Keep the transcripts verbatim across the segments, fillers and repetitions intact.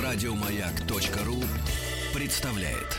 Радиомаяк.ру представляет.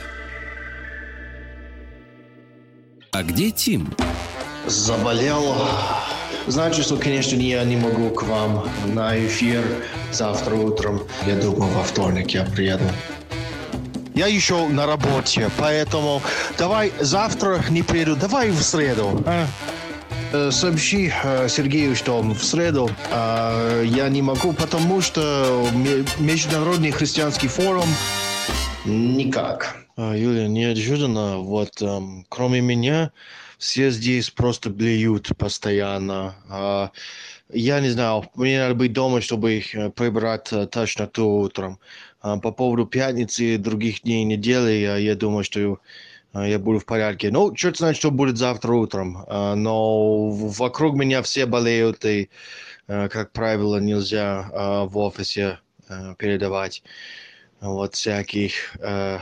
А где Тим? Заболел. Знаете, что, конечно, я не могу к вам на эфир завтра утром. Я думаю, во вторник я приеду. Я еще на работе, поэтому давай завтра не приеду, давай в среду. А? Сообщи Сергею, что в среду а, я не могу, потому что Международный христианский форум никак. А, Юлия, неожиданно, вот эм, кроме меня все здесь просто блюют постоянно. А, я не знаю, мне надо быть дома, чтобы прибрать тошноту утром. А, по поводу пятницы и других дней недели, я, я думаю, что я буду в порядке. Ну, черт знает, что будет завтра утром. Но вокруг меня все болеют, и, как правило, нельзя в офисе передавать вот всяких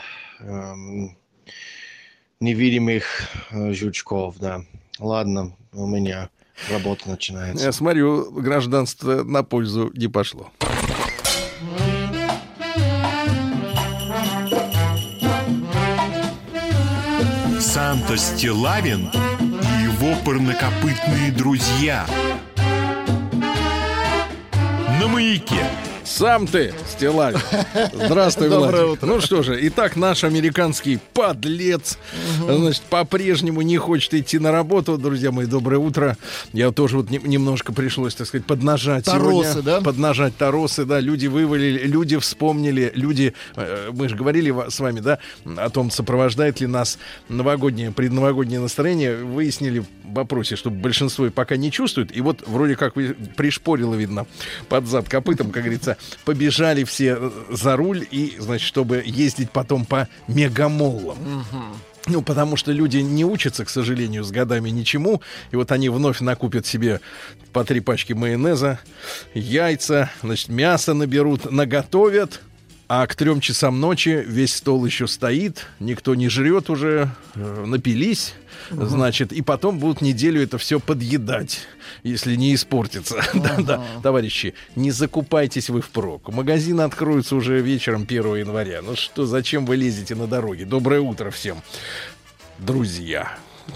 невидимых жучков, да. Ладно, у меня работа начинается. Я смотрю, гражданство на пользу не пошло. Санта Стилавин и его парнокопытные друзья на Маяке. Сам ты, Стилавин. Здравствуй, Владик. Ну что же, итак, наш американский подлец, угу. значит, по-прежнему не хочет идти на работу. Друзья мои, доброе утро. Я тоже вот не, немножко пришлось, так сказать, поднажать Таросы, сегодня. да? Поднажать таросы, да. Люди вывалили, люди вспомнили, люди... Э, мы же говорили с вами, да, о том, сопровождает ли нас новогоднее, предновогоднее настроение. Выяснили в вопросе, что большинство пока не чувствует. И вот вроде как пришпорило, видно, под зад копытом, как говорится, побежали все за руль и, значит, чтобы ездить потом по мегамоллам. Угу. Ну, потому что люди не учатся, к сожалению, с годами ничему. И вот они вновь накупят себе по три пачки майонеза, яйца, значит, мясо наберут, наготовят. А к трем часам ночи весь стол еще стоит, никто не жрет уже, э, напились, угу. значит, и потом будут неделю это все подъедать, если не испортится. Угу. да, да, товарищи, не закупайтесь вы впрок. Магазины откроются уже вечером первого января. Ну что, зачем вы лезете на дороге? Доброе утро всем, друзья.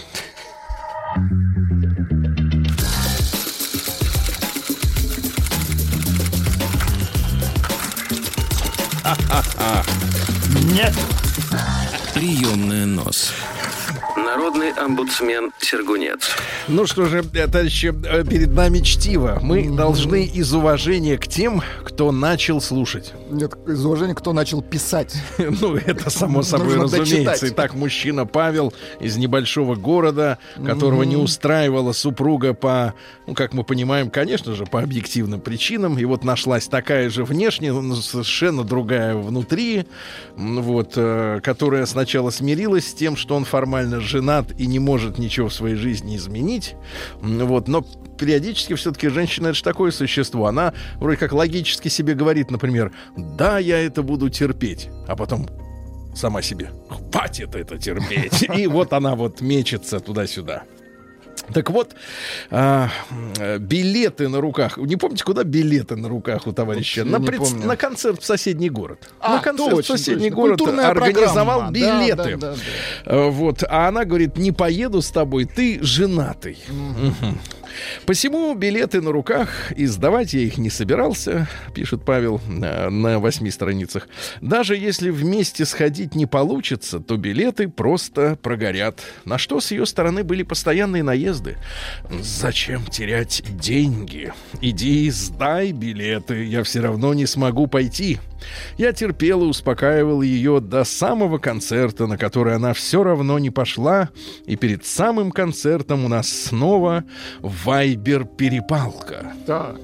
Нет. Приемная нос. Народный омбудсмен Сергунец. Ну что же, товарищи, перед нами чтиво. Мы mm-hmm. должны из уважения к тем, кто начал слушать. Нет, из уважения, кто начал писать. Ну, это само собой разумеется. Итак, мужчина Павел из небольшого города, которого не устраивала супруга по, ну, как мы понимаем, конечно же, по объективным причинам. И вот нашлась такая же внешне, но совершенно другая внутри, вот, которая сначала смирилась с тем, что он формально женат и не может ничего в своей жизни изменить. Вот, но периодически все-таки женщина — это же такое существо. Она вроде как логически себе говорит, например, да, я это буду терпеть. А потом сама себе: хватит это терпеть. И вот она вот мечется туда-сюда. Так вот, а, билеты на руках. Не помните, куда билеты на руках у товарища? На, пред... на концерт в соседний город. А, на концерт точно, в соседний точно. город Культурная организовал программа. билеты. Да, да, да, да. Вот. А она говорит: не поеду с тобой, ты женатый. Mm-hmm. Угу. Посему билеты на руках, и сдавать я их не собирался, пишет Павел на, на восьми страницах. Даже если вместе сходить не получится, то билеты просто прогорят. На что с ее стороны были постоянные наезды. Зачем терять деньги? Иди, сдай билеты, я все равно не смогу пойти. Я терпел и успокаивал ее до самого концерта, на который она все равно не пошла. И перед самым концертом у нас снова вайбер-перепалка. Так.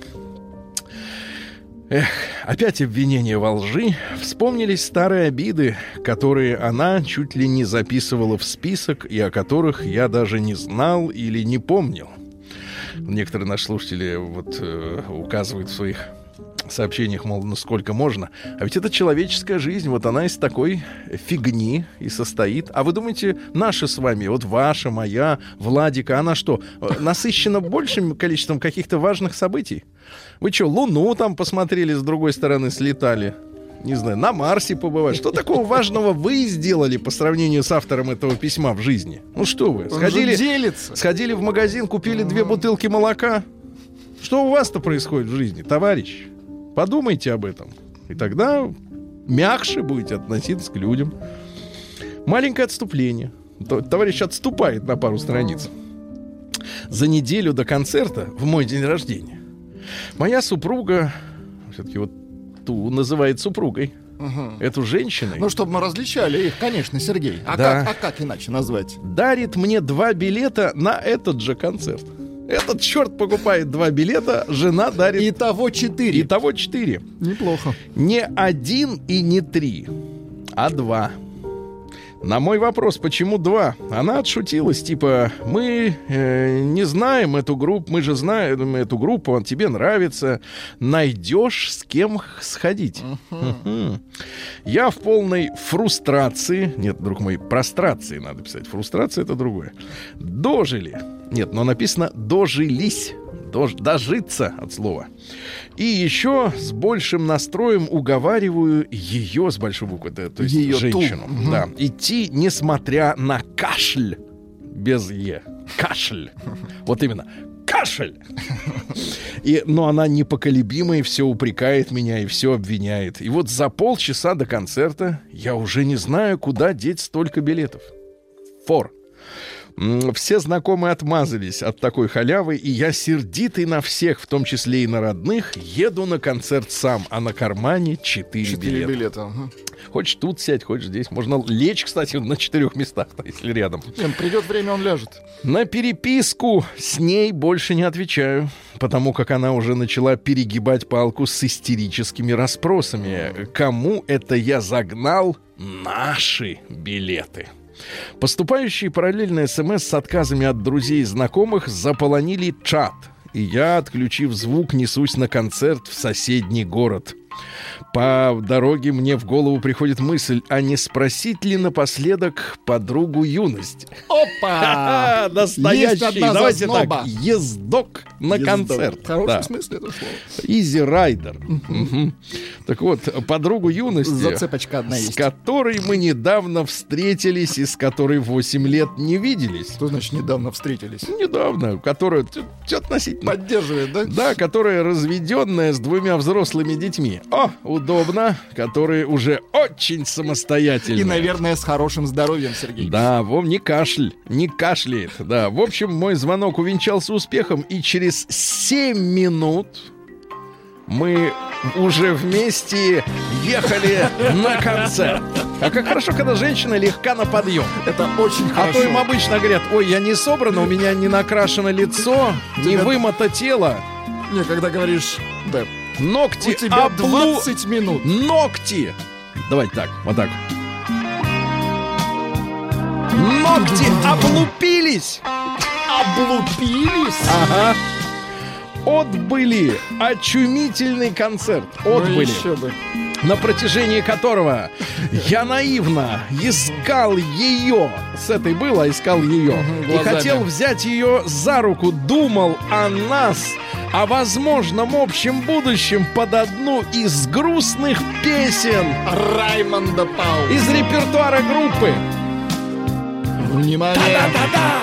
Эх, опять обвинения во лжи. Вспомнились старые обиды, которые она чуть ли не записывала в список, и о которых я даже не знал или не помнил. Некоторые наши слушатели вот, э, указывают в своих сообщениях, мол, ну сколько можно. А ведь это человеческая жизнь, вот она из такой фигни и состоит. А вы думаете, наша с вами, вот ваша, моя, Владика, она что, насыщена большим количеством каких-то важных событий? Вы что, Луну там посмотрели, с другой стороны слетали? не знаю, на Марсе побывать. Что такого важного вы сделали по сравнению с автором этого письма в жизни? Ну что вы, сходили, сходили в магазин, купили две бутылки молока? Что у вас-то происходит в жизни, товарищ? Подумайте об этом. И тогда мягче будете относиться к людям. Маленькое отступление. Товарищ отступает на пару страниц. За неделю до концерта, в мой день рождения, моя супруга, все-таки вот ту называет супругой, угу. эту женщину. Ну, чтобы мы различали их, конечно, Сергей. А, да. как, а как иначе назвать? Дарит мне два билета на этот же концерт. Этот черт покупает два билета, жена дарит... Итого четыре. Итого четыре. Неплохо. Не один и не три, а два. На мой вопрос, почему два, она отшутилась, типа, мы э, не знаем эту группу, мы же знаем эту группу, он тебе нравится, найдешь с кем сходить. Uh-huh. Uh-huh. Я в полной фрустрации, нет, друг мой, прострации надо писать, фрустрация — это другое. Дожили, нет, но написано дожились, дож, дожиться от слова. И еще с большим настроем уговариваю ее с большой буквы, то есть ее женщину, угу. да, идти, несмотря на кашель, без «е», кашель, вот именно, кашель. И, но она непоколебима и все упрекает меня, и все обвиняет. И вот за полчаса до концерта я уже не знаю, куда деть столько билетов. Фор. Все знакомые отмазались от такой халявы, и я, сердитый на всех, в том числе и на родных, еду на концерт сам, а на кармане четыре билета. билета. Угу. Хочешь тут сядь, хочешь здесь. Можно лечь, кстати, на четырех местах, если рядом. Нет, придет время, он ляжет. На переписку с ней больше не отвечаю, потому как она уже начала перегибать палку с истерическими расспросами. Кому это я загнал наши билеты? Поступающие параллельно СМС с отказами от друзей и знакомых заполонили чат, и я, отключив звук, несусь на концерт в соседний город. По дороге мне в голову приходит мысль, а не спросить ли напоследок подругу юности? Опа! Настоящий, давайте так, ездок на ездок. Концерт. В хорошем смысле этого слова. Изи райдер. Угу. Так вот, подругу юности, зацепочка одна есть, с которой мы недавно встретились и с которой восемь лет не виделись. Что значит недавно встретились? Недавно, которая относительно... Поддерживает, да? Да, которая разведенная с двумя взрослыми детьми. О, удобно, которые уже очень самостоятельны. И, наверное, с хорошим здоровьем, Сергей. Да, вон не кашель, не кашляет. Да, в общем, мой звонок увенчался успехом, и через семь минут мы уже вместе ехали на концерт. А как хорошо, когда женщина легка на подъем. Это очень хорошо. А то им обычно говорят: ой, я не собрана, у меня не накрашено лицо, не вымыто тело. Не, когда говоришь, да, ногти, у тебя облу... двадцать минут. Ногти. Давайте так, вот так. Ногти облупились. Облупились? Ага. Отбыли очумительный концерт. Отбыли. Ну, еще бы. На протяжении которого я наивно искал ее. С этой было, искал ее. Угу, и хотел взять ее за руку. Думал о нас, о возможном общем будущем под одну из грустных песен Раймонда Паулса из репертуара группы. Внимание! Да-да-да-да!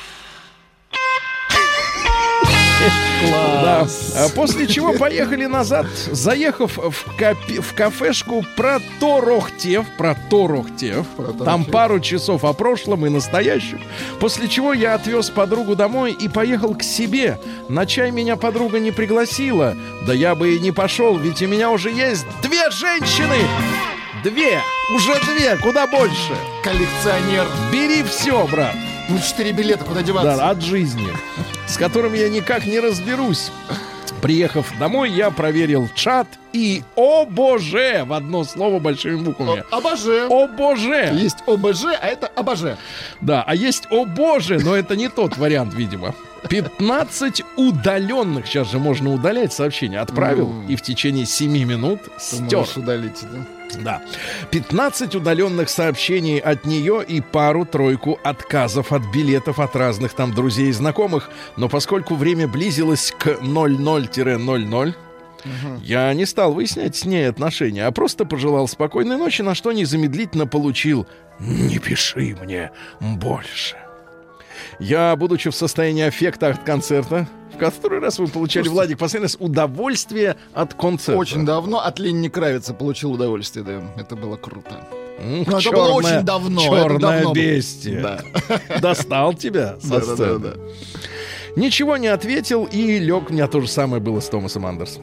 Да. А после чего поехали назад, заехав в, капи- в кафешку Проторохтев, Проторохтев, там пару часов о прошлом и настоящем. После чего я отвез подругу домой и поехал к себе. На чай меня подруга не пригласила. Да я бы и не пошел, ведь у меня уже есть две женщины. Две, уже две, куда больше. Коллекционер. Бери все, брат. Ну, четыре билета, куда деваться? Да, от жизни, с которым я никак не разберусь. Приехав домой, я проверил чат и «О боже!» в одно слово большими буквами. О боже! О боже! Есть О боже, а это О боже. Да, а есть «О боже», но это не тот вариант, видимо. пятнадцать удаленных, сейчас же можно удалять сообщения, отправил mm. и в течение семи минут стер. Можешь удалить, да? Да. пятнадцать удаленных сообщений от нее и пару-тройку отказов от билетов от разных там друзей и знакомых. Но поскольку время близилось к ноль ноль ноль ноль, Угу. Я не стал выяснять с ней отношения, а просто пожелал спокойной ночи, на что незамедлительно получил: «Не пиши мне больше». Я, будучи в состоянии аффекта от концерта, в который раз вы получали, Слушайте, Владик, последний раз удовольствие от концерта. Очень давно от Ленни Кравица получил удовольствие, да. Это было круто. М, Но черная, это было очень давно. Черное давно бестие. Да. Достал тебя со сцены. Да, да, да. Ничего не ответил и лег. У меня то же самое было с Томасом Андерсом.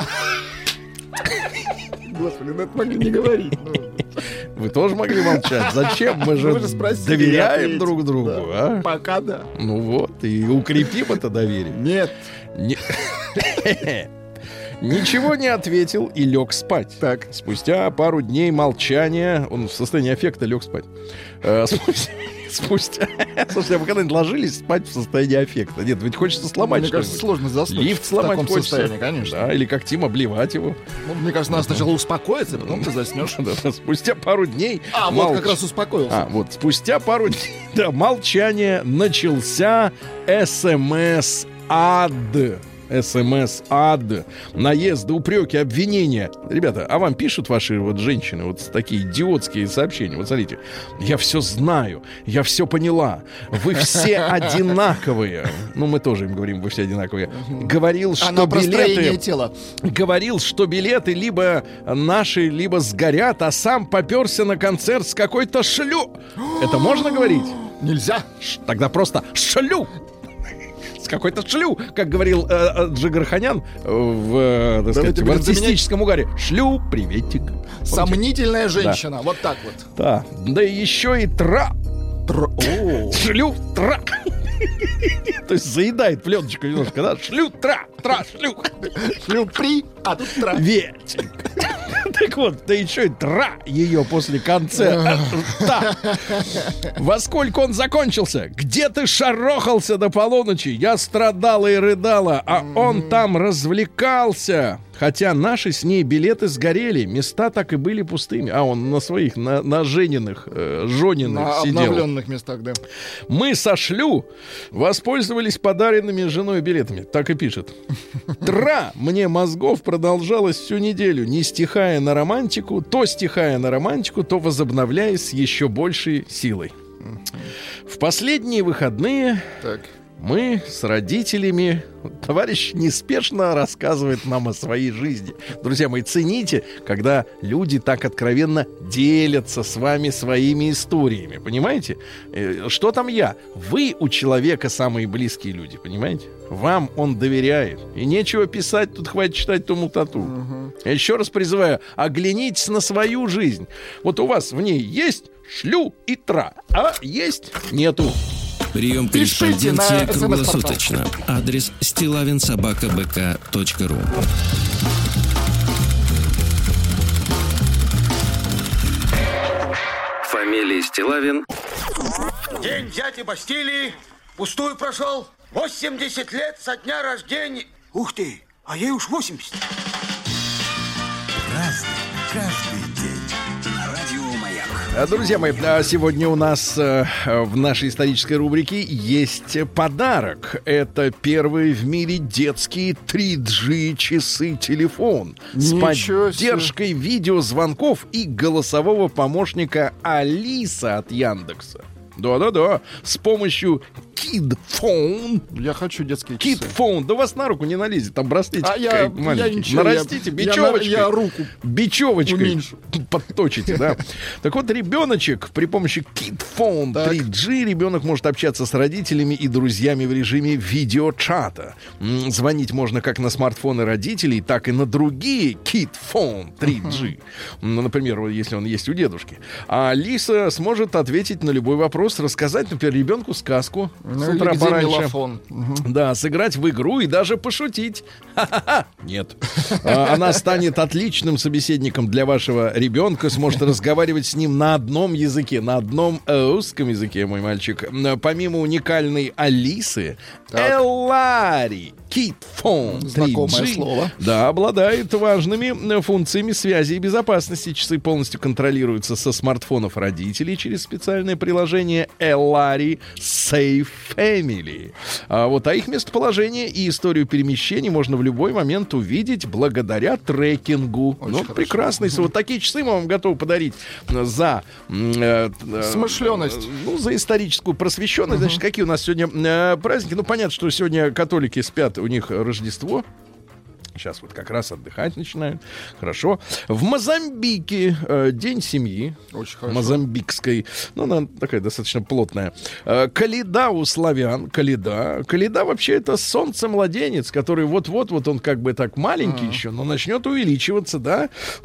Господи, ну это могли не говорить. Вы тоже могли молчать. Зачем? Мы же доверяем друг другу. Да. А? Пока да. Ну вот, и укрепим это доверие. Нет. Не... Ничего не ответил и лег спать. Так. Спустя пару дней молчания, он в состоянии аффекта лег спать. Э, спустя... Спустя... Слушайте, а вы когда-нибудь ложились спать в состоянии аффекта? Нет, ведь хочется сломать. Мне кажется, сложно заснуть. Лифт сломать в таком хочется. Состоянии, конечно. Да, или как Тим обливать его. Ну, мне кажется, надо сначала успокоиться, потом ты заснешь. Спустя пару дней... А, вот как раз успокоился. А, вот, спустя пару дней, да, молчания начался СМС-ад. СМС-ад, наезды, упреки, обвинения. Ребята, а вам пишут ваши вот женщины вот такие идиотские сообщения? Вот смотрите, я все знаю, я все поняла, вы все одинаковые. Ну, мы тоже им говорим, вы все одинаковые. Говорил, что билеты... тела. Говорил, что билеты либо наши, либо сгорят, а сам поперся на концерт с какой-то шлю. Это можно говорить? Нельзя. Тогда просто шлю. Какой-то шлю, как говорил э, Джигар Ханян в, э, так сказать, в артистическом угаре. Шлю, приветик. Сомнительная женщина, да. Вот так вот. Да, да еще и тра. Тра. Шлю, тра. То есть заедает пленочку немножко, да? Шлю, тра, тра, шлю. Шлю, при, а тут тра. Ветик. Так вот, да еще и тра ее после концерта. Во сколько он закончился? Где ты шарохался до полуночи? Я страдала и рыдала, а он там развлекался. Хотя наши с ней билеты сгорели, места так и были пустыми. А он на своих, на, на Жениных, э, Жониных на сидел. На обновленных местах, да. Мы сошлю, воспользовались подаренными женой билетами. Так и пишет. Тра мне мозгов продолжалась всю неделю, не стихая на романтику, то стихая на романтику, то возобновляясь с еще большей силой. В последние выходные... Так. Мы с родителями... Товарищ неспешно рассказывает нам о своей жизни. Друзья мои, цените, когда люди так откровенно делятся с вами своими историями. Понимаете? Что там я? Вы у человека самые близкие люди, понимаете? Вам он доверяет. И нечего писать, тут хватит читать ту мутату. Угу. Я еще раз призываю, оглянитесь на свою жизнь. Вот у вас в ней есть шлю и тра, а есть нету. Прием корреспонденции круглосуточно. Адрес стилавин собака бэ ка точка ру. Фамилия Стилавин. День дяди Бастилии пустую прошел. восемьдесят лет со дня рождения. Ух ты, а ей уж восемьдесят. Разный, каждый день. Друзья мои, сегодня у нас в нашей исторической рубрике есть подарок. Это первый в мире детский три джи часы-телефон с поддержкой видеозвонков и голосового помощника Алиса от Яндекса. Да-да-да, с помощью Kid Phone. Я хочу детские часы. Kid Phone. Да у вас на руку не налезет. Там браслетик а я, маленький. Я ничего, нарастите я, бечевочкой. Я, я руку бечевочкой уменьшу. Подточите, да. Так вот, ребеночек при помощи Kid Phone так. три джи ребенок может общаться с родителями и друзьями в режиме видеочата. Звонить можно как на смартфоны родителей, так и на другие Kid Phone три джи. Uh-huh. Например, если он есть у дедушки. А Алиса сможет ответить на любой вопрос, рассказать, например, ребенку сказку. Ну, с утра пораньше. Угу. Да, сыграть в игру и даже пошутить. Ха-ха-ха. Нет. Она станет отличным собеседником для вашего ребенка, сможет разговаривать с ним на одном языке, на одном русском языке, мой мальчик. Помимо уникальной Алисы, Эллари Kid Phone три джи слово. Да, обладает важными функциями связи и безопасности. Часы полностью контролируются со смартфонов родителей через специальное приложение Эллари Safe. Family. А, вот, а их местоположение и историю перемещений можно в любой момент увидеть благодаря трекингу. Очень ну, хорошо. Прекрасно. Если вот такие часы мы вам готовы подарить за... Э, э, смышленность. Ну, за историческую просвещенность. Uh-huh. Значит, какие у нас сегодня э, праздники? Ну, понятно, что сегодня католики спят, у них Рождество. Сейчас вот как раз отдыхать начинают. Хорошо. В Мозамбике э, День семьи. Очень хорошо. Мозамбикской. Ну, она такая достаточно плотная. Э, Каледа у славян. Каледа. Каледа вообще это солнце-младенец, который вот-вот, вот он как бы так маленький А-а-а. еще, но начнет увеличиваться, да.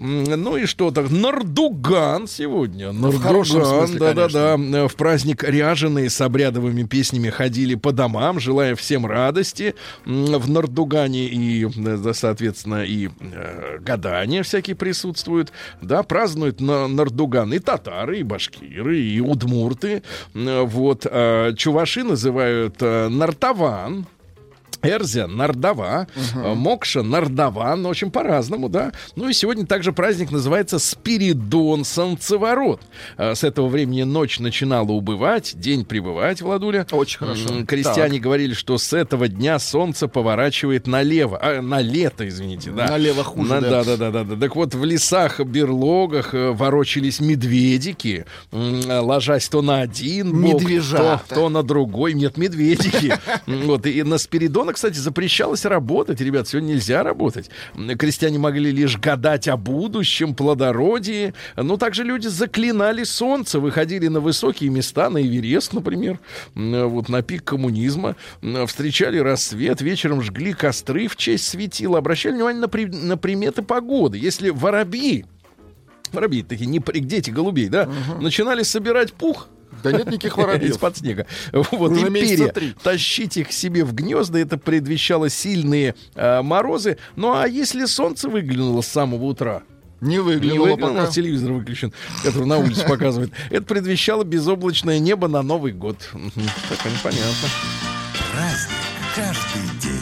Ну и что так? Нардуган сегодня. Нардуган. Да-да-да. В праздник ряженые с обрядовыми песнями ходили по домам, желая всем радости. В Нардугане и... соответственно, и э, гадания всякие присутствуют, да, празднуют на Нардуган и татары, и башкиры, и удмурты, э, вот, э, чуваши называют э, Нартаван, Эрзя, Нардава, uh-huh. Мокша, Нардаван, ну, в общем, по-разному, да. Ну и сегодня также праздник называется Спиридон Солнцеворот. С этого времени ночь начинала убывать, день прибывать, Владуля. Очень хорошо. Крестьяне так. говорили, что с этого дня солнце поворачивает налево, а, на лето, извините, да. Налево хуже, на, да. Да, да, да, да. Так вот, в лесах, берлогах ворочались медведики, ложась то на один бок, то, то на другой. Нет, медведики. Вот, и на Спиридон, кстати, запрещалось работать. Ребят, сегодня нельзя работать. Крестьяне могли лишь гадать о будущем, плодородии. Но также люди заклинали солнце, выходили на высокие места, на Эверест, например, вот на пик коммунизма, встречали рассвет, вечером жгли костры в честь светила, обращали внимание на, при... на приметы погоды. Если воробьи, воробьи такие, не... дети голубей, да, угу. начинали собирать пух, да нет никаких воробьев. Из-под снега. Вот, и перья. Тащить их себе в гнезда, это предвещало сильные э, морозы. Ну, а если солнце выглянуло с самого утра? Не выглянуло, Не выглянуло, пока. У нас телевизор выключен, который на улице показывает. Это предвещало безоблачное небо на Новый год. Так, непонятно. Праздник каждый день.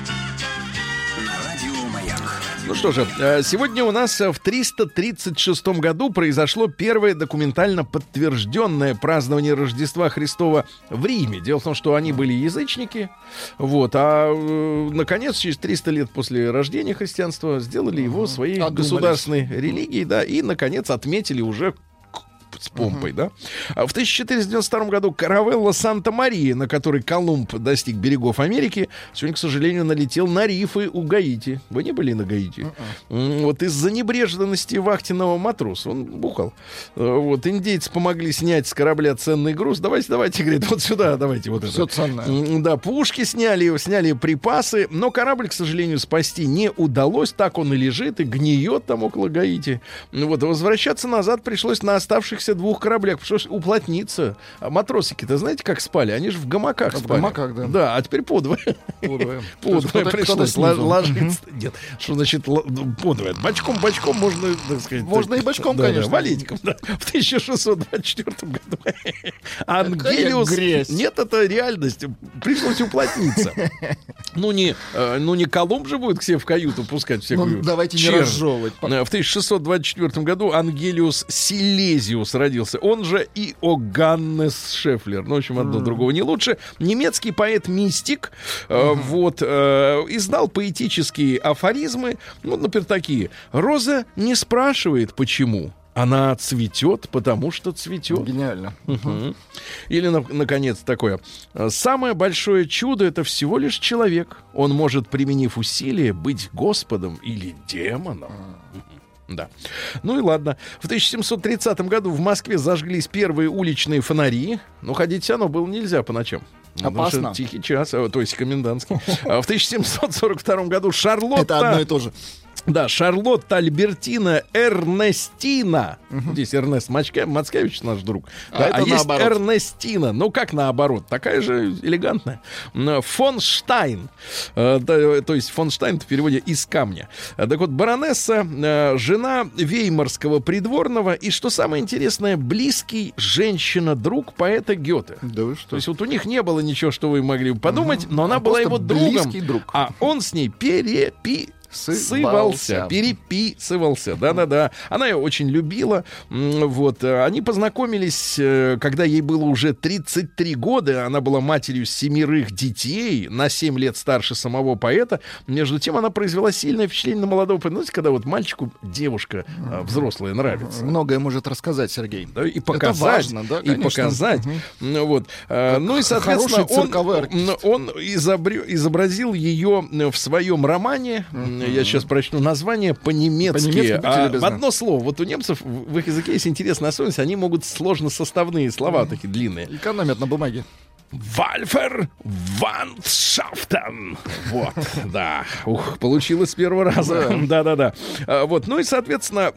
Ну что же, сегодня у нас в триста тридцать шестом году произошло первое документально подтвержденное празднование Рождества Христова в Риме. Дело в том, что они были язычники, вот, а наконец, через триста лет после рождения христианства сделали его своей Одумались. государственной религией, да, и, наконец, отметили уже с помпой, uh-huh. да. В тысяча четыреста девяносто втором году каравелла Санта-Мария, на которой Колумб достиг берегов Америки, сегодня, к сожалению, налетел на рифы у Гаити. Вы не были на Гаити? Uh-uh. Вот из-за небрежности вахтенного матроса, он бухал. Вот, индейцы помогли снять с корабля ценный груз. Давайте, давайте, говорит, вот сюда, давайте вот Все это. ценное. Да, пушки сняли, сняли припасы, но корабль, к сожалению, спасти не удалось. Так он и лежит, и гниет там около Гаити. Вот, возвращаться назад пришлось на оставшихся двух кораблях, пришлось уплотниться. А матросики-то знаете, как спали? Они же в гамаках а спали. В гамаках, да. Да, а теперь подвое. Подвое. Подвое пришлось ложиться. Нет, что значит подвое? Бочком, бочком можно, так сказать... Можно и бочком, конечно. Валетиком, да. В тысяча шестьсот двадцать четвёртом году Ангелиус... Нет, это реальность. Пришлось уплотниться. Ну не, ну не Колумб же будет к себе в каюту пускать всякую... Ну, давайте не разжевывать. В тысяча шестьсот двадцать четвёртом году Ангелиус Силезиус родился. Он же Иоганнес Шефлер. Ну, в общем, одно mm. другого не лучше. Немецкий поэт-мистик mm-hmm. э, вот, э, издал поэтические афоризмы. Ну, например, такие. «Роза не спрашивает, почему. Она цветет, потому что цветет». Гениально. Uh-huh. Или, на, наконец, такое. «Самое большое чудо — это всего лишь человек. Он может, применив усилия, быть Господом или демоном». Uh-huh. Да. Ну и ладно. В тысяча семьсот тридцатом году в Москве зажглись первые уличные фонари. Но ходить все равно было нельзя по ночам. Опасно. Тихий час, то есть комендантский. В тысяча семьсот сорок втором году Шарлотта... Это одно и то же. Да, Шарлотта Альбертина Эрнестина. Uh-huh. Здесь Эрнест Мачка, Мацкевич, наш друг. А, да, это а есть наоборот. Эрнестина. Ну, как наоборот? Такая же элегантная. Фон Штайн. Э, то, то есть фон Штайн в переводе «из камня». Так вот, баронесса, э, жена веймарского придворного и, что самое интересное, близкий женщина-друг поэта Гёте. Да вы что? То есть вот у них не было ничего, что вы могли бы подумать, uh-huh. но она а была его другом. Друг. А он с ней перепи... Сывался, переписывался, да-да-да. Она ее очень любила. Вот. Они познакомились, когда ей было уже тридцать три года. Она была матерью семерых детей, на семь лет старше самого поэта. Между тем, она произвела сильное впечатление на молодого поэта. Знаете, когда вот мальчику девушка взрослая нравится. Многое может рассказать Сергей. Да, и показать. Это важно, да, и показать. Угу. Вот. Ну и, соответственно, он, он изобрел, изобразил ее в своем романе. Uh-huh. Я сейчас прочту название по-немецки. по-немецки а, одно слово. Вот у немцев в их языке есть интересная особенность. Они могут сложносоставные слова uh-huh. такие длинные. Экономят на бумаге. Вальфер Вандшафтен. Вот, да. Ух, получилось с первого раза. Да-да-да. Вот, ну и, соответственно,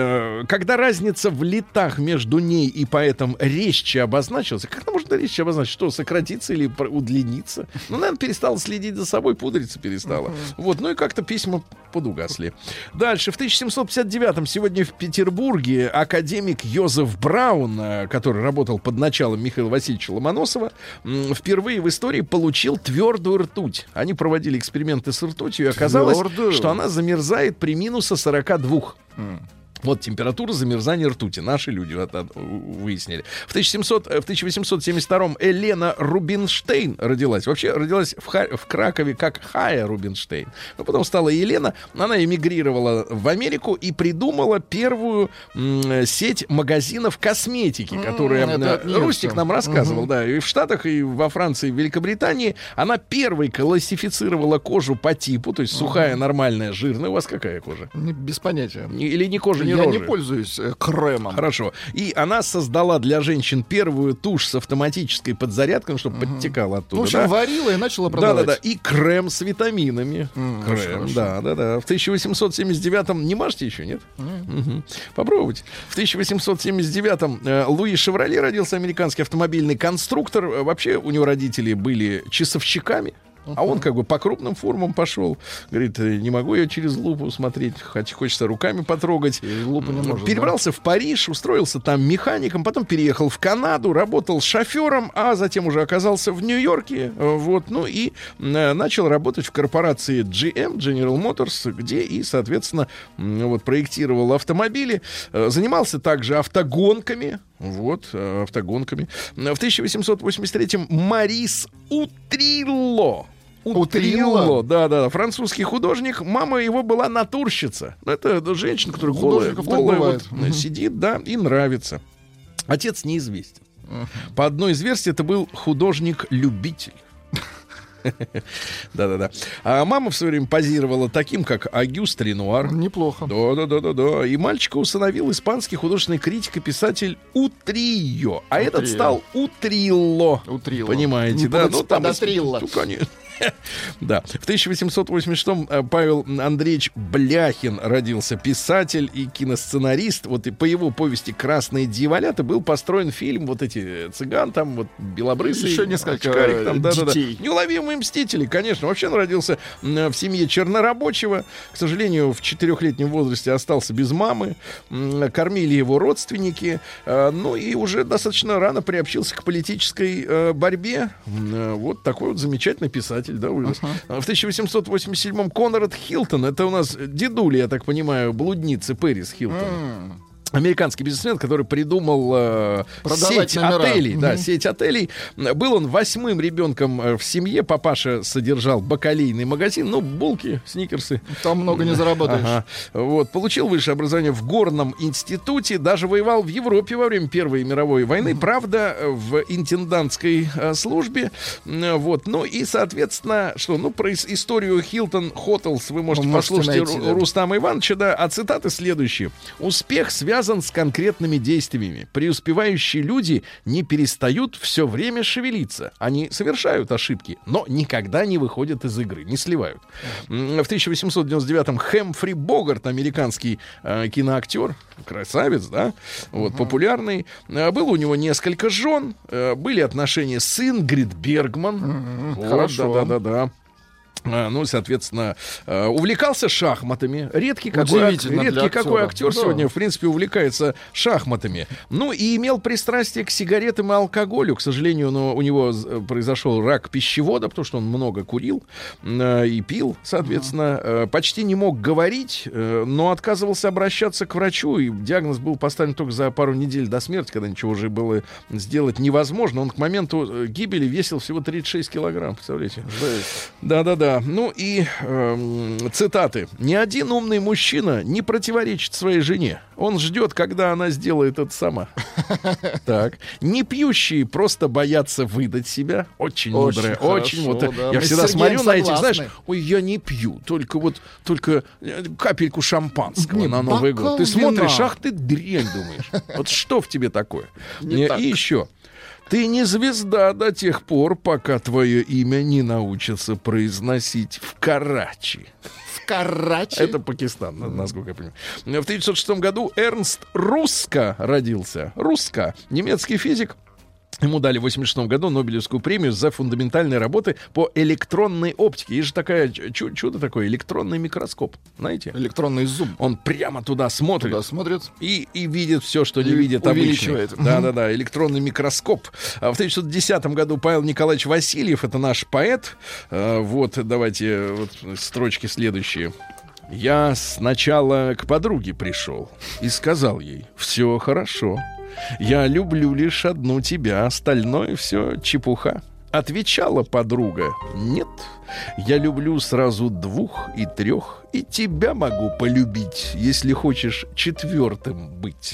когда разница в летах между ней и поэтом резче обозначилась, как она может резче обозначить? Что, сократиться или удлиниться? Ну, наверное, перестала следить за собой, пудриться перестала. Вот, ну и как-то письма подугасли. Дальше, в тысяча семьсот пятьдесят девятом сегодня в Петербурге академик Йозеф Браун, который работал под началом Михаила Васильевича Ломоносова, впервые в истории получил твердую ртуть. Они проводили эксперименты с ртутью, и оказалось, Твердую. что она замерзает при минусе сорока двух. Mm. Вот температура замерзания ртути. Наши люди вот, от, выяснили. В, тысяча восемьсот семьдесят втором Елена Рубинштейн родилась. Вообще родилась в, Ха- в Кракове как Хая Рубинштейн. Но потом стала Елена. Она эмигрировала в Америку и придумала первую м- сеть магазинов косметики, которая mm, Рустик нам рассказывал. Uh-huh. Да, и в Штатах, и во Франции, и в Великобритании. Она первой классифицировала кожу по типу. То есть uh-huh. сухая, нормальная, жирная. У вас какая кожа? Без понятия. Или не кожа, не Я рожи. не пользуюсь э, кремом. Хорошо. И она создала для женщин первую тушь с автоматической подзарядкой, ну, чтобы uh-huh. подтекала оттуда. В общем, да? варила и начала продавать. Да-да-да. И крем с витаминами. Mm, крем, да-да-да. В тысяча восемьсот семьдесят девятом... Не мажьте еще, нет? Mm. Угу. Попробуйте. В тысяча восемьсот семьдесят девятом э, Луи Шевроле родился, американский автомобильный конструктор. Вообще у него родители были часовщиками. Uh-huh. А он как бы по крупным формам пошел. Говорит, не могу я через лупу смотреть, хоть хочется руками потрогать. Лупу не может, Перебрался да? в Париж, устроился там механиком, потом переехал в Канаду, работал шофером, а затем уже оказался в Нью-Йорке. Вот, ну и э, начал работать в корпорации джи эм, General Motors, где и, соответственно, э, вот, проектировал автомобили. Э, занимался также автогонками. Вот, э, автогонками. В тысяча восемьсот восемьдесят третьем Марис Утрилло. Утрилло, да-да, французский художник. Мама его была натурщица. Это женщина, которая голая, голая вот, uh-huh. сидит, да, и нравится. Отец неизвестен. Uh-huh. По одной из версий, это был художник-любитель. Да-да-да. А мама в свое время позировала таким, как Агюст Ренуар. Неплохо. Да-да-да-да. И мальчика усыновил испанский художественный критик и писатель Утрильо. А этот стал Утрилло. Утрилло. Понимаете, да? Ну, там... Ну, конечно. Да. В тысяча восемьсот восемьдесят шестом Павел Андреевич Бляхин родился, писатель и киносценарист. Вот и по его повести «Красные дьяволята» был построен фильм. Вот эти цыган там, вот белобрысые. Еще несколько очкарик, там, да, детей. Да, да. Неуловимые мстители, конечно. Вообще он родился в семье чернорабочего. К сожалению, в четырехлетнем возрасте остался без мамы. Кормили его родственники. Ну и уже достаточно рано приобщился к политической борьбе. Вот такой вот замечательный писатель. Да, вырос. Uh-huh. В тысяча восемьсот восемьдесят седьмом Конрад Хилтон, это у нас дедуля, я так понимаю, блудницы Пэрис Хилтон. Mm. Американский бизнесмен, который придумал э, сеть номера. отелей. Mm-hmm. Да, сеть отелей. Был он восьмым ребенком в семье. Папаша содержал бакалейный магазин. Ну, булки, сникерсы. Там много не заработаешь. Ага. Вот. Получил высшее образование в горном институте. Даже воевал в Европе во время Первой мировой войны. Mm-hmm. Правда, в интендантской э, службе. Вот. Ну и, соответственно, что? Ну, про историю Хилтон Хотелс вы можете вы послушать найти, Ру- да. Рустама Ивановича. Да. А цитаты следующие. Успех связан с конкретными действиями. Преуспевающие люди не перестают все время шевелиться. Они совершают ошибки, но никогда не выходят из игры, не сливают. В тысяча восемьсот девяносто девятом Хэмфри Богарт, американский э, киноактер, красавец, да, вот, uh-huh. популярный. Было у него несколько жен, э, были отношения с Ингрид Бергман. Uh-huh. Вот, Хорошо. Да-да-да-да. Ну, соответственно, увлекался шахматами. Редкий какой, редкий какой актер да. сегодня, в принципе, увлекается шахматами. Ну, и имел пристрастие к сигаретам и алкоголю. К сожалению, но у него произошел рак пищевода, потому что он много курил и пил, соответственно. Uh-huh. Почти не мог говорить, но отказывался обращаться к врачу. И диагноз был поставлен только за пару недель до смерти, когда ничего уже было сделать невозможно. Он к моменту гибели весил всего тридцать шесть килограмм, представляете? Да-да-да. Ну и э, цитаты. «Ни один умный мужчина не противоречит своей жене. Он ждет, когда она сделает это сама». Так. «Не пьющие просто боятся выдать себя». Очень мудрое. Очень вот. Я всегда смотрю на этих, знаешь, ой, я не пью, только вот только капельку шампанского на Новый год. Ты смотришь, ах ты дрянь, думаешь. Вот что в тебе такое? И еще. «Ты не звезда до тех пор, пока твое имя не научатся произносить в Карачи». В Карачи? Это Пакистан, насколько я понимаю. В тысяча девятьсот шестом году Эрнст Руска родился. Руска, немецкий физик. Ему дали в восемьдесят шестом году Нобелевскую премию за фундаментальные работы по электронной оптике. Есть же такая чу- чудо такое, электронный микроскоп, знаете? Электронный зум. Он прямо туда смотрит, туда смотрит. И, и видит все, что не видит обычно. Да-да-да, электронный микроскоп. А в тысяча девятьсот десятом году Павел Николаевич Васильев, это наш поэт. Вот, давайте вот, строчки следующие. «Я сначала к подруге пришел и сказал ей, все хорошо. Я люблю лишь одну тебя, остальное все чепуха». Отвечала подруга: «Нет, я люблю сразу двух и трех, и тебя могу полюбить, если хочешь четвертым быть».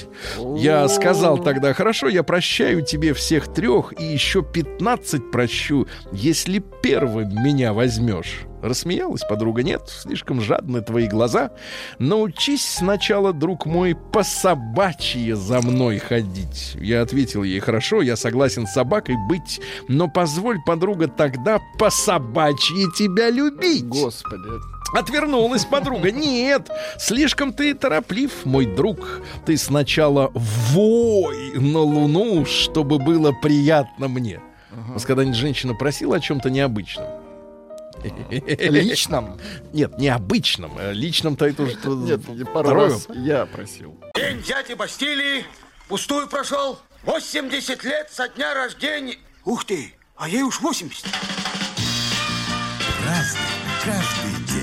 Я сказал тогда: «Хорошо, я прощаю тебе всех трех, и еще пятнадцать прощу, если первым меня возьмешь». Рассмеялась подруга: «Нет, слишком жадны твои глаза. Научись сначала, друг мой, по-собачьи за мной ходить». Я ответил ей: «Хорошо, я согласен с собакой быть, но позволь, подруга, тогда по-собачьи тебя любить». Господи. Отвернулась подруга: «Нет, слишком ты тороплив, мой друг. Ты сначала вой на луну, чтобы было приятно мне». Ага. Вас когда-нибудь женщина просила о чем-то необычном? Личном? Нет, необычном. Личном-то это уже... Нет, пару раз я просил. День дяди Бастилии пустую прошел. восемьдесят лет со дня рождения. Ух ты, а ей уж восемьдесят. Разный, каждый день.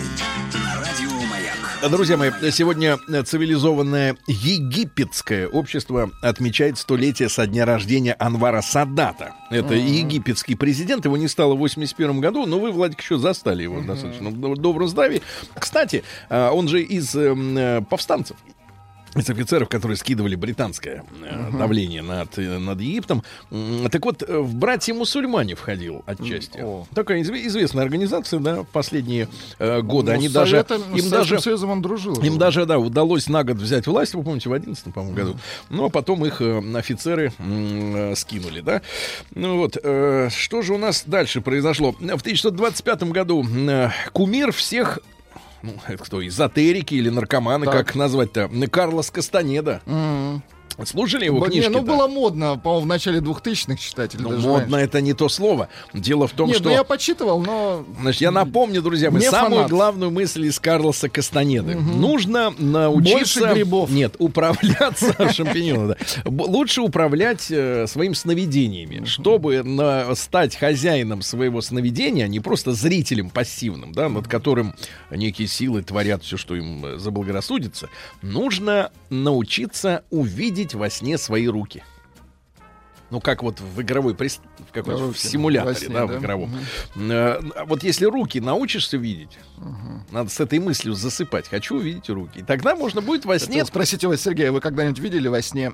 Друзья мои, сегодня цивилизованное египетское общество отмечает столетие со дня рождения Анвара Садата. Это mm-hmm. египетский президент. Его не стало в восемьдесят первом году, но вы, Владик, еще застали его mm-hmm. достаточно в добром здравии. Кстати, он же из повстанцев. Из офицеров, которые скидывали британское uh-huh. давление над, над Египтом. Так вот, в «Братья-мусульмане» входил отчасти. Uh-huh. Такая изв- известная организация, да, в последние э, годы. Ну, Они даже... Советом, им даже, Союзом он дружил. Им даже, да, удалось на год взять власть, вы помните, в одиннадцатом, по-моему, году. Uh-huh. Ну, а потом их э, офицеры э, скинули, да. Ну вот, э, что же у нас дальше произошло? В тысяча девятьсот двадцать пятом году э, кумир всех... Ну, это кто, эзотерики или наркоманы, так. как назвать-то? Карлос Кастанеда. Mm-hmm. Слушали его Б- книжки? Не, ну, было модно, по-моему, в начале двухтысячных читать. Или ну, даже модно раньше. Это не то слово. Дело в том, Нет, что... ну, я почитывал, но... Значит, я напомню, друзья мои, самую фанат. главную мысль из Карлоса Кастанеды. Угу. Нужно научиться... Больше грибов. Нет, управляться... Шампиньоны, да. Лучше управлять э, своими сновидениями. Угу. Чтобы на, стать хозяином своего сновидения, а не просто зрителем пассивным, да, над которым некие силы творят все, что им заблагорассудится, нужно научиться увидеть во сне свои руки. Ну, как вот в игровой прис... в какой-то руки, в симуляторе, сне, да, да, в игровом. Угу. Вот если руки научишься видеть, угу. надо с этой мыслью засыпать. Хочу увидеть руки. И тогда можно будет во сне... Это, спросите вас, Сергей, вы когда-нибудь видели во сне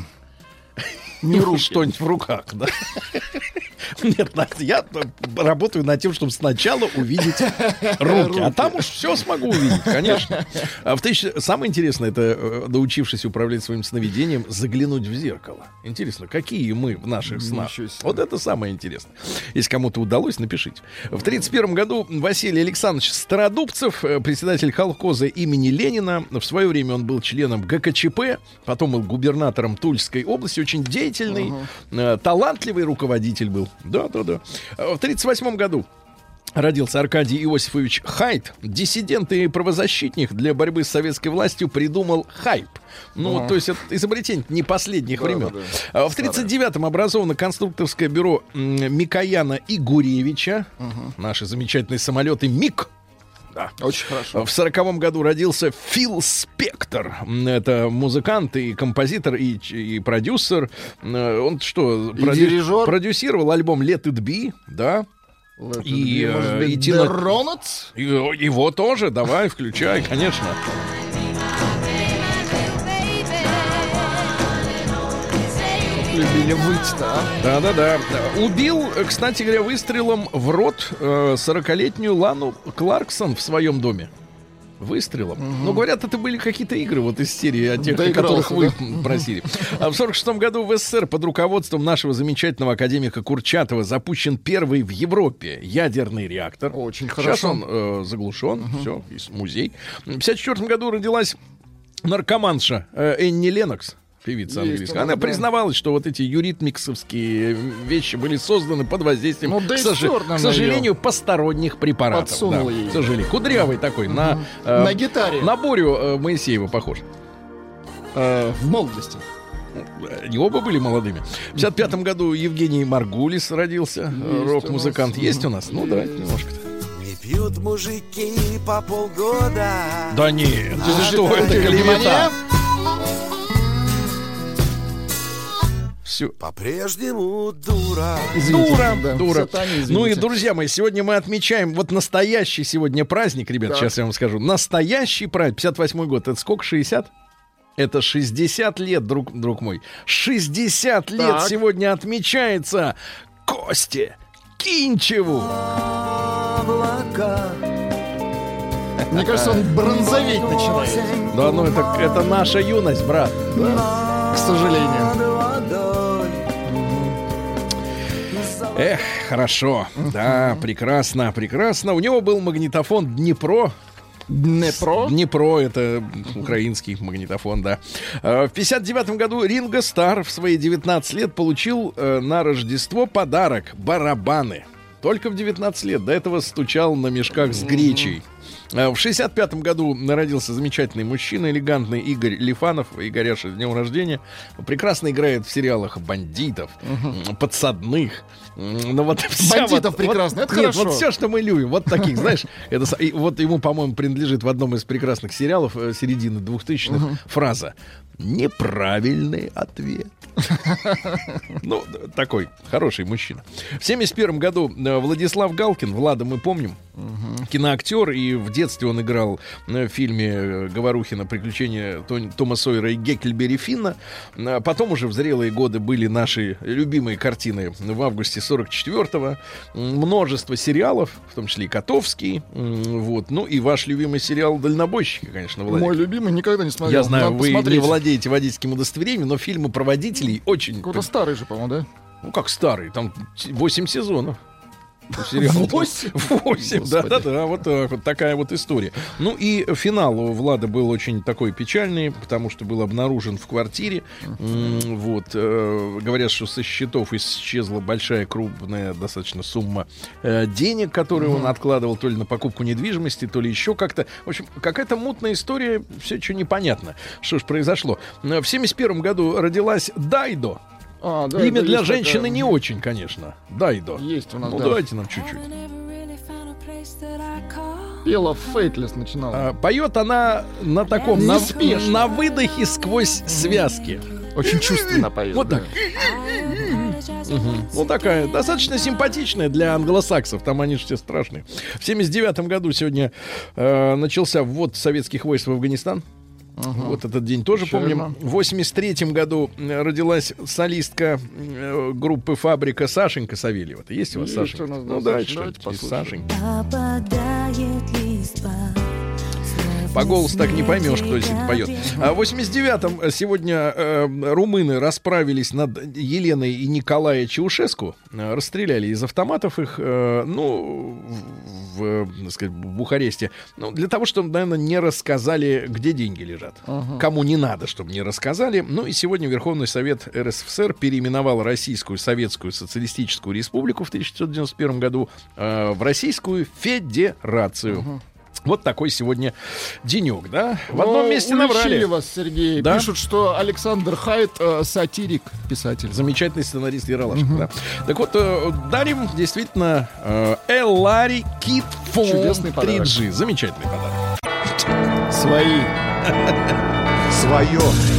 не руки? Что-нибудь в руках, да? Нет, я работаю над тем, чтобы сначала увидеть руки, а там уж все смогу увидеть, конечно. А в тысяч... Самое интересное, это, научившись управлять своим сновидением, заглянуть в зеркало. Интересно, какие мы в наших снах? Вот это самое интересное. Если кому-то удалось, напишите. В тридцать первом году Василий Александрович Стародубцев, председатель колхоза имени Ленина, в свое время он был членом ГКЧП, потом был губернатором Тульской области, очень деятельный, uh-huh. талантливый руководитель был. Да, да, да. В тридцать восьмом году родился Аркадий Иосифович Хайд. Диссидент и правозащитник, для борьбы с советской властью придумал хайп. Ну, а. то есть это изобретение не последних да, времен. Да, да. В тридцать девятом образовано конструкторское бюро Микояна и Гуревича. Угу. Наши замечательные самолеты МиГ. Да. Очень хорошо. В сороковом году родился Фил Спектор. Это музыкант и композитор, и, и продюсер. Он что, и продю... дирижер? продюсировал альбом Let It Be, да. Let и, it be, может быть, и Тина... и, его тоже, давай, включай, конечно. Любили выть-то, а? Да-да-да. Убил, кстати говоря, выстрелом в рот сорокалетнюю Лану Кларксон в своем доме. Выстрелом. Угу. Но говорят, это были какие-то игры вот из серии, о тех, о которых вы да? просили. А в сорок шестом году в СССР под руководством нашего замечательного академика Курчатова запущен первый в Европе ядерный реактор. Очень хорошо. Сейчас он э, заглушен. Угу. Все, есть музей. В пятьдесят четвёртом году родилась наркоманша э, Энни Ленокс. Певица английская. Она да. признавалась, что вот эти юритмиксовские вещи были созданы под воздействием, ну, да к, сож... к сожалению, посторонних препаратов. Да, к сожалению. Кудрявый такой, угу. на, э, на гитаре. На Борю э, Моисеева похож. Э, в молодости. Они оба были молодыми. В пятьдесят пятом году Евгений Маргулис родился, есть рок-музыкант. Есть у нас? Ну, давайте немножко-то. Пьют мужики по полгода. Да нет, а что это, клевета? Все. По-прежнему дура. Извините, дура, да. дура. Сатане, ну и, друзья мои, сегодня мы отмечаем вот настоящий сегодня праздник, ребят, да. сейчас я вам скажу. Настоящий праздник, пятьдесят восьмой год. Это сколько, шестьдесят? Это шестьдесят лет, друг, друг мой. шестьдесят так. лет сегодня отмечается Косте Кинчеву. Мне кажется, он бронзоветь начинает. Да, ну это, это наша юность, брат. Да. К сожалению. Эх, хорошо. Да, прекрасно, прекрасно. У него был магнитофон Днепро. Днепро? Днепро, это украинский магнитофон, да. В пятьдесят девятом году Ринго Старр в свои девятнадцать лет получил на Рождество подарок — барабаны. Только в девятнадцать лет. До этого стучал на мешках с гречей. В шестьдесят пятом году родился замечательный мужчина, элегантный Игорь Лифанов. Игоряша, с днем рождения. Прекрасно играет в сериалах бандитов, угу. подсадных. Ну, вот бандитов вот, прекрасно, вот, это нет, хорошо. Вот все, что мы любим, вот таких, знаешь. Это, и вот ему, по-моему, принадлежит в одном из прекрасных сериалов середины двухтысячных угу. фраза «Неправильный ответ». Ну, такой хороший мужчина. В семьдесят первом году Владислав Галкин, Влада мы помним, угу. киноактер, и в детстве он играл в фильме Говорухина «Приключения Тома Сойера и Гекльберри Финна». Потом уже в зрелые годы были наши любимые картины в августе сорок четвёртого. Множество сериалов, в том числе и «Котовский». Вот. Ну и ваш любимый сериал «Дальнобойщики», конечно, Владик. Мой любимый, никогда не смотрел. Я знаю, надо вы посмотреть. Не владеете водительским удостоверением, но фильмы про водителей очень... Какой-то старый же, по-моему, да? Ну, как старый, там восемь сезонов. Восемь? Восемь, да-да-да, вот так вот, такая вот история. Ну и финал у Влада был очень такой печальный, потому что был обнаружен в квартире. Mm-hmm. Вот, э, говорят, что со счетов исчезла большая, крупная достаточно сумма э, денег, которые mm-hmm. он откладывал то ли на покупку недвижимости, то ли еще как-то. В общем, какая-то мутная история, все что непонятно, что же произошло. В семьдесят первом году родилась Дайдо. А, да, имя для женщины такая... не очень, конечно. Дайдо. Есть у нас, ну, да. давайте нам чуть-чуть. Пела Фейтлес начинала. А, поет она на таком, на, на выдохе сквозь связки. Очень чувственно поет. Вот так. Угу. Вот такая, достаточно симпатичная для англосаксов. Там они же все страшные. В семьдесят девятом году сегодня э, начался ввод советских войск в Афганистан. Uh-huh. Вот этот день тоже Еще помним. Одна. В восемьдесят третьем году родилась солистка э, группы «Фабрика» Сашенька Савельева. Есть у вас, Сашенька? У нас, да, ну, давайте что-нибудь послушаем. Сашенька. По голосу так не поймешь, кто здесь это поет. А в восемьдесят девятом сегодня э, румыны расправились над Еленой и Николаем Чаушеску. Э, расстреляли из автоматов их, э, ну, в, в, так сказать, в Бухаресте. Ну, для того, чтобы, наверное, не рассказали, где деньги лежат. Uh-huh. Кому не надо, чтобы не рассказали. Ну и сегодня Верховный Совет эр эс эф эс эр переименовал Российскую Советскую Социалистическую Республику в тысяча девятьсот девяносто первом году э, в Российскую Федерацию. Uh-huh. Вот такой сегодня денек, да? В одном Но месте набрали. вас, Сергей. Да? Пишут, что Александр Хайд э, сатирик, писатель. Замечательный сценарист Ералашев, uh-huh. да. Так вот, э, дарим действительно э, Эллари Кит Фон Чудесный три подарок. джи. Замечательный подарок. Свои. Свое.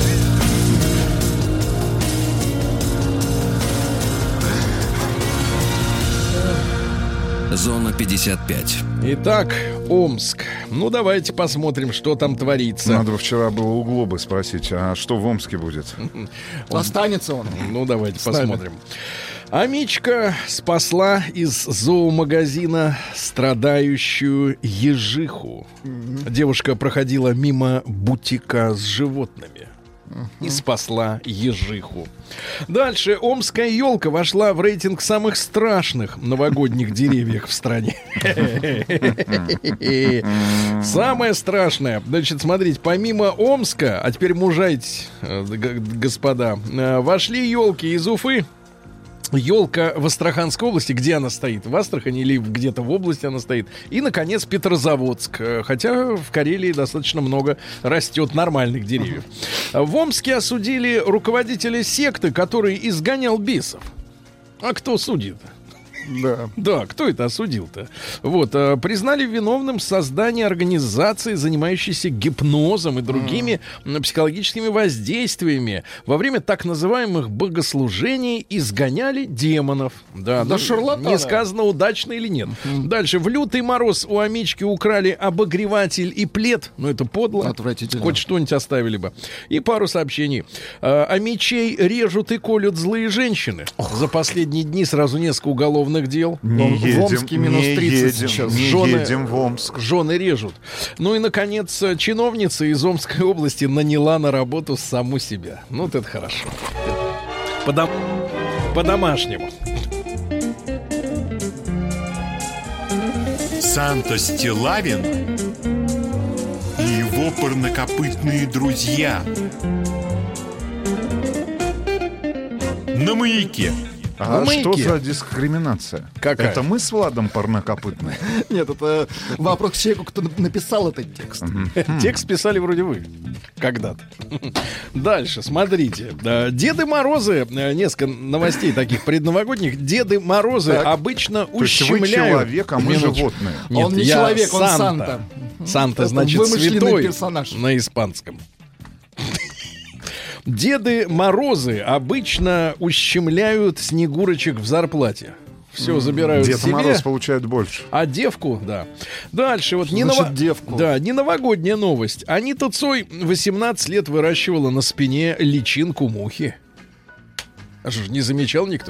Зона пятьдесят пять. Итак, Омск. Ну, давайте посмотрим, что там творится. Надо бы вчера было у Глобы спросить, а что в Омске будет? Он... Останется он. Ну, давайте посмотрим. Амичка спасла из зоомагазина страдающую ежиху. Mm-hmm. Девушка проходила мимо бутика с животными. Uh-huh. И спасла ежиху. Дальше. Омская елка вошла в рейтинг самых страшных новогодних деревьев в стране. Самое страшное. Значит, смотрите, помимо Омска, а теперь мужайте, господа, вошли елки из Уфы. Елка в Астраханской области, где она стоит? В Астрахани или где-то в области она стоит? И, наконец, Петрозаводск. Хотя в Карелии достаточно много растет нормальных деревьев. В Омске осудили руководителя секты, который изгонял бесов. А кто судит? Да. Да, кто это осудил-то? Вот, а, признали виновным создание организации, занимающейся гипнозом и другими mm. психологическими воздействиями. Во время так называемых богослужений изгоняли демонов. Да, да, ну, шарлатаны. Не сказано, удачно или нет. Mm. Дальше. В лютый мороз у Амички украли обогреватель и плед. Ну, это подло. Отвратительно. Хоть что-нибудь оставили бы. И пару сообщений. А, Амичей режут и колют злые женщины. Ох. За последние дни сразу несколько уголовных дел. Не в едем, Омске минус тридцать едем, сейчас. Не Жены, едем в Омск. Жены режут. Ну и, наконец, чиновница из Омской области наняла на работу саму себя. Ну, вот это хорошо. По-дом... По-домашнему. Санта Стилавин и его парнокопытные друзья. На маяке. А Ну, что маяки. за дискриминация? Какая? Это мы с Владом парнокопытные? Нет, это вопрос к человеку, кто написал этот текст. Текст писали вроде вы. Когда-то. Дальше, смотрите. Да, Деды Морозы, э, несколько новостей таких предновогодних. Деды Морозы Так. обычно То есть вы ущемляют... человек, а мы Минуточку. животные. Нет, Он не я человек, он Санта. Санта, Это значит, вымышленный святой персонаж. на испанском. Деды Морозы обычно ущемляют снегурочек в зарплате. Все забирают Дед себе, Мороз получает больше. а девку, да. Дальше вот не, значит ново- девку? Да, не новогодняя новость. Анита Цой восемнадцать лет выращивала на спине личинку мухи. А что ж, не замечал никто?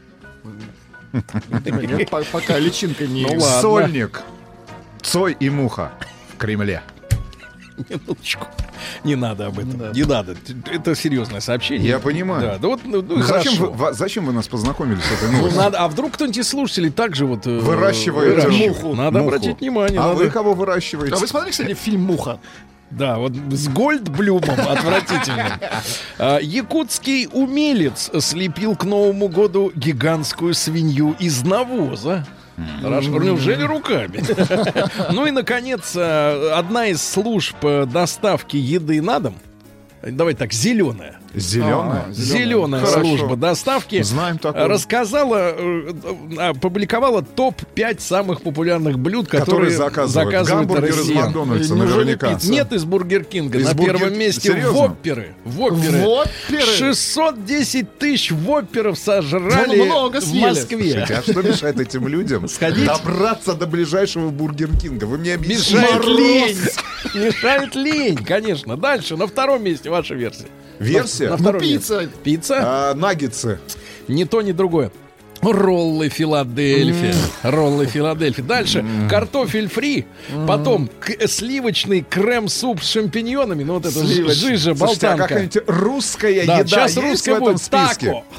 Нет, по- Пока личинка не... Ну ладно. Сольник. Цой и муха в Кремле. Минуточку. Не надо об этом. Не надо. Не надо. Это серьезное сообщение. Я понимаю. Да, да вот, ну, ну, Зачем хорошо. вы, ва- зачем вы нас познакомили с этой Ну, новостью? надо, а вдруг кто-нибудь из слушателей также вот э, Выращивает выращивает? муху. Надо Муху. обратить внимание. А надо- вы кого выращиваете? А вы смотрели, кстати, фильм «Муха»? Да, вот с Гольдблюмом отвратительным. А, Якутский умелец слепил к Новому году гигантскую свинью из навоза. Хорошо, неужели руками? Ну и, наконец, а, одна из служб э, доставки еды на дом. Давайте так, зеленая. Зеленая? А, Зеленая Хорошо. служба доставки Знаем такое. рассказала, э, э, опубликовала топ пять самых популярных блюд, Которые которые, заказывают. заказывают Гамбургер из россиян. Макдональдса Неужели наверняка. пицца? Нет из Бургер Кинга. Из На Бургер- первом месте Серьезно? вопперы. Вопперы. Вопперы? шестьсот десять тысяч вопперов сожрали Ну, много в съели. Москве. Слушайте, а что мешает этим людям Сходить? добраться до ближайшего Бургер Кинга? Вы мне объясните. Мешает Мороз. лень. Мешает лень, конечно. Дальше, на втором месте ваша версия. Версия? На Ну, втором пицца. месте. Пицца? А, наггетсы. Ни то, ни другое. Роллы Филадельфия. Mm. Роллы Филадельфия. Дальше Mm. картофель фри. Mm. Потом к- сливочный крем-суп с шампиньонами. Ну вот это ж- жижа, Слушайте, а болтанка. какая-нибудь русская Да, еда сейчас есть русская в этом будет. списке? Тако.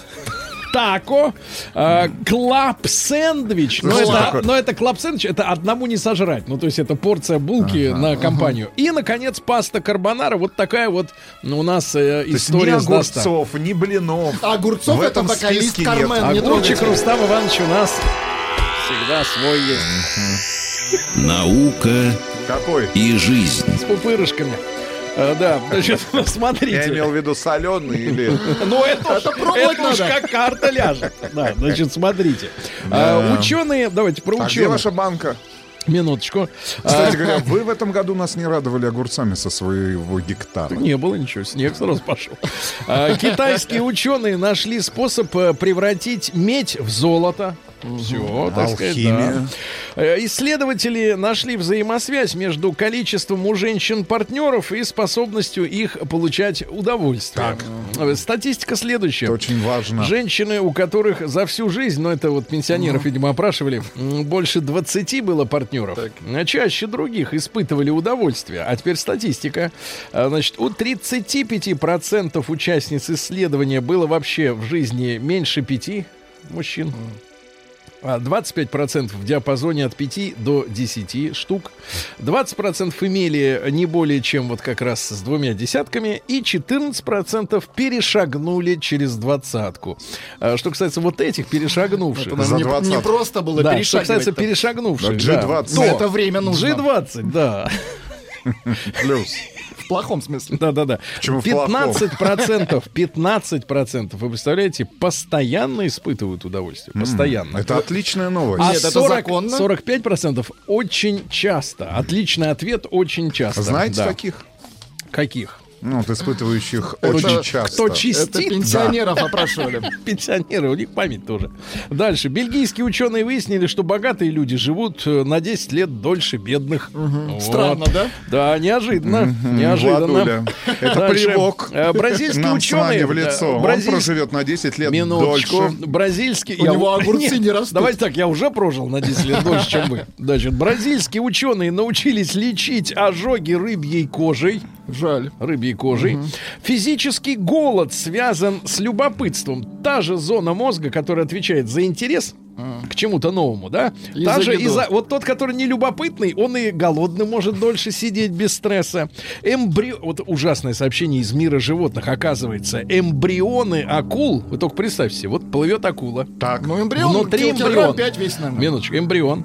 Тако, э, клаб-сэндвич. Но Что это, такое? но это клаб-сэндвич, это одному не сожрать. Ну, то есть это порция булки Ага, на ага. компанию. И, наконец, паста карбонара. Вот такая вот ну, у нас э, То есть история ни с доставкой. огурцов, ни блинов. А огурцов В это этом вокалист списке Кармен. нет. Не Огурчик трогайте. Рустам Иванович у нас всегда свой есть. Наука Какой? и жизнь. С пупырышками. А, да, значит, Я смотрите. имел в виду соленый или... Ну, это, Это уж- пробовать это уж надо. как карта ляжет. Да, значит, смотрите. А, ученые, давайте про А где ученых. ваша банка? Минуточку. Кстати А, говоря, вы в этом году нас не радовали огурцами со своего гектара. Не было ничего, снег сразу пошел. А, китайские ученые нашли способ э, превратить медь в золото. Все, так сказать, Алхимия. да. Э, Исследователи нашли взаимосвязь между количеством у женщин партнеров и способностью их получать удовольствие. Э, Статистика следующая. Это очень важно. Женщины, у которых за всю жизнь, ну это вот пенсионеров, видимо, опрашивали, м, больше двадцати было партнеров, а чаще других испытывали удовольствие. А теперь статистика. А, Значит, у тридцати пяти процентов участниц исследования было вообще в жизни меньше пяти мужчин. А двадцать пять процентов в диапазоне от пяти до десяти штук. двадцать процентов имели не более чем вот как раз с двумя десятками. И четырнадцать процентов перешагнули через двадцатку. А, Что касается вот этих перешагнувших. Это За не, не двадцатку. просто было Да, что касается перешагивать-то. перешагнувших. Да, джи двадцать. то На это время нужно. джи двадцать, да. Плюс. В плохом смысле. Да-да-да. Почему в плохом? пятнадцать процентов, пятнадцать процентов, вы представляете, постоянно испытывают удовольствие. Постоянно. Это отличная новость. А Нет, это сорок, законно. сорок пять процентов очень часто. Отличный ответ очень часто. Знаете Да. таких? Каких? Ну, вот испытывающих Кто- очень часто. Кто Это чистит? пенсионеров опрашивали. Пенсионеры, у них память тоже. Дальше. Бельгийские ученые выяснили, что богатые люди живут э, на десять лет дольше бедных. Вот. Странно, да? Да, неожиданно. Неожиданно. Владуля. Это Дальше. плевок Э, Бразильские нам с ученые... вами в лицо. да, Он бразиль- проживет на десять лет Минуточку. дольше. Бразильский... У него огурцы не растут. Давайте так, я уже прожил на десять лет дольше, чем вы. Значит, бразильские ученые научились лечить ожоги рыбьей кожей. Жаль. Рыбьей кожей. Физический голод связан с любопытством. Та же зона мозга, которая отвечает за интерес к чему-то новому, да? И Та за же еду. и за- вот тот, который не любопытный, он и голодный может дольше сидеть без стресса. Эмбри... Вот ужасное сообщение из мира животных. Оказывается, эмбрионы акул, вы только представьте себе, вот плывет акула. Так. Ну, эмбрион, Внутри килограмм эмбрион. пять весь, наверное. Минуточку, эмбрион.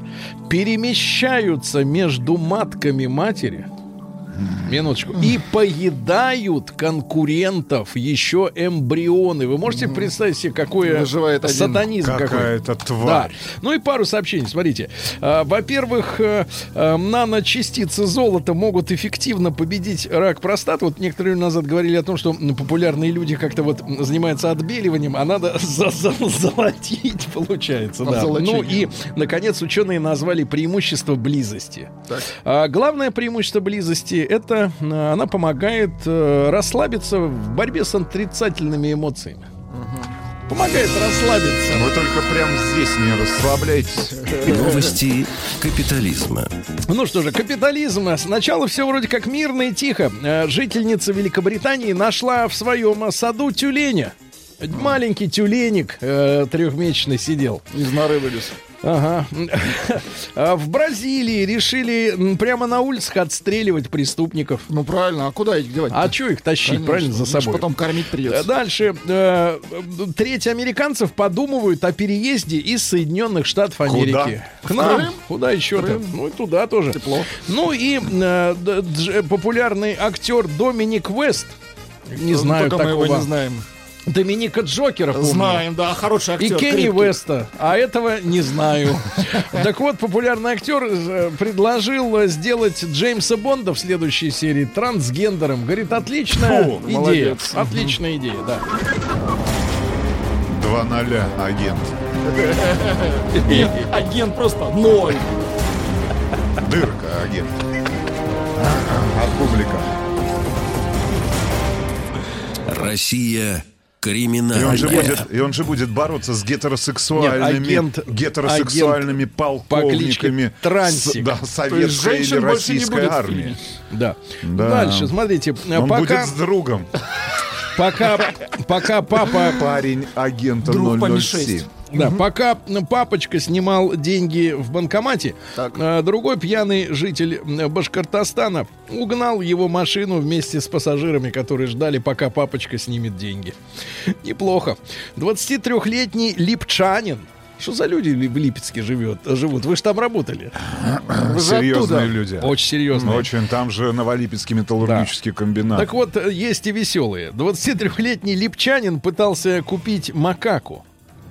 Перемещаются между матками матери. Минуточку. И поедают конкурентов еще эмбрионы. Вы можете представить себе, какое Выживает один. сатанизм какой? Какая-то Да. тварь. Ну и пару сообщений. Смотрите. А, Во-первых, э, э, наночастицы золота могут эффективно победить рак простаты. Вот некоторые назад говорили о том, что м, популярные люди как-то вот м, занимаются отбеливанием, а надо за- за- золотить, получается. Да. Обзолочение. Ну и, наконец, ученые назвали преимущество близости. Так. А главное преимущество близости — это э, она помогает э, расслабиться в борьбе с отрицательными эмоциями. Помогает расслабиться. Вы только прямо здесь не расслабляйтесь. Новости капитализма. Ну что же, капитализм. Сначала все вроде как мирно и тихо. Э, Жительница Великобритании нашла в своем саду тюленя. Маленький тюленик э, трехмесячный сидел. Из норы вылез. Ага. А в Бразилии решили м, прямо на улицах отстреливать преступников. Ну правильно, а куда их девать? А что их тащить, Конечно, правильно, за их же собой? потом кормить Э, придется. Дальше. Э, Треть американцев подумывают о переезде из Соединенных Штатов Америки. К нам. Крым? Куда еще-то? Ну и туда тоже. Тепло. Ну и э, д- дж- популярный актер Доминик Вест. Не знаю Только мы его такого. не знаем. Доминика Джокера помню. Знаем, да, хороший И актер. Кенни крепкий. Уэста. А этого не знаю. Так вот, популярный актер э, предложил э, сделать Джеймса Бонда в следующей серии трансгендером. Говорит, отличная Фу, идея. молодец. Отличная идея, да. Два ноля, агент. Нет, агент просто ноль. Дырка, агент. От публика. Россия Криминальное. И он же будет, и он же будет бороться с гетеросексуальными, Нет, агент, гетеросексуальными агент полковниками по Трансик. с, да, советской или российской армии. Да. Да. Дальше, смотрите. Он пока, будет с другом. Пока, пока папа... Парень агента Друг по ноль ноль шесть. семь. Да, пока папочка снимал деньги в банкомате, Так. а, другой пьяный житель Башкортостана угнал его машину вместе с пассажирами, которые ждали, пока папочка снимет деньги. Неплохо. двадцатитрёхлетний липчанин. Что за люди в Липецке живет, живут? Вы же там работали. Вы же Серьезные оттуда. люди. Очень серьезные. Очень. Там же Новолипецкий металлургический комбинат. Так вот, есть и веселые. двадцатитрёхлетний липчанин пытался купить макаку.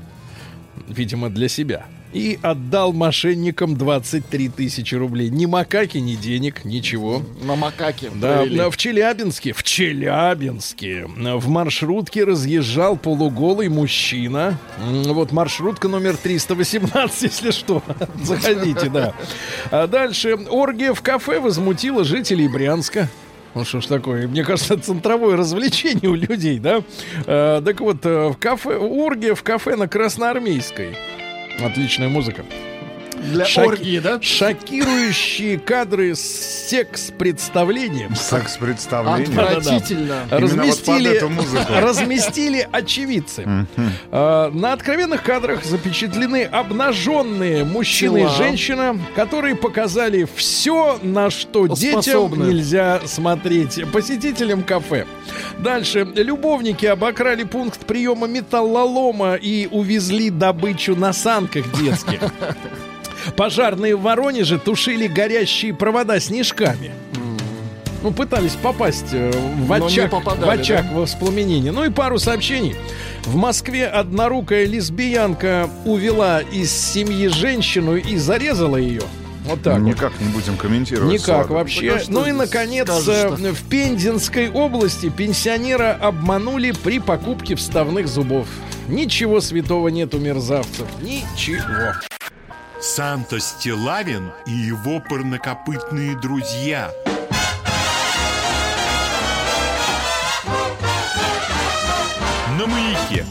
Видимо, для себя. И отдал мошенникам двадцать три тысячи рублей. Ни макаки, ни денег, ничего. На макаке. Да, провели. в Челябинске, в Челябинске в маршрутке разъезжал полуголый мужчина. М, Вот маршрутка номер триста восемнадцать, если что. Заходите, да. А дальше. Оргия в кафе возмутила жителей Брянска. Ну что ж такое, мне кажется, центровое развлечение у людей, да? А, так вот, э, в кафе, оргия в кафе на Красноармейской. Отличная музыка. Для Шоки- оргии, да? Шокирующие кадры с секс-представлением Секс-представление. Отвратительно. Именно вот под разместили, эту музыку. разместили очевидцы. А, на откровенных кадрах запечатлены обнаженные мужчина Тела. и женщина, которые показали все, на что детям Способны. нельзя смотреть посетителям кафе. Дальше. Любовники обокрали пункт приема металлолома и увезли добычу на санках детских. Пожарные в Воронеже тушили горящие провода снежками. Ну, пытались попасть э, в Но не очаг, попадали, в очаг воспламенения. Ну и пару сообщений. В Москве однорукая лесбиянка увела из семьи женщину и зарезала ее. Вот так вот. Никак не будем комментировать. Никак Слава. вообще. Так, а Ну что и, наконец, скажешь-то? э, в Пензенской области пенсионера обманули при покупке вставных зубов. Ничего святого нет у мерзавцев. Ничего. Санта Стилавин и его парнокопытные друзья. На маяке.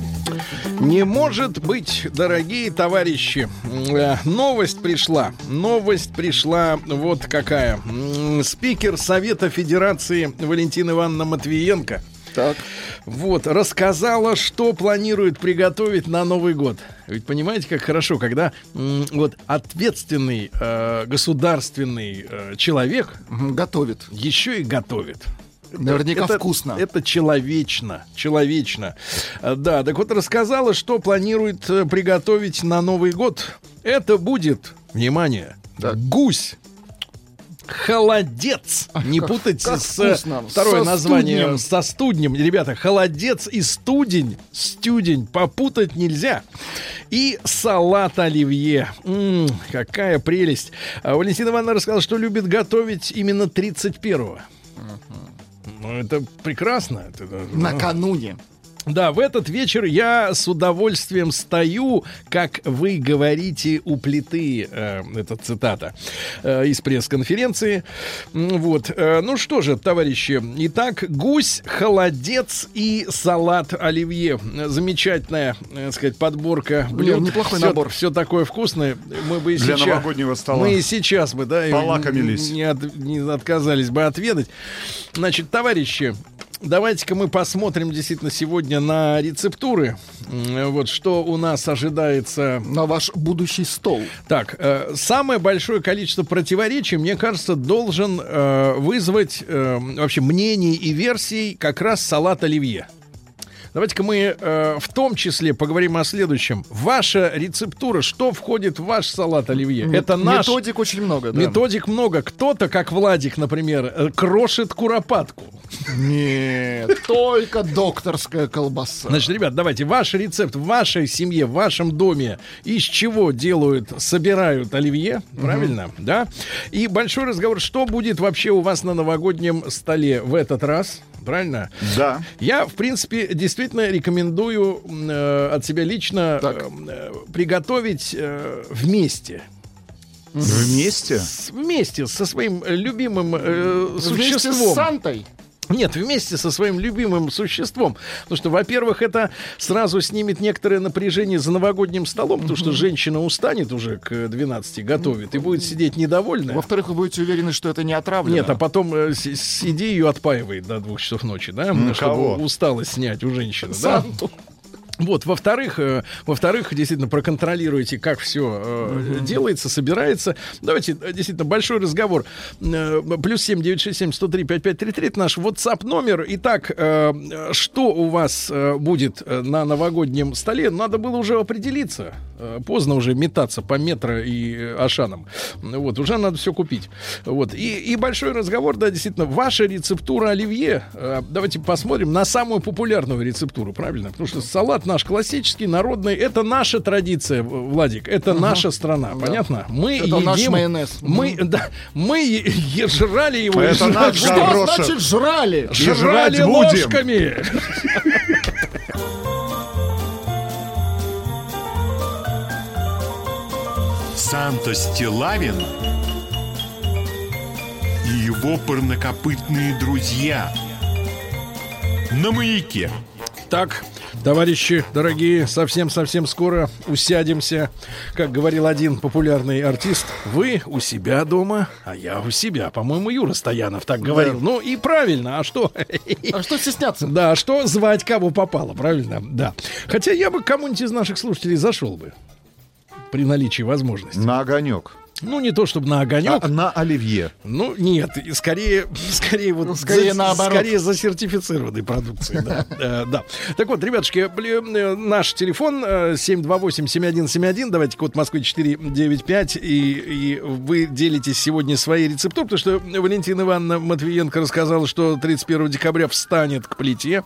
Не может быть, дорогие товарищи. Э, Новость пришла. Новость пришла вот какая. М, Спикер Совета Федерации Валентина Ивановна Матвиенко Так. вот, рассказала, что планирует приготовить на Новый год. Ведь понимаете, как хорошо, когда м, вот ответственный э, государственный э, человек Мгм, готовит. еще и готовит. Наверняка это, вкусно. Это человечно, человечно. А, Да, так вот рассказала, что планирует э, приготовить на Новый год. Это будет, внимание, Так. гусь. Холодец. Не путайте как с э, вкусно. второе Со название студнем. со студнем. Ребята, холодец и студень. Студень попутать нельзя. И салат оливье. М, какая прелесть. А Валентина Ивановна рассказала, что любит готовить именно тридцать первого. Ну, это прекрасно. Это, ну, Накануне. Да, в этот вечер я с удовольствием стою, как вы говорите, у плиты. Э, это цитата э, из пресс-конференции. М, Вот. Э, ну что же, товарищи. Итак, гусь, холодец и салат оливье. Замечательная, так сказать, подборка блюд. неплохой Всё- набор. Все такое вкусное. Мы бы и Для сейчас, новогоднего стола. Мы и сейчас бы, да, и Полакомились. не, от- не отказались бы отведать. Значит, товарищи, давайте-ка мы посмотрим действительно сегодня на рецептуры. М, Вот что у нас ожидается. На ваш будущий стол. Так, э, самое большое количество противоречий, мне кажется, должен э, вызвать э, вообще мнений и версий как раз салат оливье. Давайте-ка мы э, в том числе поговорим о следующем. Ваша рецептура, что входит в ваш салат оливье? Это наш... Методик очень много, да. Методик много. Кто-то, как Владик, например, э, крошит куропатку. Нет, только докторская колбаса. Значит, ребят, давайте, ваш рецепт в вашей семье, в вашем доме, из чего делают, собирают оливье, правильно, да? И большой разговор, что будет вообще у вас на новогоднем столе в этот раз, правильно? Да. Я, в принципе, действительно рекомендую э, от себя лично Так. э, приготовить э, вместе. Вместе? С- вместе со своим любимым э, Вместе с существом. Сантой. Нет, вместе со своим любимым существом. Потому что, во-первых, это сразу снимет некоторое напряжение за новогодним столом, потому что женщина устанет уже к двенадцати, готовит, и будет сидеть недовольная. Во-вторых, вы будете уверены, что это не отравлено. Нет, а потом э, с- сиди ее отпаивает до двух часов ночи, да, Ну, чтобы кого? усталость снять у женщины, да? Вот, во-вторых, э, во-вторых, действительно, проконтролируйте, как все э, делается, собирается. Давайте, э, действительно, большой разговор. Э, плюс семь девять шесть семь сто три пять пять три три, это наш WhatsApp номер. Итак, э, что у вас э, будет э, на новогоднем столе? Надо было уже определиться. Э, поздно уже метаться по метро и э, Ашанам. Вот, уже надо все купить. Вот, и, и большой разговор, да, действительно, ваша рецептура оливье. Э, давайте посмотрим на самую популярную рецептуру, правильно? Потому что салат наш классический, народный, это наша традиция, Владик, это угу. наша страна, да. Понятно? Мы это едим, наш майонез. Мы, угу. да, мы е- е- жрали его. Это жрали. наш Что Гавроша. значит жрали? Жрали ложками. Санта Стилавин и его парнокопытные друзья на Маяке. Так, товарищи дорогие, совсем-совсем скоро усядемся. Как говорил один популярный артист, вы у себя дома, а я у себя. По-моему, Юра Стоянов так говорил. Да. Ну и правильно, а что? А что стесняться? Да, что звать кого попало, правильно? Да. Хотя я бы к кому-нибудь из наших слушателей зашел бы при наличии возможности. На огонек. Ну, не то чтобы на огонек. А, на оливье. Ну, нет, скорее, скорее вот скорее за, наоборот. Скорее за сертифицированной продукцией. Да. Так вот, ребятушки, наш телефон семь два восемь семь один семь один. Давайте код Москвы четыре девять пять. И вы делитесь сегодня своей рецептурой, потому что Валентина Ивановна Матвиенко рассказала, что тридцать первого декабря встанет к плите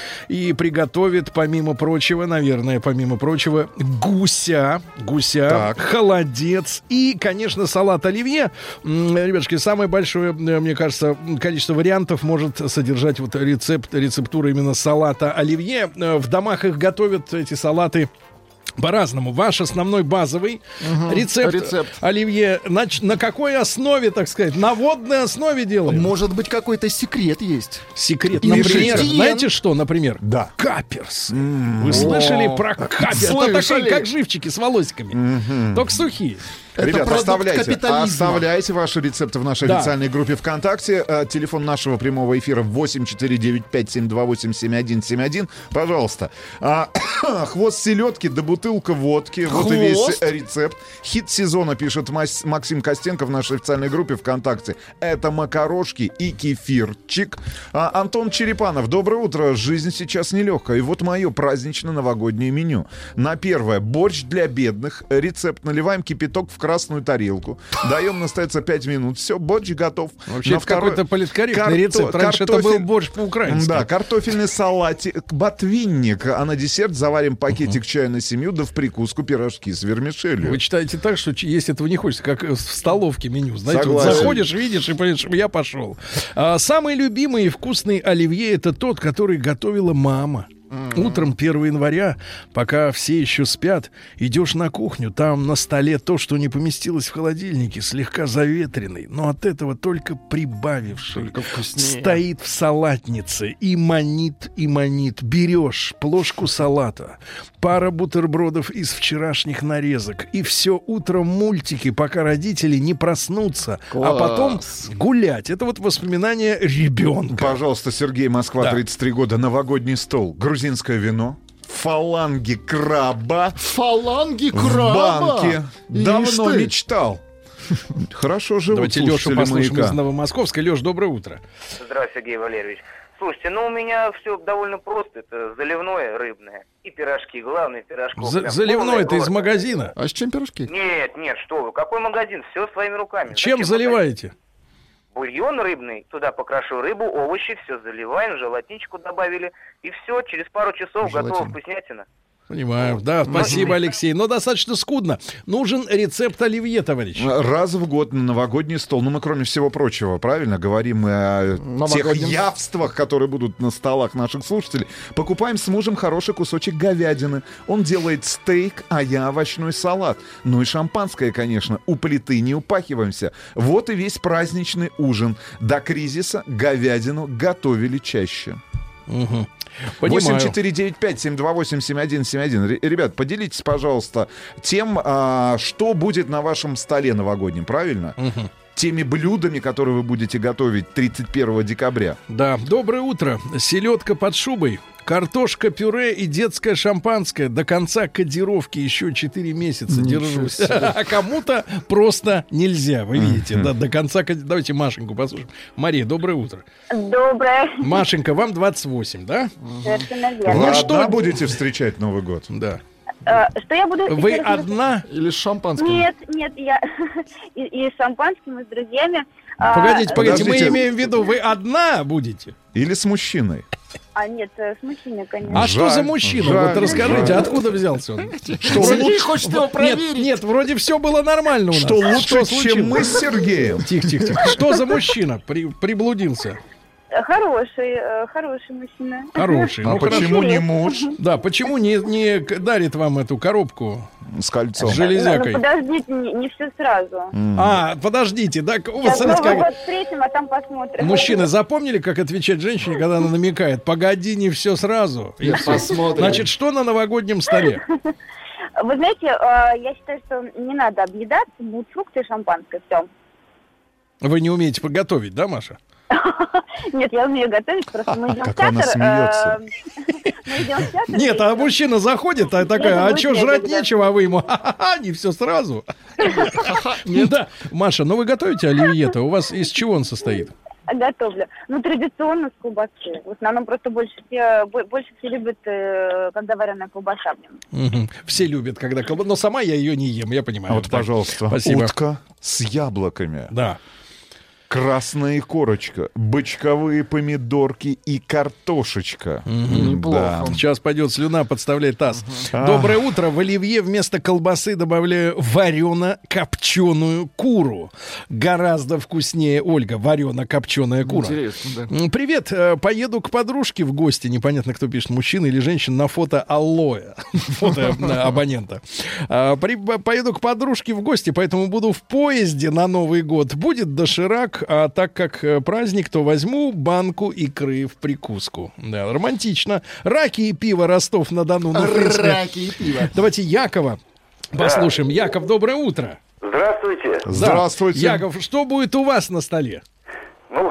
и приготовит, помимо прочего, наверное, помимо прочего, гуся, гуся, холодец и, конечно, Конечно, салат оливье, ребятушки, самое большое, мне кажется, количество вариантов может содержать вот рецепт, рецептура именно салата оливье. В домах их готовят, эти салаты, по-разному. Ваш основной базовый угу, рецепт, рецепт оливье на, на какой основе, так сказать, на водной основе делаем? Может быть, какой-то секрет есть. Секрет, например, знаете что, например? Да. Каперс. Mm. Вы слышали О, про каперс? Это такие, как живчики с волосиками, mm-hmm. только сухие. Это Ребят, оставляйте, оставляйте ваши рецепты в нашей да. официальной группе ВКонтакте. Э, телефон нашего прямого эфира восемь четыре девять пять семь два восемь семь один семь один. Пожалуйста. А, хвост селедки да бутылка водки. Хвост? Вот и весь рецепт. Хит сезона, пишет Мас- Максим Костенко в нашей официальной группе ВКонтакте. Это макарошки и кефирчик. А, Антон Черепанов. Доброе утро. Жизнь сейчас нелегкая. И вот мое празднично-новогоднее меню. На первое. Борщ для бедных. Рецепт. Наливаем кипяток в красную тарелку. Даем настояться пять минут. Все, борщ готов. Вообще, это второй... какой-то политкорректный Карто... рецепт. Раньше картофель... это был борщ по-украински. Да, картофельный салатик, ботвинник. А на десерт заварим пакетик uh-huh. чая на семью, да в прикуску пирожки с вермишелью. Вы читаете так, что если этого не хочется, как в столовке меню. Знаете, вот заходишь, видишь, и понимаешь, я пошел. А, самый любимый и вкусный оливье — это тот, который готовила мама. Mm-hmm. Утром первого января, пока все еще спят, идешь на кухню, там на столе то, что не поместилось в холодильнике, слегка заветренный, но от этого только прибавивший, только стоит в салатнице и манит, и манит. Берешь плошку салата, пара бутербродов из вчерашних нарезок, и все утром мультики, пока родители не проснутся, Класс. А потом гулять. Это вот воспоминания ребенка. Пожалуйста, Сергей, Москва, да. тридцать три года, новогодний стол, грузинское вино, фаланги краба, фаланги краба в банке. Давно мечтал. Хорошо живут. Давайте Лешу послушаем из Новомосковска. Леш, доброе утро. Здравствуйте, Сергей Валерьевич. Слушайте, ну у меня все довольно просто. Это заливное рыбное и пирожки. Главное, пирожков. За- заливное это из магазина? А с чем пирожки? Нет, нет, что вы. Какой магазин? Все своими руками. Чем Зачем заливаете? Магазин? Бульон рыбный, туда покрошу рыбу, овощи, все заливаем, желатинчику добавили, и все, через пару часов Желатин. Готова вкуснятина. Понимаю. Да, спасибо, Алексей. Но достаточно скудно. Нужен рецепт оливье, товарищ. Раз в год на новогодний стол. Ну, мы, кроме всего прочего, правильно, говорим мы о тех явствах, которые будут на столах наших слушателей. Покупаем с мужем хороший кусочек говядины. Он делает стейк, а я овощной салат. Ну и шампанское, конечно. У плиты не упахиваемся. Вот и весь праздничный ужин. До кризиса говядину готовили чаще. Угу. восемь четыре девять пять семь два восемь семь один семь один. Ребят, поделитесь, пожалуйста, тем, а, что будет на вашем столе новогоднем, правильно? Угу. Теми блюдами, которые вы будете готовить тридцать первого декабря. Да, доброе утро. Селедка под шубой, картошка, пюре и детское шампанское. До конца кодировки еще четыре месяца держусь. А кому-то просто нельзя, вы видите. Да, до конца. Давайте Машеньку послушаем. Мария, доброе утро. Доброе. Машенька, вам двадцать восемь, да? Совершенно верно. Вы одна будете встречать Новый год? Да. Что я буду... Вы одна или с шампанским? Нет, нет, я и, и с шампанским, и с друзьями. Погодите, погодите, мы имеем в виду, вы одна будете? Или с мужчиной? А нет, с мужчиной, конечно. А жаль, что за мужчина? Жаль, вот расскажите, жаль. откуда взялся он? Что вроде хочет его проверить? Нет, нет, вроде все было нормально у нас. Что лучше, что чем мы с Сергеем? Тихо, тихо, тихо. Что за мужчина при, приблудился? Хороший, хороший мужчина. Хороший. А ну, почему хорошо. не муж? Да, почему не, не дарит вам эту коробку с кольцом? С железякой. Ну, подождите, не, не все сразу. Mm. А, подождите, да, у вас, Сейчас смотрите, как... встретим, а там посмотрим. Мужчины запомнили, как отвечать женщине, когда она намекает? Погоди, не все сразу. И посмотрим. Значит, что на новогоднем столе? Вы знаете, я считаю, что не надо объедаться, будут фрукты и шампанское, все. Вы не умеете приготовить, да, Маша? Нет, я умею готовить, просто мы идем в театр. Она смеется. Нет, а мужчина заходит, а такая, а что, жрать нечего, а вы ему, ха-ха-ха, не все сразу. Да, Маша, ну вы готовите оливье-то, у вас из чего он состоит? Готовлю. Ну, традиционно с колбасы. В основном просто больше все, больше все любят, когда вареная колбаса. Угу. Все любят, когда колбаса. Но сама я ее не ем, я понимаю. А вот, так. Пожалуйста, спасибо. Утка с яблоками. Да. Красная корочка, бычковые помидорки и картошечка. Угу. Неплохо. Да. Сейчас пойдет слюна, подставляет таз. Угу. Доброе утро. В оливье вместо колбасы добавляю варено-копченую куру. Гораздо вкуснее, Ольга, варено-копченая кура. Интересно, да. Привет. Поеду к подружке в гости. Непонятно, кто пишет, мужчина или женщина, на фото алоэ. Фото абонента. Поеду к подружке в гости, поэтому буду в поезде на Новый год. Будет доширак. А так как праздник, то возьму банку икры в прикуску. Да, романтично. Раки и пиво, Ростов-на-Дону. Ну, Раки и пиво. Давайте Якова послушаем. Да. Яков, доброе утро. Здравствуйте. Здравствуйте. Да. Яков, что будет у вас на столе? Ну,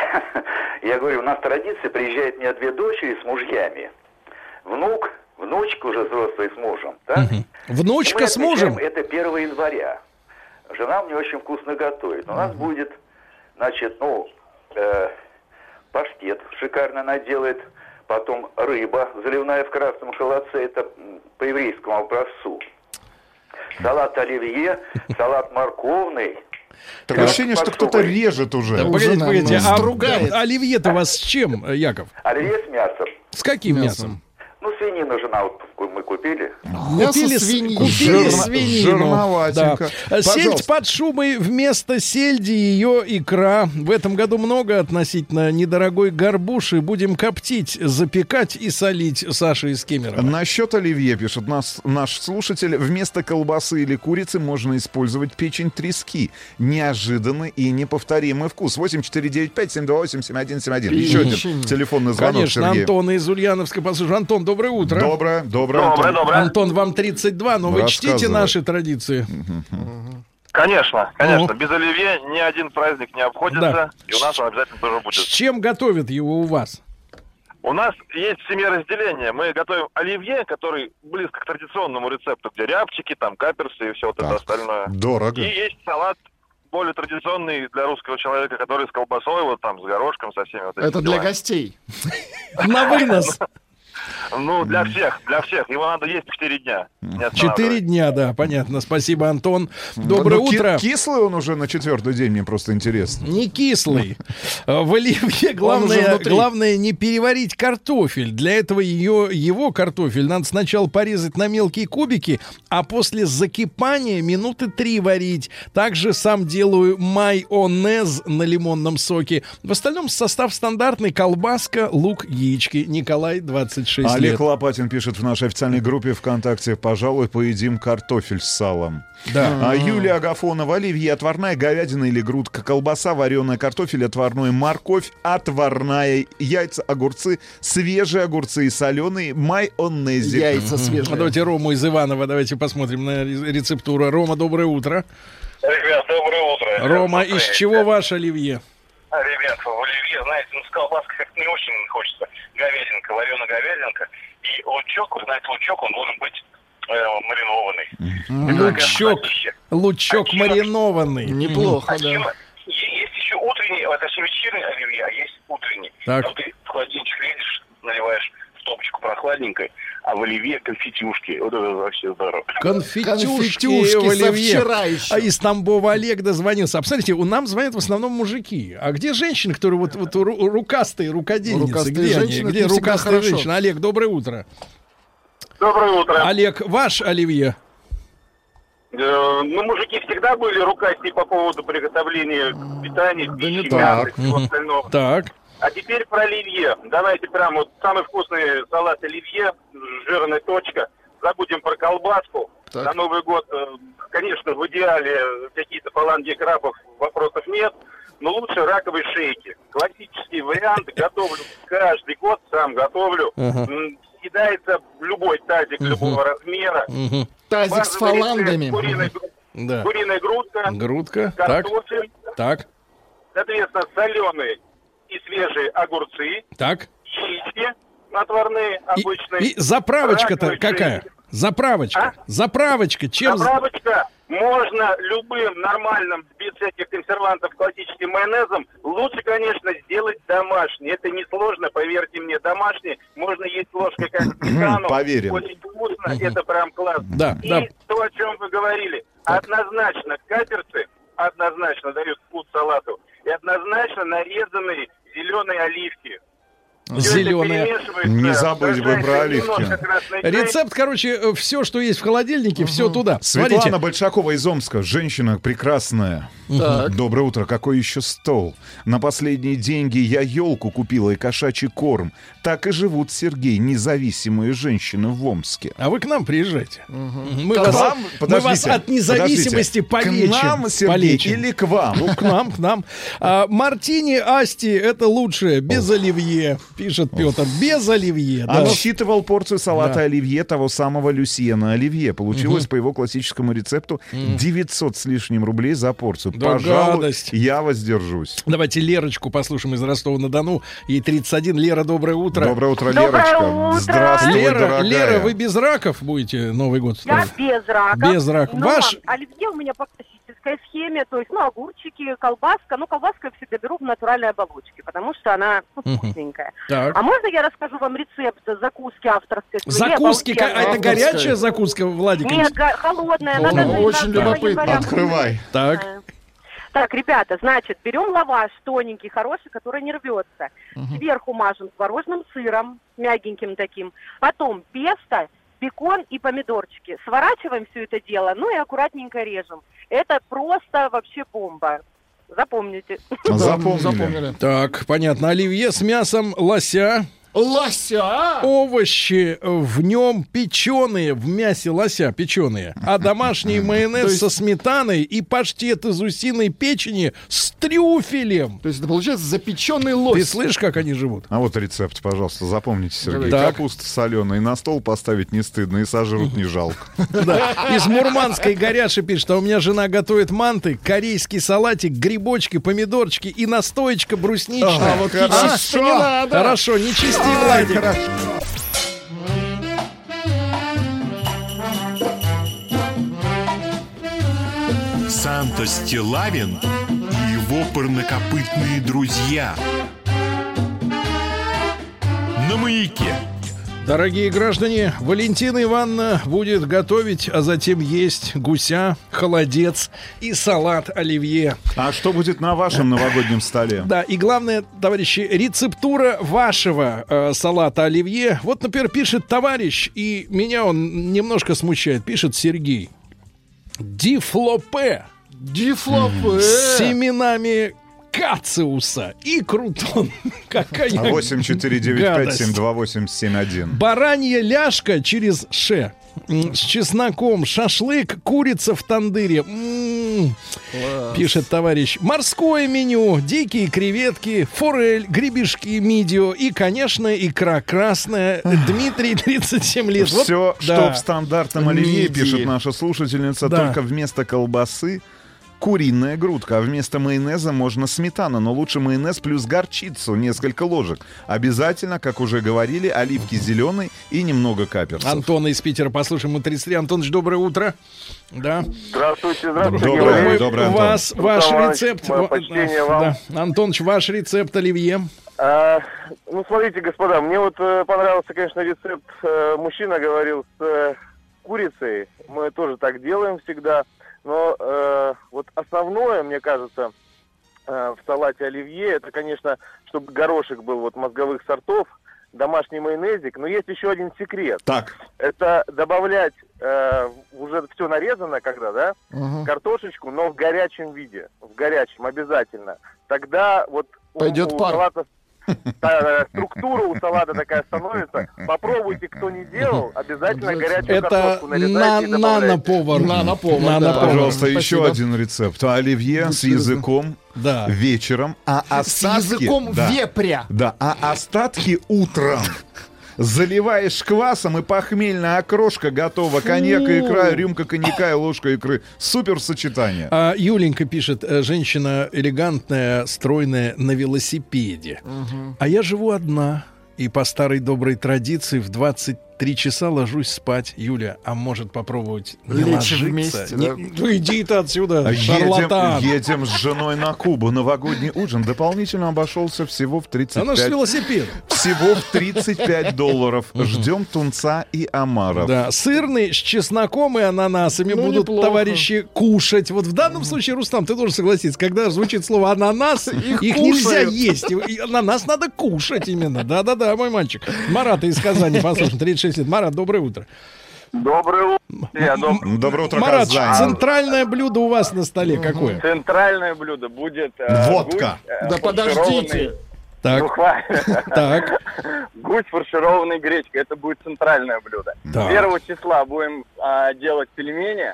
я говорю, у нас традиция, приезжает мне две дочери с мужьями. Внук, внучка уже взрослый с мужем. Да? Угу. Внучка с мужем? Это первого января. Жена мне очень вкусно готовит. У нас mm-hmm. будет, значит, ну, э, паштет шикарно она делает. Потом рыба заливная в красном холодце. Это по еврейскому образцу. Салат оливье, салат морковный. Такое ощущение, что кто-то режет уже. Да, погодите, погодите. А, а оливье-то у вас с чем, Яков? Оливье с мясом. С каким мясом? мясом? Ну, свинину жена вот мы купили. Купили свинину. Купили свинину. Жирноватенько. Да. Сельдь под шубой вместо сельди ее икра. В этом году много относительно недорогой горбуши. Будем коптить, запекать и солить. Саша из Кемерово. Насчет оливье, пишет нас, наш слушатель, вместо колбасы или курицы можно использовать печень трески. Неожиданный и неповторимый вкус. восемь четыре девять пять семь два восемь семь один семь один. Еще один телефонный звонок. Конечно, Сергею. Антон из Ульяновска. Послушай, Антон, доброе утро. Доброе, доброе. Доброе, доброе. Антон, вам тридцать два, но вы чтите наши традиции. Конечно, конечно. Ну. Без оливье ни один праздник не обходится, да. И у нас он обязательно тоже будет. С чем готовят его у вас? У нас есть в семье разделение. Мы готовим оливье, который близко к традиционному рецепту, где рябчики, там каперсы и все вот так. Это остальное. Дорого. И есть салат более традиционный для русского человека, который с колбасой, вот там, с горошком, со всеми вот этими Это делами. для гостей. На вынос. Ну, для всех, для всех. Его надо есть четыре дня. Четыре дня, да, понятно. Спасибо, Антон. Доброе ну, утро. Ки- кислый он уже на четвертый день, мне просто интересно. Не кислый. В оливье главное, главное не переварить картофель. Для этого ее, его картофель надо сначала порезать на мелкие кубики, а после закипания минуты три варить. Также сам делаю майонез на лимонном соке. В остальном состав стандартный: колбаска, лук, яички. Николай, двадцать шесть лет. Олег Лопатин пишет в нашей официальной группе ВКонтакте: пожалуй, поедим картофель с салом. Да. А Юлия Агафонова: оливье, отварная говядина или грудка, колбаса, вареная, картофель отварной, морковь отварная, яйца, огурцы, свежие огурцы и соленые, майонезик. Яйца свежие. Давайте Рому из Иванова, давайте посмотрим на рецептуру. Рома, доброе утро. Ребят, доброе утро. Рома, из чего ваше оливье? Ребят, в оливье, знаете, ну с колбаской как-то не очень хочется. Говядинка, вареная говядинка. И лучок, вы знаете, лучок, он должен быть э, маринованный. Лучок, лучок а маринованный. Неплохо, а да. Чем, есть еще утренний, это же вечерний оливье, а есть утренний. Так. Но ты в холодильничек лезешь, наливаешь в топочку прохладненькой, а в оливье конфетюшки. Вот это вообще здорово. Конфетюшки, Конфетюшки в оливье. со вчера еще. А из Тамбова Олег дозвонился. А посмотрите, у нам звонят в основном мужики. А где женщины, которые вот, вот ру- рукастые, рукодельницы? Рукастые где они? женщины, Где это всегда рукастая хорошо. женщина? Олег, доброе утро. Доброе утро. Олег, ваш оливье? Э, ну, мужики всегда были рукастые по поводу приготовления питания, Да пищи, не мяса так. и всего остального. Так. А теперь про оливье. Давайте прям вот самый вкусный салат оливье, жирная точка. Забудем про колбаску. Так. На Новый год, э, конечно, в идеале какие-то фаланги крабов, вопросов нет. Но лучше раковые шейки. Классический вариант. Готовлю каждый год, сам готовлю. Ага. М, Съедается в любой тазик Мгм. любого размера. Мгм. Тазик с Базовый рецепт: фалангами. Куриная, Да. куриная грудка, Грудка. Так. картофель, Так. соответственно, соленые и свежие огурцы, Так. яички отварные, обычные. И заправочка-то раковые какая? шейки. Заправочка. Заправочка. Чем? Заправочка можно любым нормальным, без всяких консервантов, классическим майонезом. Лучше, конечно, сделать домашний. Это несложно, поверьте мне, домашний. Можно есть ложкой как сметану. Поверим. Очень вкусно, это прям классно. Да, И да. то, о чем вы говорили. Однозначно каперсы однозначно дают вкус салату. И однозначно нарезанные зеленые оливки. Зеленая. Не забыть бы про оливки. Рецепт, короче, все, что есть в холодильнике, все туда. Светлана Смотрите. Большакова из Омска. Женщина прекрасная. Так. Доброе утро. Какой еще стол? На последние деньги я елку купила и кошачий корм. Так и живут, Сергей, независимые женщины в Омске. А вы к нам приезжайте. Мы, К вас, вам? мы вас Подождите, от независимости подождите. полечим. К нам, Сергей, полечим. или к вам? Ну, к нам, к нам. А, Мартини Асти — это лучшее. Без оливье, пишет Петр. Без оливье. Да. Отсчитывал порцию салата Да. оливье того самого Люсьена Оливье. Получилось по его классическому рецепту девятьсот с лишним рублей за порцию. Да Пожалуй, гадость. я воздержусь. Давайте Лерочку послушаем из Ростова-на-Дону. Ей тридцать один. Лера, доброе утро. Доброе утро, Доброе Лерочка. утро. Здравствуй, Лера, дорогая. Лера, вы без раков будете Новый год? Я без рака. Без рака. Но Ваш- оливье у меня по классической схеме, то есть, ну, огурчики, колбаска. Ну, колбаску я всегда беру в натуральной оболочке, потому что она ну, Мгм. вкусненькая. Так. А можно я расскажу вам рецепт закуски авторской? своей, Закуски, ка- а обалденной? это горячая закуска, Владик? Нет, го- холодная. О, Надо же очень на- на любопытно. января. Открывай. Так. Так, ребята, значит, берем лаваш тоненький, хороший, который не рвется. Сверху мажем творожным сыром, мягеньким таким. Потом песто, бекон и помидорчики. Сворачиваем все это дело, ну и аккуратненько режем. Это просто вообще бомба. Запомните. Запомнили. Запомнили. Так, понятно. Оливье с мясом лося. Лося! Овощи в нем печеные, в мясе лося печеные, а домашний майонез со сметаной и паштет из усиной печени с трюфелем. То есть это получается запеченный лось. Ты слышишь, как они живут? А вот рецепт, пожалуйста, запомните, Сергей. Так. Капуста соленая, на стол поставить не стыдно, и сожрут не жалко. Да. Из Мурманской Горяши пишет, а у меня жена готовит манты, корейский салатик, грибочки, помидорчики и настоечка брусничная. А, вот А? чистить не надо. Хорошо, не чисти, Владик. Санта Стилавин и его парнокопытные друзья. На маяке. Дорогие граждане, Валентина Ивановна будет готовить, а затем есть гуся, холодец и салат оливье. А что будет на вашем новогоднем столе? Да, и главное, товарищи, рецептура вашего э, салата оливье. Вот, например, пишет товарищ, и меня он немножко смущает, пишет Сергей. Дифлопе. Дифлопе. С семенами кациуса и крутон. Какая восемь четыре девять пять семь два восемь семь один. Баранья ляжка через ше. С чесноком, шашлык, курица в тандыре. М-м-м. Пишет товарищ. Морское меню, дикие креветки, форель, гребешки, мидио и, конечно, икра красная. Дмитрий, тридцать семь лет. Все, вот, что да. в стандартном оливье, Мидии. пишет наша слушательница, Да. только вместо колбасы куриная грудка, а вместо майонеза можно сметана, но лучше майонез плюс горчицу, несколько ложек. Обязательно, как уже говорили, оливки зеленые и немного каперсов. Антона из Питера послушаем. Мы тридцать три. Антонович, доброе утро. Да. Здравствуйте, здравствуйте. Доброе, Мы- доброе, у Антон. вас ваш Товарищ, рецепт. мое Ва- почтение вам. Да. Антонович, ваш рецепт оливье. А, ну, смотрите, господа, мне вот э, понравился, конечно, рецепт. Э, мужчина говорил с э, курицей. Мы тоже так делаем всегда. Но э, вот основное, мне кажется, э, в салате оливье, это, конечно, чтобы горошек был вот мозговых сортов, домашний майонезик. Но есть еще один секрет. Так. Это добавлять э, уже все нарезано, когда, да, Угу. картошечку, но в горячем виде, в горячем обязательно. Тогда вот у- Пойдет у пар. салата та, структура у салата такая становится. Попробуйте, кто не делал, обязательно горячую Это картошку на- нарезайте и добавляйте. наноповар. Наноповар, Наноповар. да. Пожалуйста, Спасибо. еще один рецепт. Оливье с языком Да. вечером, а С остатки... языком да, вепря. да, а остатки утром. Заливаешь квасом, и похмельная окрошка готова. Коньяк и икра, рюмка коньяка и ложка икры. Супер сочетание. А Юленька пишет, э, женщина элегантная, стройная, на велосипеде. А я живу одна. И по старой доброй традиции в двадцать три часа ложусь спать. Юля, а может попробовать не Лечь ложиться? вместе, Не- да? Ну иди ты отсюда, Едем, шарлатан. едем с женой на Кубу. Новогодний ужин дополнительно обошелся всего в тридцать пять. Она же велосипед. Всего в тридцать пять долларов. Ждем тунца и омаров. Да, сырный с чесноком и ананасами Ну, будут неплохо. товарищи кушать. Вот в данном случае, Рустам, ты должен согласиться, когда звучит слово ананас, их, Их нельзя кушают. есть. И ананас надо кушать именно. Да-да-да, мой мальчик. Марат из Казани, послушай, тридцать шесть лет. Марат, доброе утро. Доброе утро. Я доб- Доброе утро, Марат, Казань. центральное блюдо у вас на столе какое? Центральное блюдо будет... э, Водка. гусь, э, Да фаршированный- подождите. Так, Буквально. так. Гусь, фаршированный гречкой. Это будет центральное блюдо. Так. Первого числа будем а, делать пельмени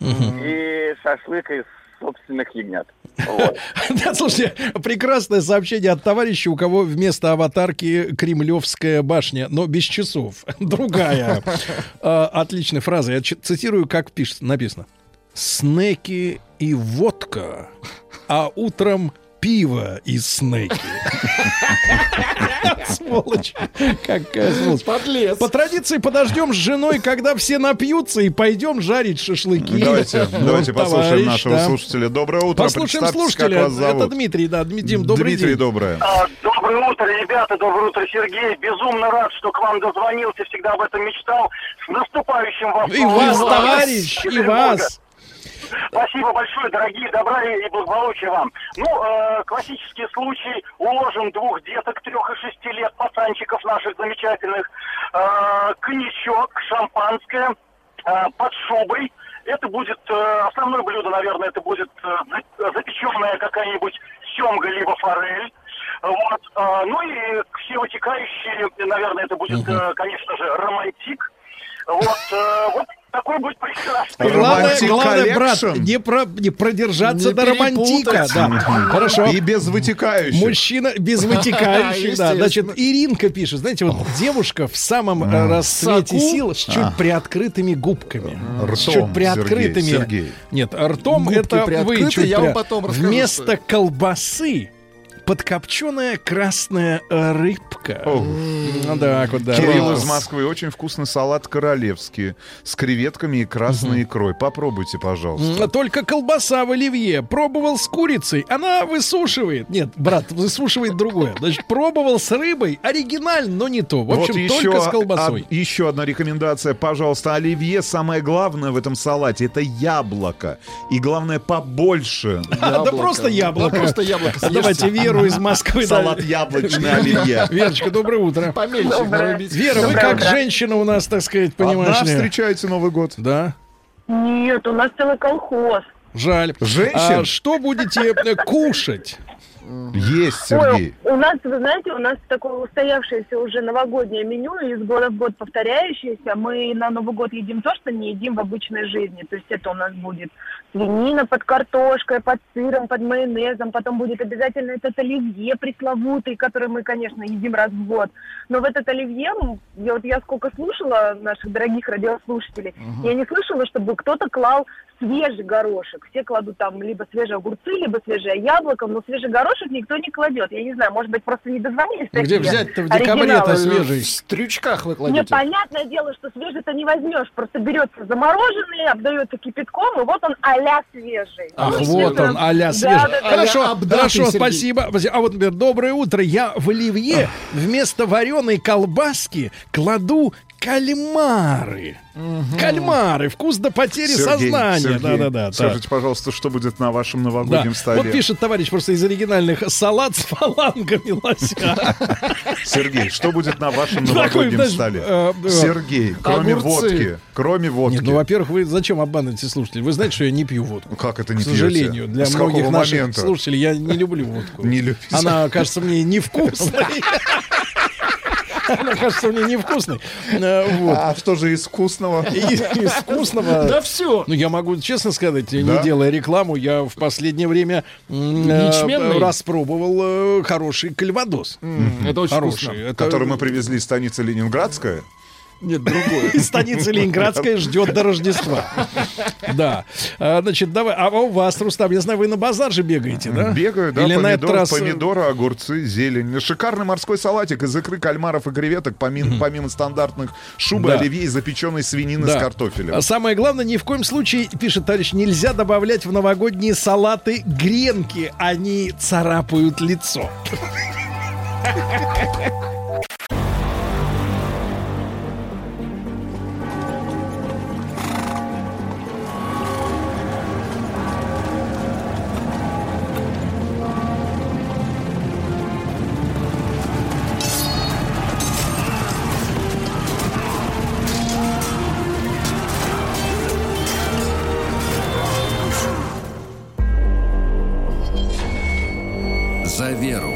и шашлык из собственных ягнят. Вот. Да, слушайте, прекрасное сообщение от товарища, у кого вместо аватарки Кремлевская башня, но без часов. Другая. А, Отличная фраза. Я ч- цитирую, как пишет, написано. Снеки и водка, а утром пиво и снеки. Сволочь. Какая сволочь. Подлец. По традиции подождем с женой, когда все напьются, и пойдем жарить шашлыки. Давайте, Вот, давайте послушаем товарищ, нашего да. слушателя. Доброе утро. Послушаем Представьтесь, слушателя. как вас зовут? Это Дмитрий, да. Дми- Дим, добрый Дмитрий, день. доброе. А, Доброе утро, ребята, доброе утро, Сергей. Безумно рад, что к вам дозвонился, всегда об этом мечтал. С наступающим вас! И вас, Новым товарищ, и Петербурга. вас. Спасибо большое, дорогие, добра и благополучия вам. Ну, э, классический случай. Уложим двух деток, трех и шести лет, пацанчиков наших замечательных. Э, коньячок, шампанское, э, под шубой. Это будет э, основное блюдо, наверное, это будет э, за- запеченная какая-нибудь семга либо форель. Вот. э, ну и все вытекающие, наверное, это будет, э, конечно же, романтик. Вот, э, вот такой будет прекрасный. Главное, Романтик главное, брат, коллекшн. не, про, не продержаться Не до романтика. перепутать. Да. Хорошо. И без вытекающих. Мужчина без вытекающих, да. Естественно. Значит, Иринка пишет, знаете, вот девушка в самом э, расцвете Соку? сил с чуть А. приоткрытыми губками. Ртом, С чуть приоткрытыми. Сергей, Сергей. Нет, ртом Губки это вы приоткрыты, чуть я вам при- потом расскажу, Вместо что- колбасы подкопченая красная рыбка. Ну, так вот, да. Кирилл из Москвы. Очень вкусный салат королевский с креветками и красной икрой. Попробуйте, пожалуйста. Только колбаса в оливье. Пробовал с курицей. Она высушивает. Нет, брат, высушивает другое. Значит, пробовал с рыбой. Оригинально, но не то. В общем, вот только еще, с колбасой. А, еще одна рекомендация. Пожалуйста, оливье. Самое главное в этом салате — это яблоко. И главное, побольше. Да просто яблоко. Просто яблоко съешьте. Давайте Веру из Москвы. Салат яблочный оливье. Верочка, доброе утро. Поменьше нарубить. Вера, вы как женщина у нас, так сказать, понимаешь Одна ли? встречаете Новый год? Да. Нет, у нас целый колхоз. Жаль. Женщин? А что будете э, кушать? Есть, Сергей. Ой, у нас, вы знаете, у нас такое устоявшееся уже новогоднее меню, из года в год повторяющееся. Мы на Новый год едим то, что не едим в обычной жизни. То есть это у нас будет свинина под картошкой, под сыром, под майонезом. Потом будет обязательно этот оливье пресловутый, который мы, конечно, едим раз в год. Но в этот оливье, я, вот я сколько слушала наших дорогих радиослушателей, uh-huh. я не слышала, чтобы кто-то клал свежий горошек. Все кладут там либо свежие огурцы, либо свежее яблоко, но свежий горошек никто не кладет. Я не знаю, может быть, просто не дозвонились. Где взять-то в декабре-то свежий? В стрючках вы кладете. Нет, понятное дело, что свежий-то не возьмешь. Просто берется замороженный, обдается кипятком, и вот он а-ля свежий. Ах, ну, вот он, а-ля свежий. Да, да, да. Хорошо, Обдатый, хорошо, Сергей. спасибо. А вот, например, доброе утро. Я в оливье вместо вареной колбаски кладу кальмары. Угу. Кальмары. Вкус до потери Сергей, сознания. Сергей, Да-да-да. скажите, так. пожалуйста, что будет на вашем новогоднем Да. столе? Вот пишет товарищ просто из оригинальных: салат с фалангами лося. Сергей, что будет на вашем Такой, новогоднем знаешь, столе? э, э, Сергей, кроме огурцы. водки. Кроме водки. Нет, ну, во-первых, вы зачем обманываете слушателей? Вы знаете, что я не пью водку. Как это не К пьете? сожалению, для С многих какого наших момента? слушателей я не люблю водку. Не любите. Она кажется мне невкусной. Она кажется мне невкусной. Э, вот. А что же из вкусного? И- Из вкусного. Да все. Ну, я могу честно сказать, Да? не делая рекламу, я в последнее время м, э, Ячменный? распробовал э, хороший кальвадос. Это очень Хороший. вкусно. Это- Который мы привезли из станицы Ленинградская? Нет, другое. Из станицы Ленинградская ждет до Рождества. Да. А, значит, давай. А у вас, Рустам, я знаю, вы на базар же бегаете, да? Бегаю, да, Или на этот помидор, раз... помидоры, огурцы, зелень. Шикарный морской салатик из икры, кальмаров и креветок, помимо, помимо стандартных шубы, Да. оливье и запеченной свинины Да. с картофелем. А самое главное, ни в коем случае, пишет товарищ, нельзя добавлять в новогодние салаты гренки. Они царапают лицо. За веру.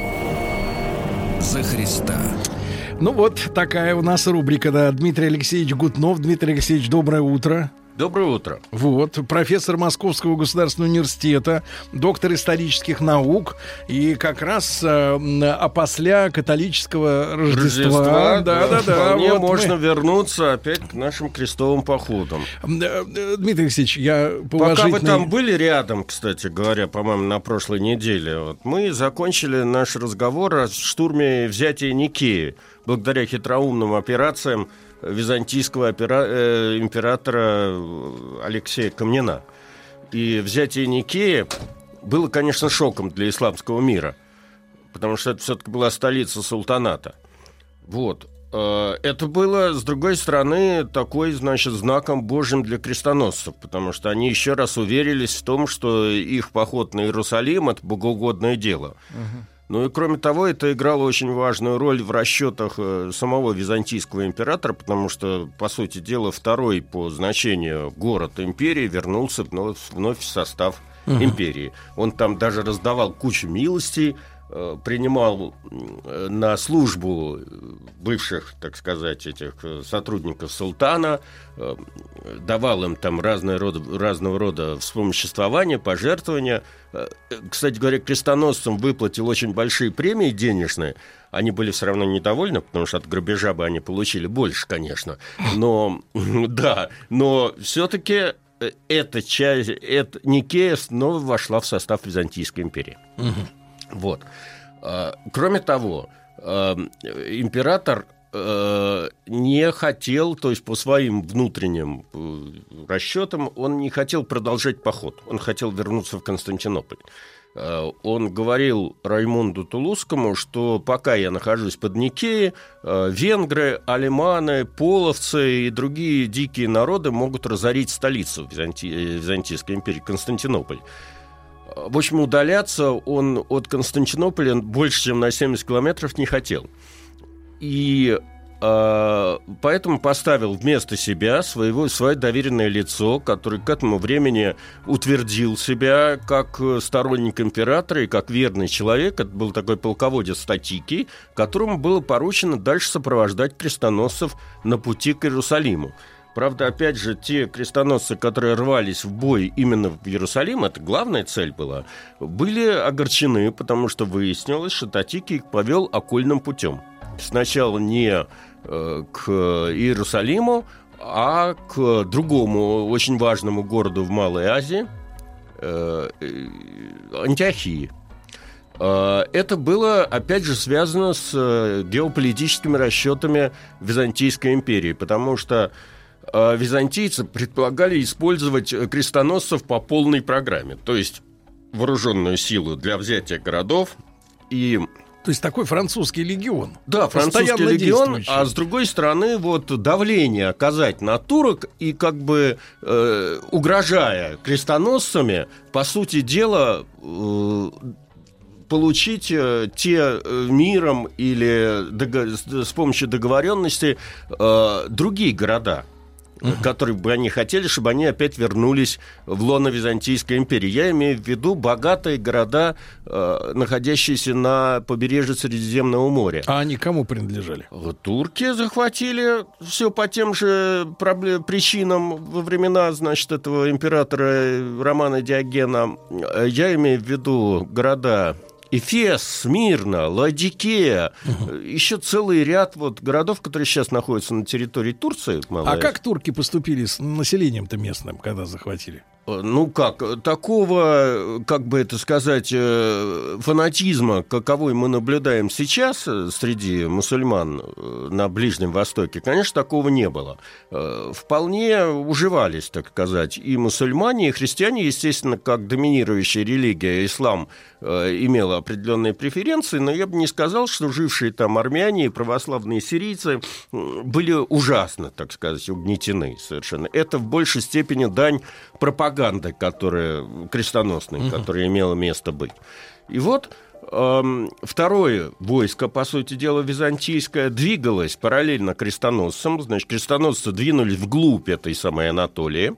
За Христа. Ну вот, такая у нас рубрика, да. Дмитрий Алексеевич Гутнов. Дмитрий Алексеевич, доброе утро. Доброе утро. Вот, профессор Московского государственного университета, доктор исторических наук, и как раз э, опосля католического Рождества. Рождества, да, да, да. Вполне вот можно мы... вернуться опять к нашим крестовым походам. Дмитрий Алексеевич, я Пока положительный... вы там были рядом, кстати говоря, по-моему, на прошлой неделе, вот, мы закончили наш разговор о штурме взятия Никеи, благодаря хитроумным операциям византийского опера... э, императора Алексея Комнина. И взятие Никеи было, конечно, шоком для исламского мира, потому что это все-таки была столица султаната. Вот. Это было, с другой стороны, такой, значит, знаком Божьим для крестоносцев, потому что они еще раз уверились в том, что их поход на Иерусалим – это богоугодное дело. Uh-huh. Ну и кроме того, это играло очень важную роль в расчетах самого византийского императора, потому что, по сути дела, второй по значению город империи вернулся вновь, вновь в состав uh-huh. империи. Он там даже раздавал кучу милостей, принимал на службу бывших, так сказать, этих сотрудников султана, давал им там разного рода, разного рода вспомоществования, пожертвования. Кстати говоря, крестоносцам выплатил очень большие премии денежные. Они были все равно недовольны, потому что от грабежа бы они получили больше, конечно. Но, да, но все-таки эта часть, эта Никея снова вошла в состав Византийской империи. Угу. Вот. Кроме того, император не хотел, то есть по своим внутренним расчетам, он не хотел продолжать поход, он хотел вернуться в Константинополь. Он говорил Раймонду Тулузскому, что пока я нахожусь под Никеей, венгры, алеманы, половцы и другие дикие народы могут разорить столицу Византи... Византийской империи, Константинополь. В общем, удаляться он от Константинополя больше, чем на семьдесят километров не хотел. И э, поэтому поставил вместо себя своего, свое доверенное лицо, который к этому времени утвердил себя как сторонник императора и как верный человек. Это был такой полководец Статикий, которому было поручено дальше сопровождать крестоносцев на пути к Иерусалиму. Правда, опять же, те крестоносцы, которые рвались в бой именно в Иерусалим, это главная цель была, были огорчены, потому что выяснилось, что Статикий их повел окольным путем. Сначала не э, к Иерусалиму, а к другому очень важному городу в Малой Азии, э, Антиохии. Э, это было, опять же, связано с геополитическими расчетами Византийской империи, потому что э, византийцы предполагали использовать крестоносцев по полной программе, то есть вооруженную силу для взятия городов и... То есть такой французский легион. Да, французский легион, а с другой стороны, вот давление оказать на турок и как бы э, угрожая крестоносцами, по сути дела, э, получить э, те э, миром или дог- с помощью договоренности э, другие города, Uh-huh. которые бы они хотели, чтобы они опять вернулись в лоно Византийской империи. Я имею в виду богатые города, э, находящиеся на побережье Средиземного моря. А они кому принадлежали? Турки захватили все по тем же проблем, причинам во времена, значит, этого императора Романа Диогена. Я имею в виду города... Эфес, Смирна, Ладикея, угу. еще целый ряд вот городов, которые сейчас находятся на территории Турции. А как турки поступили с населением-то местным, когда захватили? Ну как, такого, как бы это сказать, фанатизма, каковой мы наблюдаем сейчас среди мусульман на Ближнем Востоке, конечно, такого не было. Вполне уживались, так сказать, и мусульмане, и христиане, естественно, как доминирующая религия, ислам имела определенные преференции, но я бы не сказал, что жившие там армяне и православные сирийцы были ужасно, так сказать, угнетены совершенно. Это в большей степени дань пропаганды, которая крестоносная, uh-huh. которая имела место быть. И вот э, второе войско, по сути дела, византийское, двигалось параллельно крестоносцам. Значит, крестоносцы двинулись вглубь этой самой Анатолии.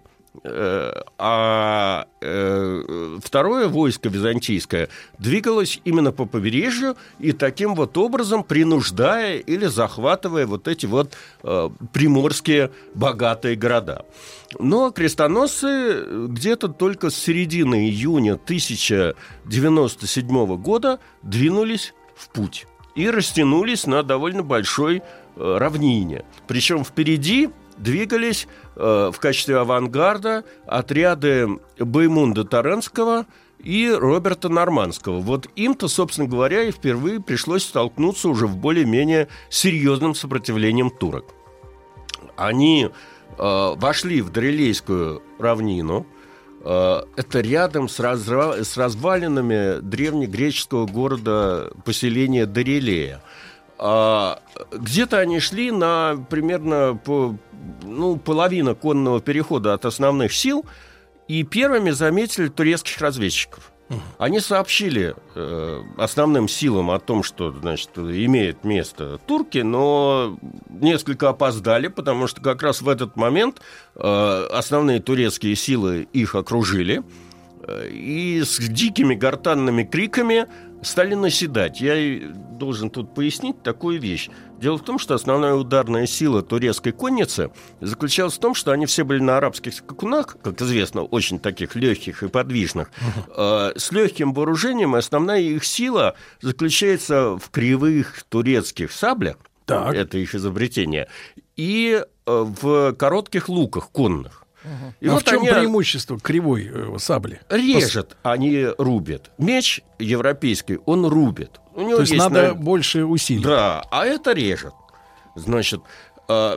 А э, второе войско византийское двигалось именно по побережью и таким вот образом принуждая или захватывая вот эти вот э, приморские богатые города. Но крестоносцы где-то только с середины июня тысяча девяносто седьмого года двинулись в путь и растянулись на довольно большой э, равнине. Причем впереди двигались э, в качестве авангарда отряды Баймунда Таренского и Роберта Нормандского. Вот им-то, собственно говоря, и впервые пришлось столкнуться уже в более-менее серьезным сопротивлением турок. Они э, вошли в Дорилейскую равнину. Э, это рядом с, разра... с развалинами древнегреческого города, поселения Дорилея. Где-то они шли на примерно по, ну, половину конного перехода от основных сил, и первыми заметили турецких разведчиков. Они сообщили э, основным силам о том, что, значит, имеют место турки, но несколько опоздали, потому что как раз в этот момент э, основные турецкие силы их окружили э, и с дикими гортанными криками стали наседать. Я должен тут пояснить такую вещь. Дело в том, что основная ударная сила турецкой конницы заключалась в том, что они все были на арабских скакунах, как известно, очень таких легких и подвижных, uh-huh. э, с легким вооружением, и основная их сила заключается в кривых турецких саблях, так. это их изобретение, и э, в коротких луках конных. Угу. И а вот в чем они... преимущество кривой э, сабли? Режет, Пос... а не рубит. Меч европейский, он рубит. У него То есть, есть надо на... больше усилий. Да, а это режет. Значит, э,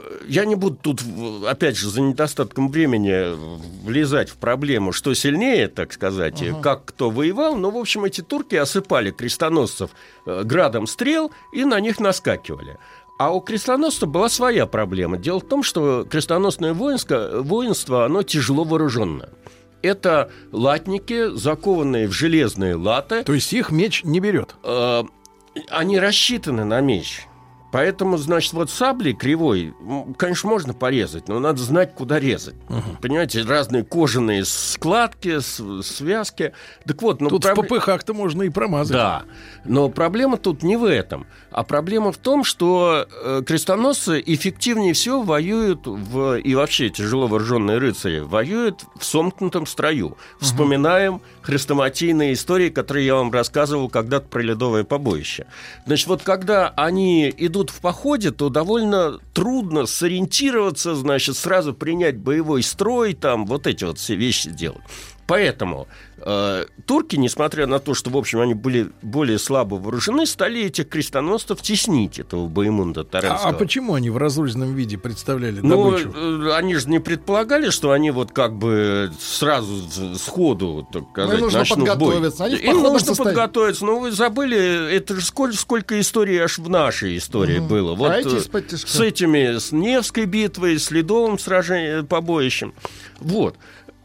я не буду тут, опять же, за недостатком времени влезать в проблему, что сильнее, так сказать, uh-huh. как кто воевал. Но, в общем, эти турки осыпали крестоносцев э, градом стрел и на них наскакивали. А у крестоносцев была своя проблема. Дело в том, что крестоносное воинство, воинство оно тяжело вооруженное. Это латники, закованные в железные латы. То есть их меч не берет? Э, они рассчитаны на меч. Поэтому, значит, вот саблей кривой, конечно, можно порезать, но надо знать, куда резать. Угу. Понимаете, разные кожаные складки, связки. Так вот, ну, тут проб... в попыхах-то можно и промазать. Да, но проблема тут не в этом. А проблема в том, что э, крестоносцы эффективнее всего воюют, в... и вообще тяжело вооруженные рыцари воюют в сомкнутом строю. Угу. Вспоминаем хрестоматийные истории, которые я вам рассказывал когда-то про Ледовое побоище. Значит, вот когда они идут в походе, то довольно трудно сориентироваться, значит, сразу принять боевой строй, там, вот эти вот все вещи делать. Поэтому э, турки, несмотря на то, что, в общем, они были более слабо вооружены, стали этих крестоносцев теснить, этого Боемунда Таренского. А, а почему они в разрозненном виде представляли ну, добычу? Э, они же не предполагали, что они вот как бы сразу сходу, так сказать, ну, начнут бой. Им нужно состоянии. подготовиться. Но вы забыли, это же сколько, сколько историй аж в нашей истории угу. было. Вот э, с этими, с Невской битвой, с Ледовым сражением, побоищем. Вот.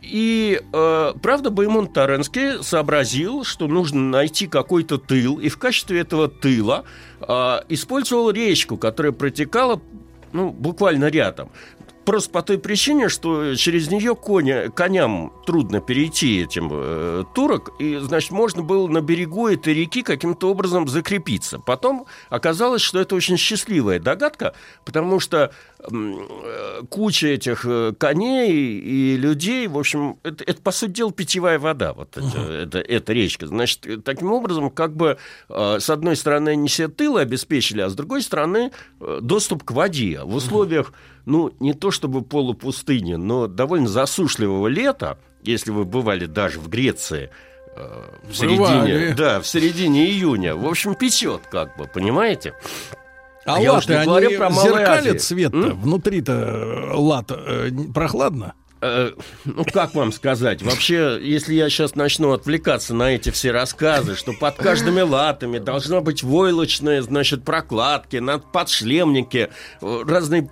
И, э, правда, Боемунд Таренский сообразил, что нужно найти какой-то тыл, и в качестве этого тыла э, использовал речку, которая протекала, ну, буквально рядом. Просто по той причине, что через нее коня, коням трудно перейти этим э, турок, и, значит, можно было на берегу этой реки каким-то образом закрепиться. Потом оказалось, что это очень счастливая догадка, потому что э, куча этих э, коней и людей, в общем, это, это, по сути дела, питьевая вода, вот uh-huh. это, это, эта речка. Значит, таким образом, как бы, э, с одной стороны, они себе тылы обеспечили, а с другой стороны, э, доступ к воде. В условиях, ну, не то чтобы полупустыни, но довольно засушливого лета, если вы бывали даже в Греции э, в середине, да, в середине июня, в общем, печет, как бы, понимаете? А я латы, они зеркалят цвет-то, внутри-то лата э, прохладно? Э, ну, как вам сказать? Вообще, если я сейчас начну отвлекаться на эти все рассказы, что под каждыми латами должна быть войлочная, значит, прокладки, подшлемники, разные,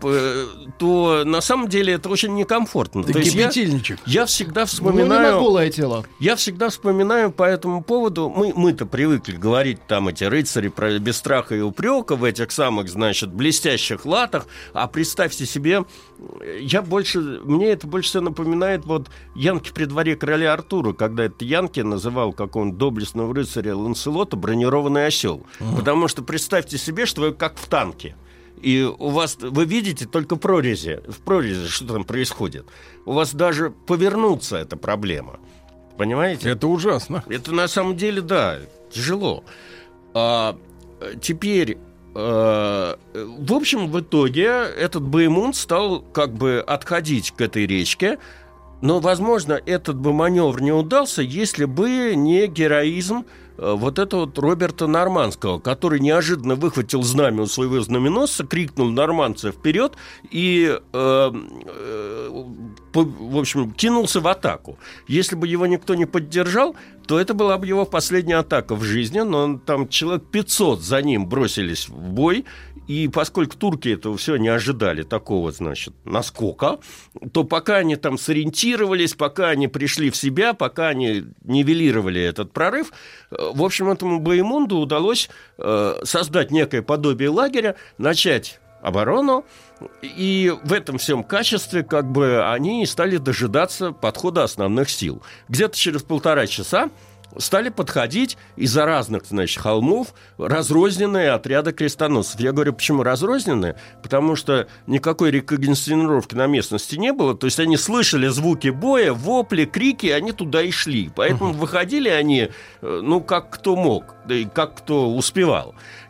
то на самом деле это очень некомфортно. Ты кипятильничек. Я, я всегда вспоминаю... Ну, голое тело. Я всегда вспоминаю по этому поводу... Мы, мы-то привыкли говорить, там, эти рыцари про без страха и упрека в этих самых, значит, блестящих латах. А представьте себе, я больше... Мне это больше напоминает вот Янки при дворе короля Артура, когда этот Янки называл какого-нибудь доблестного рыцаря Ланселота бронированный осел. Uh-huh. Потому что представьте себе, что вы как в танке. И у вас, вы видите только прорези, в прорези, что там происходит. У вас даже повернуться — это проблема. Понимаете? Это ужасно. Это на самом деле, да, тяжело. А, теперь... В общем, в итоге этот Боемунд стал как бы отходить к этой речке, но, возможно, этот бы маневр не удался, если бы не героизм вот этого вот Роберта Нормандского, который неожиданно выхватил знамя у своего знаменосца, крикнул нормандца вперед и, э, э, по, в общем, кинулся в атаку. Если бы его никто не поддержал, то это была бы его последняя атака в жизни, но там человек пятьсот за ним бросились в бой, и поскольку турки этого все не ожидали, такого, значит, наскока, то пока они там сориентировались, пока они пришли в себя, пока они нивелировали этот прорыв, в общем, этому Боемунду удалось э, создать некое подобие лагеря, начать оборону, и в этом всем качестве как бы они стали дожидаться подхода основных сил. Где-то через полтора часа стали подходить из-за разных, значит, холмов разрозненные отряды крестоносцев. Я говорю, почему разрозненные? Потому что никакой рекогносцировки на местности не было. То есть они слышали звуки боя, вопли, крики, они туда и шли. Поэтому uh-huh. выходили они, ну, как кто мог, да и как кто успевал.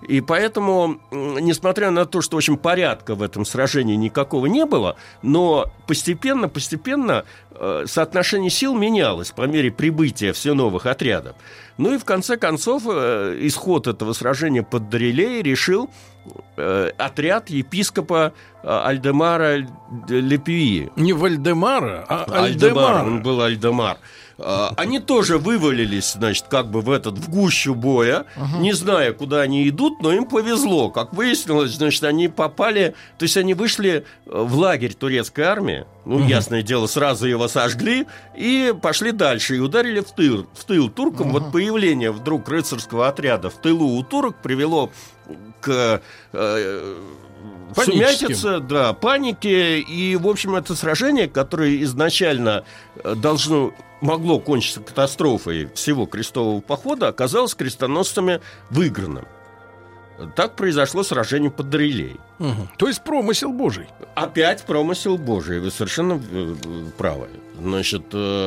И поэтому, несмотря на то, что, в общем, порядка в этом сражении никакого не было, но постепенно, постепенно э, соотношение сил менялось по мере прибытия все новых отрядов. Ну и в конце концов э, исход этого сражения под Дорилей решил э, отряд епископа э, Альдемара Лепюи. Не Вальдемара, а Альдемар. Альдемара. Он был Альдемар. Они тоже вывалились, значит, как бы в этот, в гущу боя, uh-huh. не зная, куда они идут, но им повезло. Как выяснилось, значит, они попали, то есть они вышли в лагерь турецкой армии, ну, uh-huh. ясное дело, сразу его сожгли и пошли дальше, и ударили в тыл, в тыл туркам. Uh-huh. Вот появление вдруг рыцарского отряда в тылу у турок привело к... Э, сумятица, да, паники. И, в общем, это сражение, которое изначально должно, могло кончиться катастрофой всего крестового похода, оказалось крестоносцами выигранным. Так произошло сражение под Дорилей. Угу. То есть промысел Божий. Опять промысел Божий, вы совершенно правы. Значит,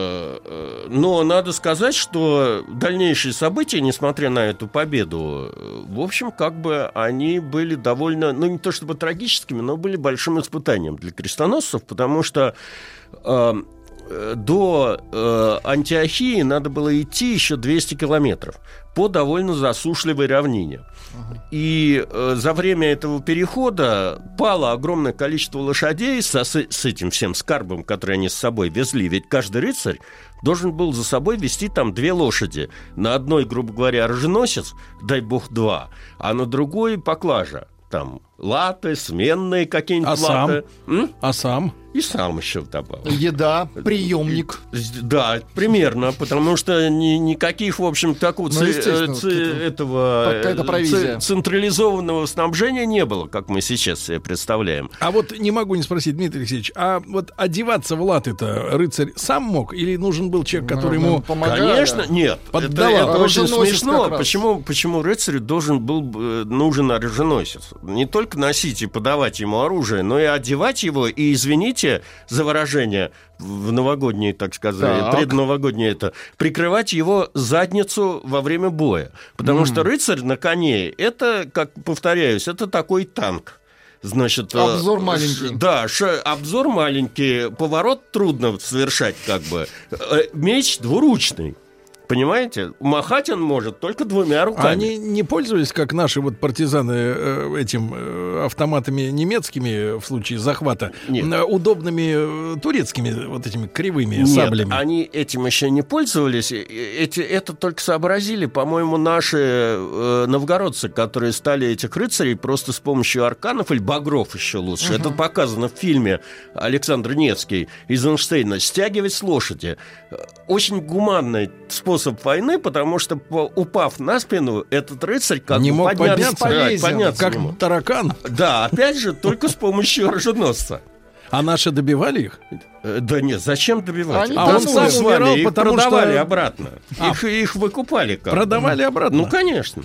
но надо сказать, что дальнейшие события, несмотря на эту победу, в общем, как бы они были довольно, ну не то чтобы трагическими, но были большим испытанием для крестоносцев, потому что э, до э, Антиохии надо было идти еще двести километров по довольно засушливой равнине. И э, за время этого перехода пало огромное количество лошадей со, с, с этим всем скарбом, который они с собой везли. Ведь каждый рыцарь должен был за собой вести там две лошади. На одной, грубо говоря, оруженосец, дай бог, два, а на другой поклажа. Там латы, сменные какие-нибудь а латы. Сам? М? А сам? И сам еще вдобавок. Еда, приемник. Да, примерно, потому что ни, никаких, в общем, такого ну, ц, ц, этого ц, централизованного снабжения не было, как мы сейчас себе представляем. А вот не могу не спросить, Дмитрий Алексеевич, а вот одеваться в латы-то рыцарь сам мог или нужен был человек, который ну, ему помогали? Конечно, нет. Это, это очень смешно. Почему, почему рыцарю должен был нужен оруженосец? Не только носить и подавать ему оружие, но и одевать его, и, извините за выражение в новогодние, так сказать, так. предновогодние это, прикрывать его задницу во время боя. Потому mm. что рыцарь на коне, это, как повторяюсь, это такой танк. Значит, обзор маленький. Да, ш, обзор маленький, поворот трудно совершать, как бы. Меч двуручный. Понимаете? Махать он может только двумя руками. Они не пользовались, как наши вот партизаны, э, этим э, автоматами немецкими в случае захвата, э, удобными э, турецкими вот этими кривыми Нет, саблями? Они этим еще не пользовались. Эти, это только сообразили, по-моему, наши э, новгородцы, которые стали этих рыцарей просто с помощью арканов, или багров еще лучше. Uh-huh. Это показано в фильме Александр Невский из Эйнштейна. Стягивать с лошади. Очень гуманный способ войны, потому что, упав на спину, этот рыцарь как не бы мог подняться, подняться, подняться как ему. Таракан. Да, опять же, только с помощью оруженосца. А наши добивали их? Да нет, зачем добивать? Они а он сам умирал, их потому продавали что... обратно. А. Их, их выкупали. Как продавали бы. обратно? Ну, конечно.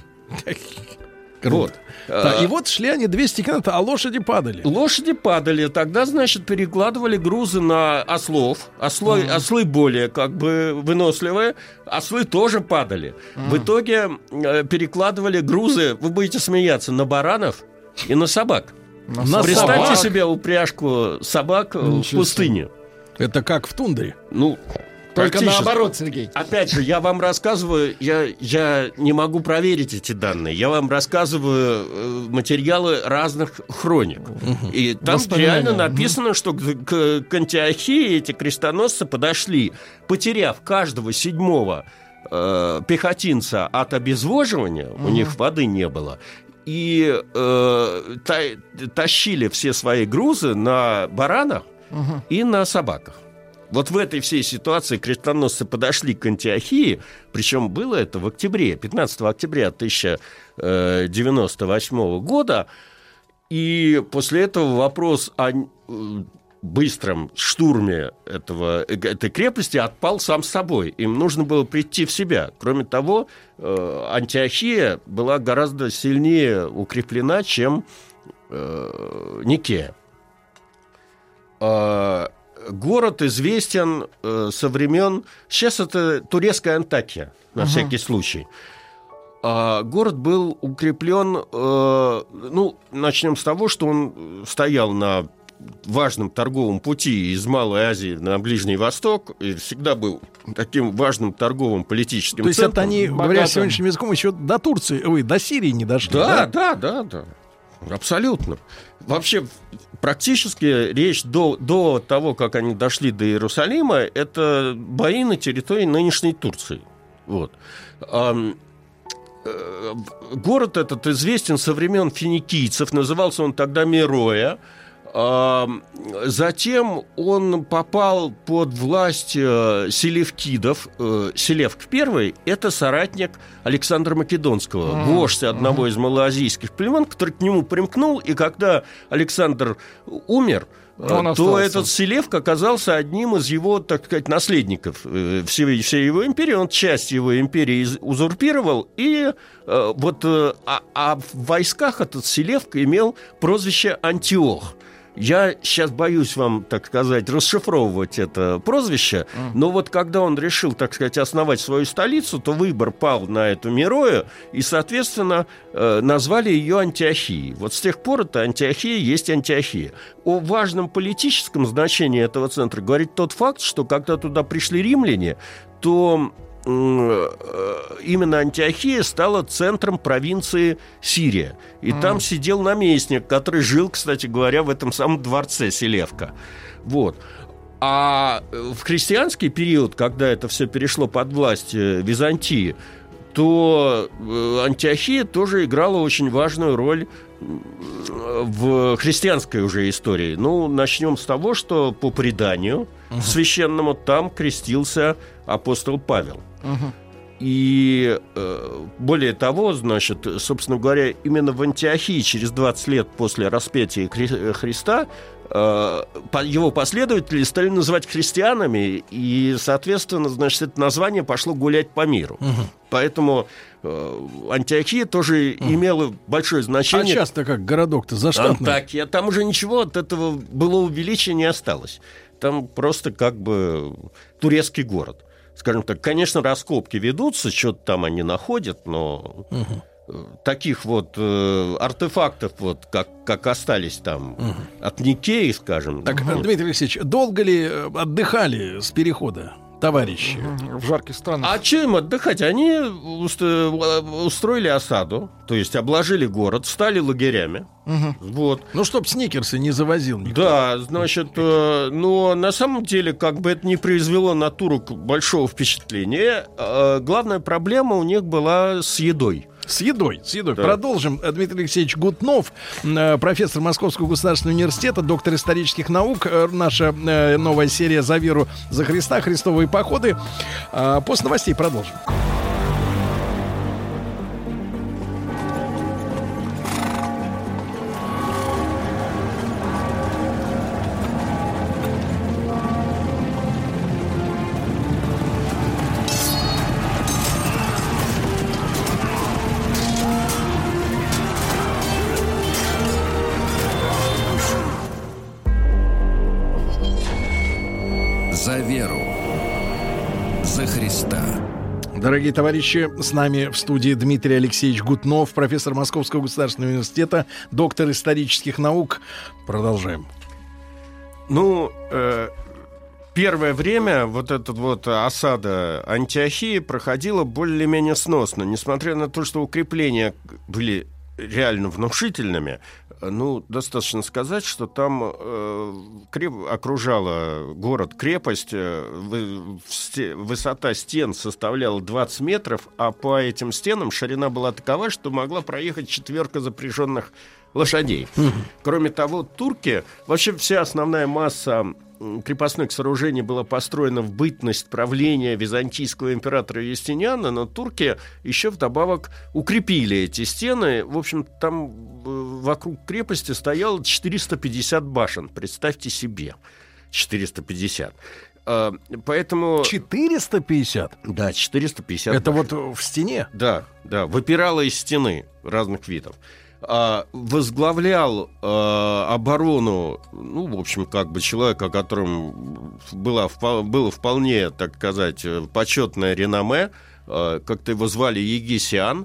Вот. Да, и вот шли они двести километров, а лошади падали. Лошади падали. Тогда, значит, перекладывали грузы на ослов. Ослы, mm. ослы более как бы выносливые. Ослы тоже падали. Mm. В итоге э, перекладывали грузы, вы будете смеяться, на баранов и на собак. На на Представьте собак? себе упряжку собак Ничего в пустыне. Это как в тундре. Ну... Только наоборот, Сергей. Опять же, я вам рассказываю, я, я не могу проверить эти данные. Я вам рассказываю материалы разных хроник. Угу. И там реально написано, угу. что к, к Антиохии эти крестоносцы подошли, потеряв каждого седьмого э, пехотинца от обезвоживания, угу. у них воды не было, и э, та, тащили все свои грузы на баранах угу. и на собаках. Вот в этой всей ситуации крестоносцы подошли к Антиохии, причем было это в октябре, пятнадцатого октября тысяча девяносто восьмого года, и после этого вопрос о быстром штурме этого, этой крепости отпал сам собой. Им нужно было прийти в себя. Кроме того, Антиохия была гораздо сильнее укреплена, чем Никея. Город известен э, со времен... Сейчас это турецкая Антакия, на uh-huh. всякий случай. А город был укреплен, э, ну, начнем с того, что он стоял на важном торговом пути из Малой Азии на Ближний Восток и всегда был таким важным торговым политическим То есть центром. это они, богатым. Говоря сегодняшним языком, еще до Турции, ой, до Сирии не дошли. Да, да, да, да, да. Абсолютно. Вообще, практически речь до, до того, как они дошли до Иерусалима, это бои на территории нынешней Турции. Вот. Город этот известен со времен финикийцев, назывался он тогда Мероя. Затем он попал под власть селевкидов. Селевк I – это соратник Александра Македонского, mm-hmm. вождь одного mm-hmm. из малоазийских племен, который к нему примкнул, и когда Александр умер, Он то остался. Этот Селевк оказался одним из его, так сказать, наследников всей, всей его империи. Он часть его империи узурпировал, и вот а, а в войсках этот Селевк имел прозвище Антиох. Я сейчас боюсь вам, так сказать, расшифровывать это прозвище, mm. но вот когда он решил, так сказать, основать свою столицу, то выбор пал на эту Мерою, и, соответственно, назвали ее Антиохией. Вот с тех пор это Антиохия есть Антиохия. О важном политическом значении этого центра говорит тот факт, что когда туда пришли римляне, то именно Антиохия стала центром провинции Сирия. И mm. там сидел наместник, который жил, кстати говоря, в этом самом дворце Селевка. Вот. А в христианский период, когда это все перешло под власть Византии, то Антиохия тоже играла очень важную роль в христианской уже истории. Ну, начнем с того, что по преданию uh-huh. священному там крестился апостол Павел. Uh-huh. И э, более того, значит, собственно говоря, именно в Антиохии через двадцать лет после распятия Хри- Христа э, его последователи стали называть христианами, и, соответственно, значит, это название пошло гулять по миру. Uh-huh. Поэтому э, Антиохия тоже uh-huh. имела большое значение. А часто как городок-то заштатный? Антакия. Там уже ничего от этого былого величия не осталось. Там просто как бы турецкий город. Скажем так, конечно, раскопки ведутся, что-то там они находят, но угу. таких вот э, артефактов, вот, как, как остались там угу. от Никеи, скажем. Так, угу. Дмитрий Алексеевич, долго ли отдыхали с перехода товарищи? В жаркие страны. А что им отдыхать? Они устроили осаду, то есть обложили город, стали лагерями. Угу. Вот. Ну, чтоб сникерсы не завозил никто. Да, значит, э, но на самом деле, как бы это не произвело на турок большого впечатления, э, главная проблема у них была с едой. С едой, с едой. Да. Продолжим. Дмитрий Алексеевич Гутнов, профессор Московского государственного университета, доктор исторических наук. Наша новая серия «За веру, за Христа. Христовые походы». После новостей продолжим. За веру, за Христа. Дорогие товарищи, с нами в студии Дмитрий Алексеевич Гутнов, профессор Московского государственного университета, доктор исторических наук. Продолжаем. Ну, э, первое время вот эта вот осада Антиохии проходила более-менее сносно. Несмотря на то, что укрепления были реально внушительными, ну, достаточно сказать, что там э, креп... окружала город крепость, э, вы... сте... высота стен составляла двадцать метров, а по этим стенам ширина была такова, что могла проехать четверка запряженных лошадей. Mm-hmm. Кроме того, турки, вообще вся основная масса крепостных сооружений была построена в бытность правления византийского императора Юстиниана, но турки еще вдобавок укрепили эти стены. В общем, там вокруг крепости стояло четыреста пятьдесят башен. Представьте себе. четыреста пятьдесят. Поэтому... четыреста пятьдесят? Да, четыреста пятьдесят Это башен. Вот в стене? Да, да, выпирало из стены разных видов. Возглавлял э, оборону, ну, в общем, как бы человек, о котором было, было вполне, так сказать, почетное реноме, э, как-то его звали Егесиан.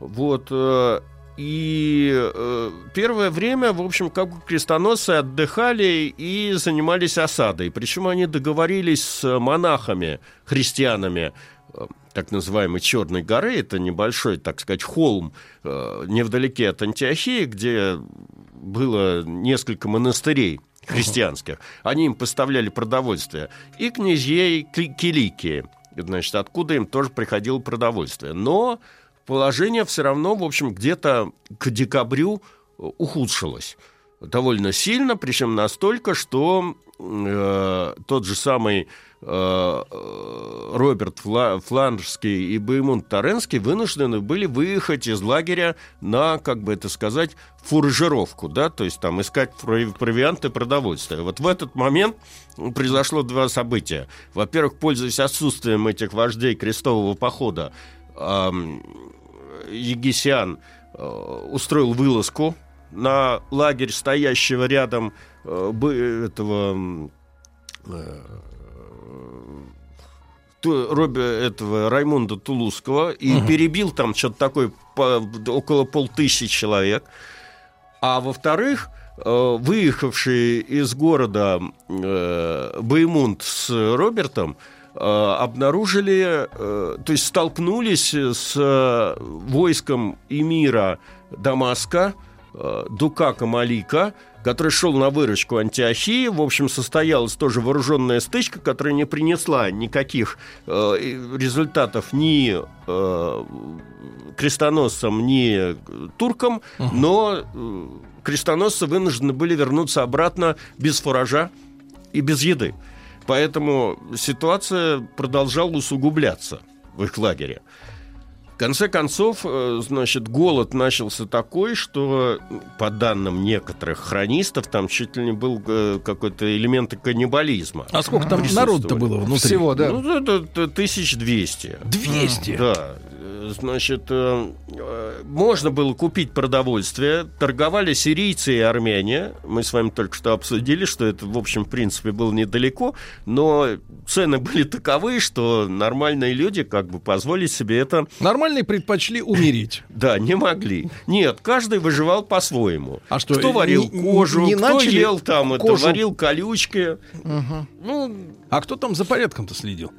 Вот, э, и э, первое время, в общем, как бы крестоносцы отдыхали и занимались осадой. Причем они договорились с монахами, христианами, э, так называемой Черной горы. Это небольшой, так сказать, холм э, невдалеке от Антиохии, где было несколько монастырей христианских. Они им поставляли продовольствие. И князьей Киликии, значит, откуда им тоже приходило продовольствие. Но положение все равно, в общем, где-то к декабрю ухудшилось довольно сильно, причем настолько, что э, тот же самый э, Роберт Фла, Фландрский и Боемунд Таренский вынуждены были выехать из лагеря на, как бы это сказать, фуражировку, да, то есть там искать провианты и продовольствие. Вот в этот момент произошло два события. Во-первых, пользуясь отсутствием этих вождей крестового похода, э, Егесиан э, устроил вылазку на лагерь стоящего рядом э, этого, э, Робби, этого Раймунда Тулузского и угу. перебил там что-то такое по, около полтысячи человек. А во-вторых, э, выехавшие из города э, Боемунд с Робертом обнаружили, то есть столкнулись с войском эмира Дамаска, Дукака Малика, который шел на выручку Антиохии. В общем, состоялась тоже вооруженная стычка, которая не принесла никаких результатов ни крестоносцам, ни туркам, uh-huh. но крестоносцы вынуждены были вернуться обратно без фуража и без еды. Поэтому ситуация продолжала усугубляться в их лагере. В конце концов, значит, голод начался такой, что, по данным некоторых хронистов, там чуть ли не был какой-то элемент каннибализма. А сколько там народу-то было внутри? Всего, да? Ну, это тысяч двести. Двести? Да. Значит, можно было купить продовольствие, торговали сирийцы и армяне. Мы с вами только что обсудили, что это, в общем, в принципе, было недалеко, но цены были таковы, что нормальные люди как бы позволили себе это... Нормальные предпочли умереть. Да, не могли. Нет, каждый выживал по-своему. А что, кто варил не, кожу, не кто начали ел там, кожу... это, варил колючки. Угу. Ну, а кто там за порядком-то следил?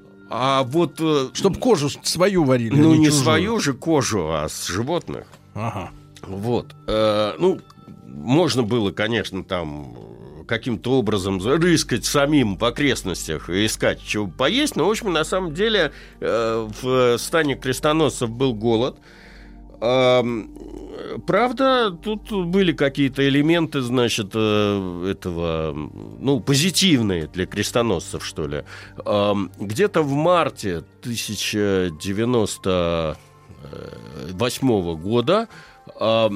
А вот... Чтобы кожу свою варили. Ну, не, не чужую. свою же кожу, а с животных. Ага. Вот. Э, ну, можно было, конечно, там каким-то образом рыскать самим в окрестностях и искать чего поесть, но, в общем, на самом деле э, в стане крестоносцев был голод. А, правда, тут были какие-то элементы, значит, этого, ну, позитивные для крестоносцев, что ли. А, где-то в марте тысяча девяносто восьмого года а,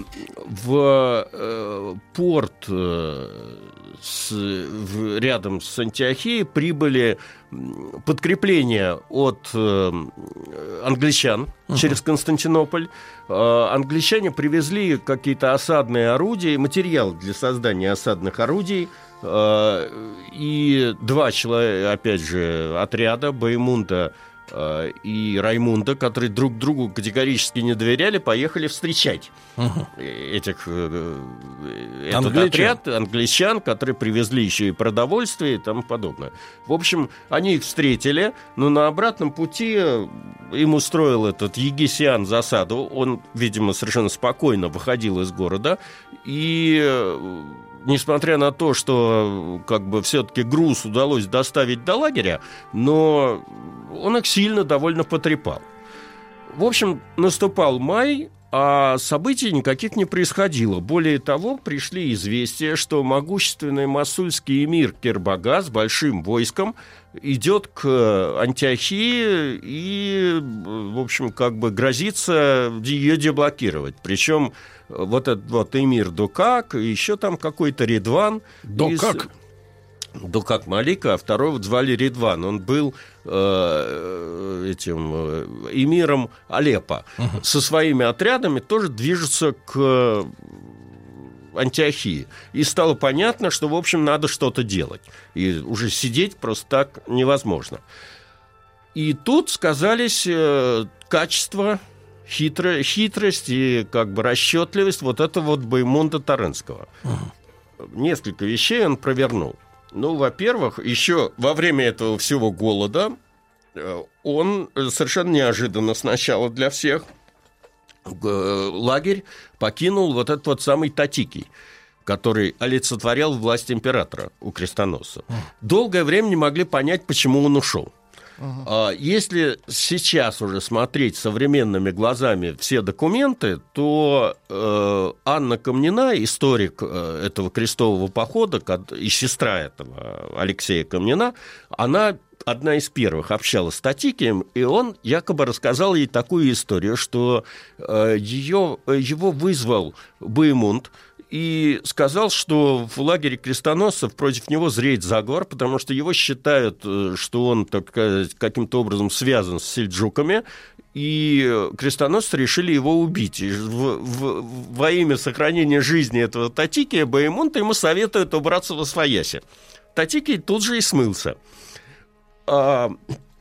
в а, порт а, с, в, рядом с Антиохией прибыли подкрепления от э, англичан uh-huh. через Константинополь. Э, англичане привезли какие-то осадные орудия, материал для создания осадных орудий. Э, и два человека, опять же, отряда Боемунда э, и Раймунда, которые друг другу категорически не доверяли, поехали встречать uh-huh. этих, э, этот англичан. отряд англичан, которые привезли еще и продовольствие и тому подобное. В общем, они их встретили, но на обратном пути им устроил этот Егесиан засаду. Он, видимо, совершенно спокойно выходил из города. И несмотря на то, что как бы все-таки груз удалось доставить до лагеря, но он их сильно довольно потрепал. В общем, наступал май, а событий никаких не происходило. Более того, пришли известия, что могущественный масульский эмир Кербага с большим войском идет к Антиохии и, в общем, как бы грозится ее деблокировать. Причем вот этот вот эмир Дукак, и еще там какой-то Ридван. Дукак? Из... Дукак Малика, а второго звали Ридван. Он был э, этим э, эмиром Алеппо. Uh-huh. Со своими отрядами тоже движется к Антиохии. И стало понятно, что, в общем, надо что-то делать. И уже сидеть просто так невозможно. И тут сказались э, качества хитро, хитрость и как бы расчетливость вот этого вот Боемонда Таренского. Uh-huh. Несколько вещей он провернул. Ну, во-первых, еще во время этого всего голода он совершенно неожиданно сначала для всех лагерь покинул вот этот вот самый Татикий, который олицетворял власть императора у крестоносцев. Uh-huh. Долгое время не могли понять, почему он ушел. Uh-huh. Если сейчас уже смотреть современными глазами все документы, то э, Анна Камнина, историк э, этого крестового похода и сестра этого Алексея Камнина, она одна из первых общалась с Татикием, и он якобы рассказал ей такую историю, что э, ее, его вызвал Боемунд и сказал, что в лагере крестоносцев против него зреет заговор, потому что его считают, что он так сказать, каким-то образом связан с сельджуками, и крестоносцы решили его убить. И в, в, во имя сохранения жизни этого Татикия Боемунд ему советует убраться во свояси. Татикий тут же и смылся. А,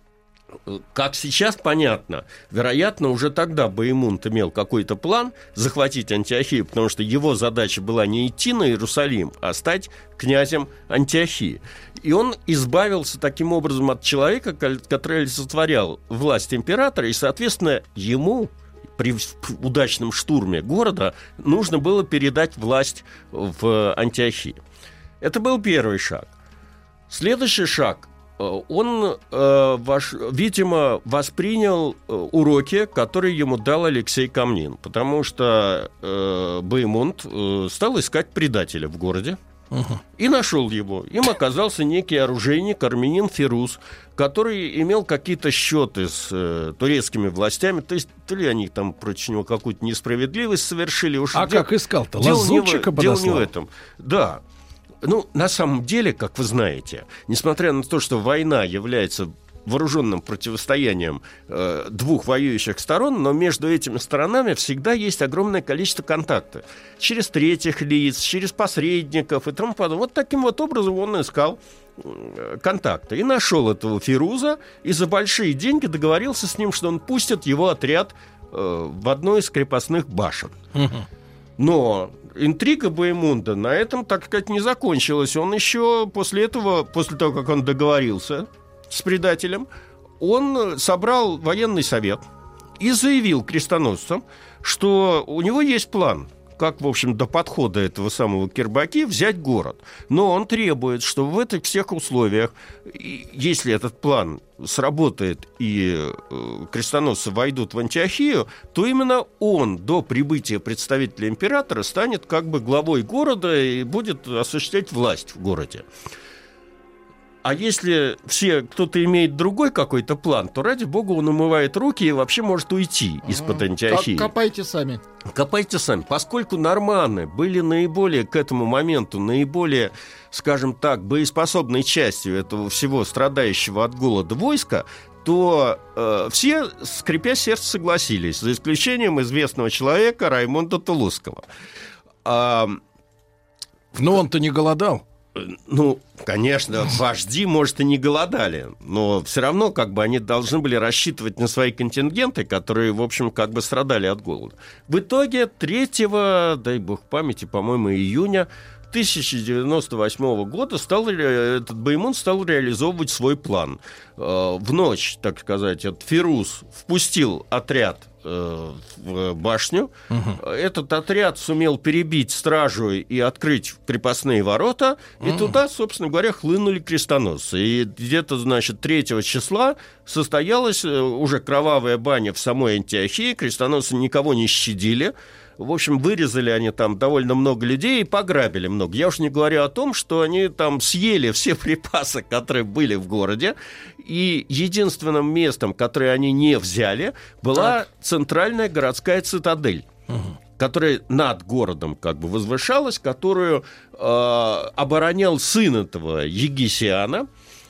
как сейчас понятно, вероятно, уже тогда Боемунд имел какой-то план захватить Антиохию, потому что его задача была не идти на Иерусалим, а стать князем Антиохии. И он избавился таким образом от человека, который олицетворял власть императора, и, соответственно, ему при удачном штурме города нужно было передать власть в Антиохии. Это был первый шаг. Следующий шаг. Он, э, ваш, видимо, воспринял уроки, которые ему дал Алексей Камнин, потому что э, Боемунд э, стал искать предателя в городе. Uh-huh. И нашел его. Им оказался некий оружейник армянин Фируз, который имел какие-то счеты с э, турецкими властями. То есть, то ли они там против него какую-то несправедливость совершили. Уж а дел... как искал-то? Лазутчика подослал? Дело не в этом. Да. Ну, на самом деле, как вы знаете, несмотря на то, что война является вооруженным противостоянием э, двух воюющих сторон, но между этими сторонами всегда есть огромное количество контактов. Через третьих лиц, через посредников и тому подобное. Вот таким вот образом он искал э, контакты. И нашел этого Фируза, и за большие деньги договорился с ним, что он пустит его отряд э, в одну из крепостных башен. Но интрига Боемунда на этом, так сказать, не закончилась. Он еще после этого, после того, как он договорился с предателем, он собрал военный совет и заявил крестоносцам, что у него есть план, как, в общем, до подхода этого самого Кербаки взять город. Но он требует, что в этих всех условиях, если этот план сработает и крестоносцы войдут в Антиохию, то именно он до прибытия представителя императора станет как бы главой города и будет осуществлять власть в городе. А если все, кто-то имеет другой какой-то план, то, ради бога, он умывает руки и вообще может уйти ага. из-под Антиохии. Копайте сами. Копайте сами. Поскольку норманы были наиболее к этому моменту, наиболее, скажем так, боеспособной частью этого всего страдающего от голода войска, то э, все, скрипя сердце, согласились, за исключением известного человека Раймонда Тулузского. А... Но он-то не голодал. Ну, конечно, вожди, может, и не голодали, но все равно как бы они должны были рассчитывать на свои контингенты, которые, в общем, как бы страдали от голода. В итоге третьего, дай бог памяти, по-моему, июня тысяча девяносто восьмого года стал, этот Боемунд стал реализовывать свой план. В ночь, так сказать, этот Фируз впустил отряд в башню. Угу. Этот отряд сумел перебить стражу и открыть крепостные ворота, и угу. туда, собственно говоря, хлынули крестоносцы. И где-то, значит, третьего числа состоялась уже кровавая баня в самой Антиохии, крестоносцы никого не щадили. В общем, вырезали они там довольно много людей и пограбили много. Я уж не говорю о том, что они там съели все припасы, которые были в городе. И единственным местом, которое они не взяли, была так. центральная городская цитадель, угу. которая над городом как бы возвышалась, которую э, оборонял сын этого Егисиана.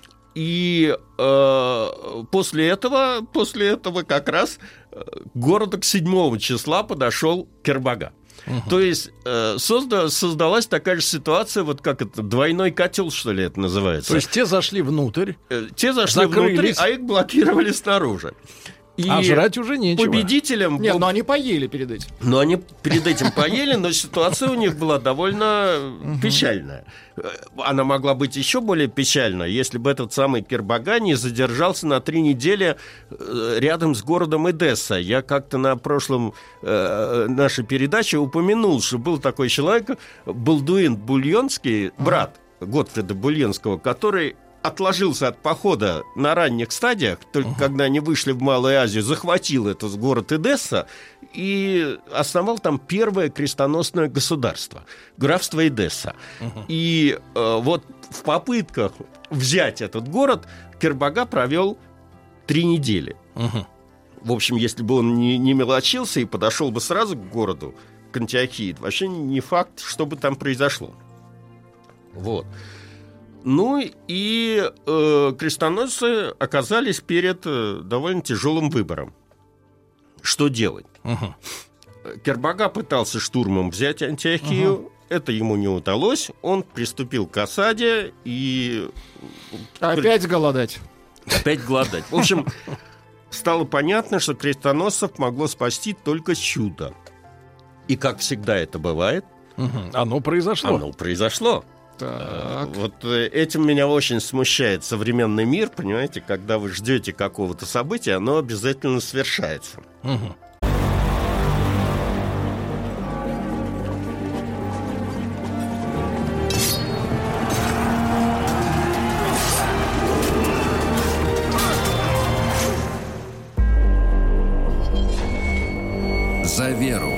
И э, после этого, после этого как раз к городу к седьмого числа подошел Кербага. Угу. То есть э, созда, создалась такая же ситуация, вот как это, двойной котел, что ли, это называется. То есть те зашли внутрь, э, те зашли закрылись. внутрь, а их блокировали снаружи. И а жрать уже нечего. Победителем... Нет, был... но они поели перед этим. Но они перед этим поели, но ситуация у них была довольно печальная. Она могла быть еще более печальна, если бы этот самый Кербага не задержался на три недели рядом с городом Эдесса. Я как-то на прошлом э, нашей передаче упомянул, что был такой человек, Балдуин Бульонский, брат Готфрида Бульонского, который отложился от похода на ранних стадиях, только uh-huh. когда они вышли в Малую Азию, захватил этот город Эдесса и основал там первое крестоносное государство, графство Эдесса. Uh-huh. И э, вот в попытках взять этот город Кербага провел три недели. Uh-huh. В общем, если бы он не, не мелочился и подошел бы сразу к городу, к Антиохии, вообще не факт, что бы там произошло. Вот. Ну и э, крестоносцы оказались перед э, довольно тяжелым выбором. Что делать? Uh-huh. Кербага пытался штурмом взять Антиохию. Uh-huh. Это ему не удалось. Он приступил к осаде и... Опять голодать. Опять голодать. В общем, стало понятно, что крестоносцев могло спасти только чудо. И, как всегда это бывает... Uh-huh. Оно произошло. Оно произошло. Так. Вот этим меня очень смущает современный мир, понимаете, когда вы ждете какого-то события, оно обязательно свершается. Угу. За веру,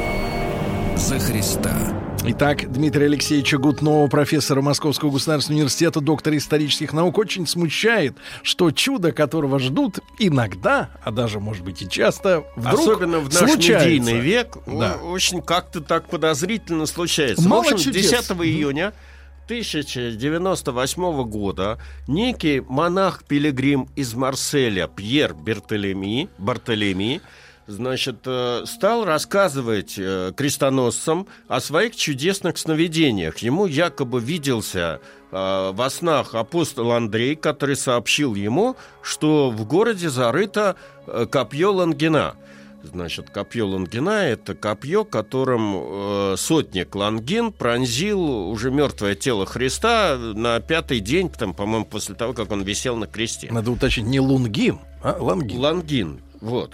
за Христа. Итак, Дмитрия Алексеевича Гутнова, профессора Московского государственного университета, доктора исторических наук, очень смущает, что чудо, которого ждут иногда, а даже, может быть, и часто, вдруг особенно в наш случается. Медийный век, да. очень как-то так подозрительно случается. Мало в общем, чудес. десятого июня тысяча девяносто восьмого года некий монах-пилигрим из Марселя Пьер Бартолеми, Бартолеми значит, стал рассказывать крестоносцам о своих чудесных сновидениях. Ему якобы виделся во снах апостол Андрей, который сообщил ему, что в городе зарыто копье Лангина. Значит, копье Лангина — это копье, которым сотник Лангин пронзил уже мертвое тело Христа на пятый день, там, по-моему, после того, как он висел на кресте. Надо уточнить, не Лунгин, а Лангин. Лангин, вот.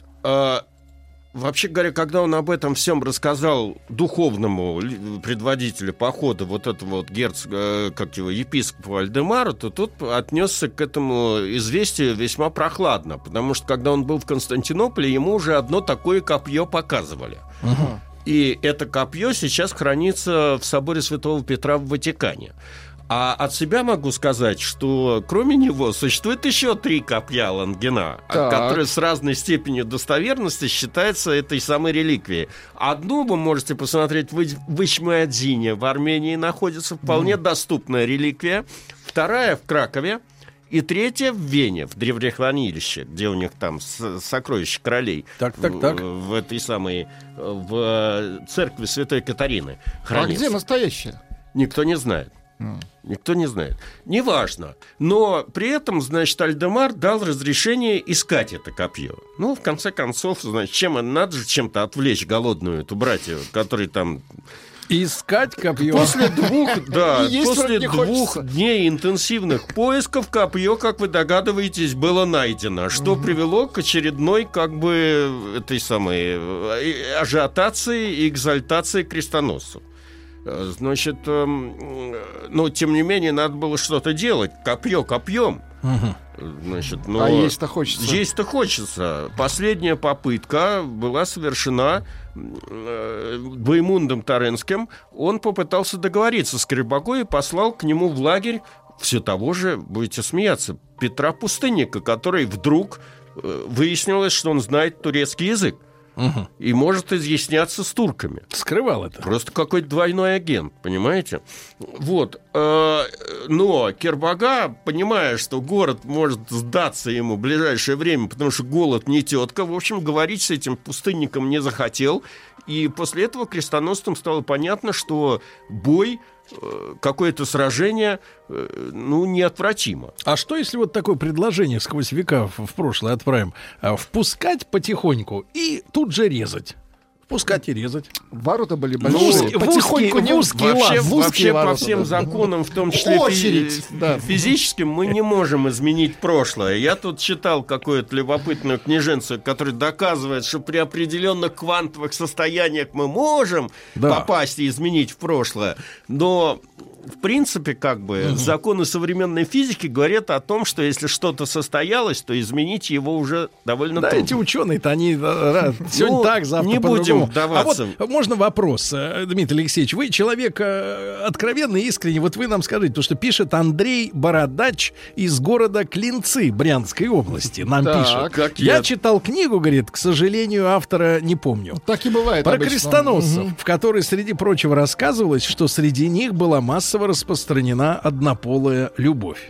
Вообще говоря, когда он об этом всем рассказал духовному предводителю похода, вот этого вот герцога, как его, епископу Вальдемару, то тот отнесся к этому известию весьма прохладно, потому что когда он был в Константинополе, ему уже одно такое копье показывали. Uh-huh. И это копье сейчас хранится в соборе Святого Петра в Ватикане. А от себя могу сказать, что кроме него существует еще три копья Лангина, так. которые с разной степенью достоверности считаются этой самой реликвией. Одну вы можете посмотреть в Ичмиадзине, в Армении находится вполне mm. доступная реликвия. Вторая в Кракове. И третья в Вене, в древнехранилище, где у них там сокровища королей. Так, так, так. В, в этой самой, в церкви Святой Катарины хранится. А где настоящая? Никто не знает. Никто не знает. Неважно. Но при этом, значит, Альдемар дал разрешение искать это копье. Ну, в конце концов, значит, чем надо же чем-то отвлечь голодную эту братью, который там... Искать копье. После двух, да, после двух дней интенсивных поисков копье, как вы догадываетесь, было найдено, что угу. привело к очередной, как бы, этой самой ажиотации и экзальтации крестоносцев. Значит, э, ну, тем не менее, надо было что-то делать. Копье копьем. Угу. Значит, но а есть-то хочется. Есть-то хочется. Последняя попытка была совершена э, Боемундом Таренским. Он попытался договориться с Кербагой и послал к нему в лагерь все того же, будете смеяться, Петра Пустынника, который вдруг э, выяснилось, что он знает турецкий язык. Угу. И может изъясняться с турками. Скрывал это. Просто какой-то двойной агент, понимаете? Вот. Но Кербага, понимая, что город может сдаться ему в ближайшее время, потому что голод не тетка, в общем, говорить с этим пустынником не захотел. И после этого крестоносцам стало понятно, что бой какое-то сражение, ну, неотвратимо. А что, если вот такое предложение сквозь века в прошлое отправим? Впускать потихоньку и тут же резать. Пускать и резать. Ворота были Ну, большие. в Потихоньку не узкий Вообще, лаз, в вообще ворота, по всем да. законам, в том числе Очередь, фи- да. физическим, мы не можем изменить прошлое. Я тут читал какую-то любопытную книженцию, которая доказывает, что при определенных квантовых состояниях мы можем Да. попасть и изменить в прошлое. Но в принципе, как бы, угу. законы современной физики говорят о том, что если что-то состоялось, то изменить его уже довольно да, трудно. эти ученые-то, они да, сегодня ну, так, завтра не по-другому. будем вдаваться. А вот можно вопрос, Дмитрий Алексеевич, вы человек откровенный, искренний, вот вы нам скажите, то, что пишет Андрей Бородач из города Клинцы Брянской области, нам так, пишет. как я нет. читал книгу, говорит, к сожалению, автора не помню. Так и бывает Про обычно. крестоносцев, Угу. в которой, среди прочего, рассказывалось, что среди них была массово распространена однополая любовь.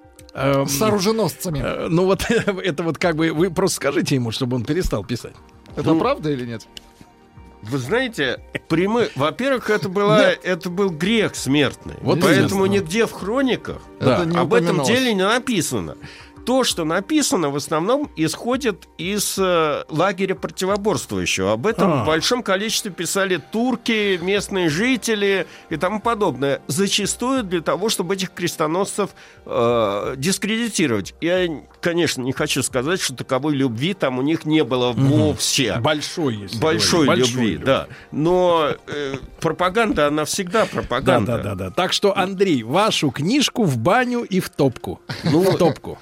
С оруженосцами. Э, ну вот это вот как бы вы просто скажите ему, чтобы он перестал писать. Это ну, правда или нет? Вы знаете, прямы... во-первых, это, была... это был грех смертный. Вот поэтому именно. нигде в хрониках Да. об этом деле не написано. То, что написано, в основном исходит из э, лагеря противоборствующего. Об этом А. в большом количестве писали турки, местные жители и тому подобное. Зачастую для того, чтобы этих крестоносцев э, дискредитировать. Я, конечно, не хочу сказать, что таковой любви там у них не было вовсе. Большой, если Большой говорить. любви, Большой любви. да. Но э, пропаганда, она всегда пропаганда. Да, да, да, да. Так что, Андрей, вашу книжку в баню и в топку. Ну, в топку.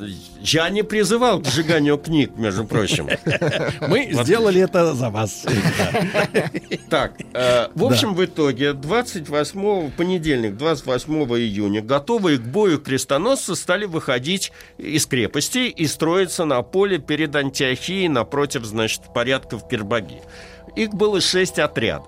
Я не призывал к сжиганию книг, между прочим. Мы сделали это за вас. Так, э, в общем, в итоге двадцать восьмого, понедельник, двадцать восьмого июня, готовые к бою крестоносцы стали выходить из крепости и строиться на поле перед Антиохией напротив, значит, порядков Кирбаги. Их было шесть отрядов.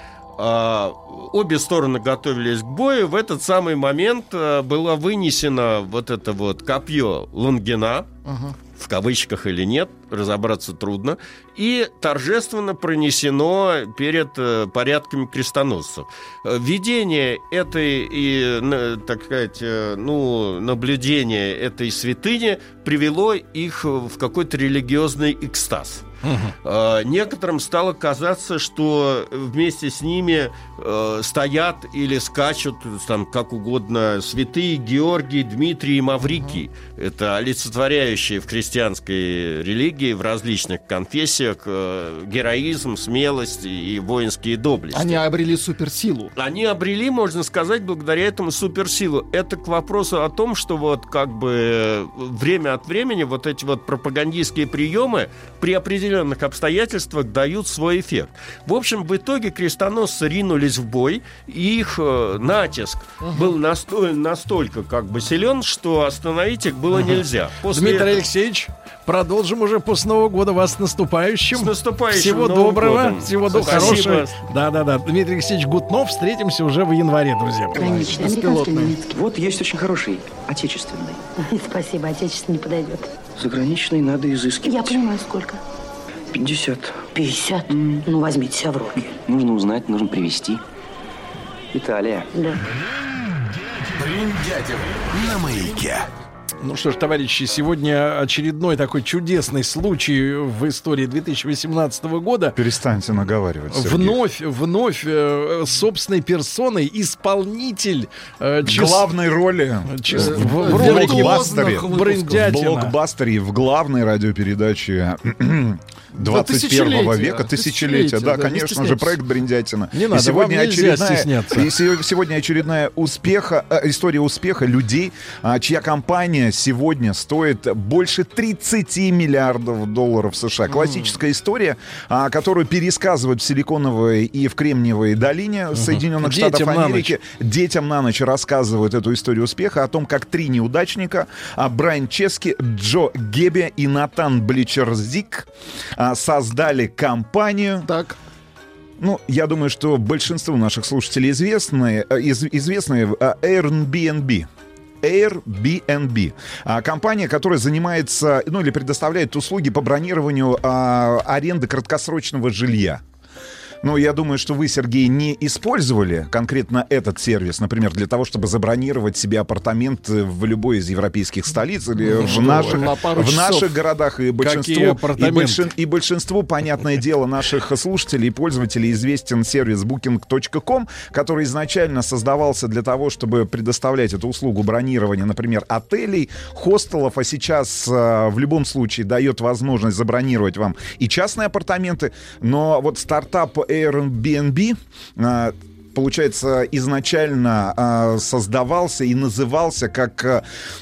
А, обе стороны готовились к бою. В этот самый момент а, было вынесено вот это вот копье Лунгина, Ага. в кавычках или нет, разобраться трудно, и торжественно пронесено перед э, порядками крестоносцев. Э, Видение этой, и, на, так сказать, э, ну, наблюдение этой святыни привело их в какой-то религиозный экстаз. Uh-huh. Некоторым стало казаться, что вместе с ними э, стоят или скачут, там, как угодно, святые Георгий, Дмитрий и Маврикий. Uh-huh. Это олицетворяющие в христианской религии, в различных конфессиях э, героизм, смелость и воинские доблести. Они обрели суперсилу. Они обрели, можно сказать, благодаря этому суперсилу. Это к вопросу о том, что вот как бы время от времени вот эти вот пропагандистские приемы при определенных обстоятельствах дают свой эффект. В общем, в итоге крестоносцы ринулись в бой, и их э, натиск uh-huh. был насто- настолько как бы силен, что остановить их было uh-huh. нельзя. После Дмитрий этого... Алексеевич, продолжим уже после Нового года вас с наступающим. С наступающим Всего Новым доброго, годом. всего доброго, хорошего. Да-да-да. Дмитрий Алексеевич Гутнов. Встретимся уже в январе, друзья. Беспилотный. Вот есть очень хороший, отечественный. Спасибо, отечественный не подойдет. Заграничный надо изыскивать. Я понимаю, сколько. пятьдесят. пятьдесят? Mm. Ну, возьмите себя в руки. Нужно узнать, нужно привезти. Италия. Да. Бриндятин на маяке. Ну что ж, товарищи, сегодня очередной такой чудесный случай в истории две тысячи восемнадцатого года. Перестаньте наговаривать, Сергей. Вновь, вновь э, собственной персоной исполнитель э, чис... главной роли чис... э, в, в, в ролике блокбастере, в блокбастере, в главной радиопередаче двадцать первого века, тысячелетия. Да, конечно же, проект Бриндятина. Не и надо, сегодня вам нельзя очередная, стесняться. и сегодня очередная успеха, э, история успеха людей, э, чья компания сегодня стоит больше тридцать миллиардов долларов США. Классическая mm. история, а, которую пересказывают в Силиконовой и в Кремниевой долине mm-hmm. Соединенных Детям Штатов на Америки. Детям на ночь рассказывают эту историю успеха о том, как три неудачника, а, Брайан Чески, Джо Гебе и Натан Бличерзик, а, создали компанию. Так. Ну, я думаю, что большинству наших слушателей известны, из, известны Airbnb. Airbnb. А, компания, которая занимается, ну, или предоставляет услуги по бронированию а, аренды краткосрочного жилья. Ну, я думаю, что вы, Сергей, не использовали конкретно этот сервис, например, для того, чтобы забронировать себе апартамент в любой из европейских столиц или ну, в, наших, в наших городах. И большинству, и, большин, и большинству, понятное дело, наших слушателей и пользователей известен сервис букинг точка ком, который изначально создавался для того, чтобы предоставлять эту услугу бронирования, например, отелей, хостелов, а сейчас в любом случае дает возможность забронировать вам и частные апартаменты. Но вот стартап Airbnb, получается, изначально создавался и назывался как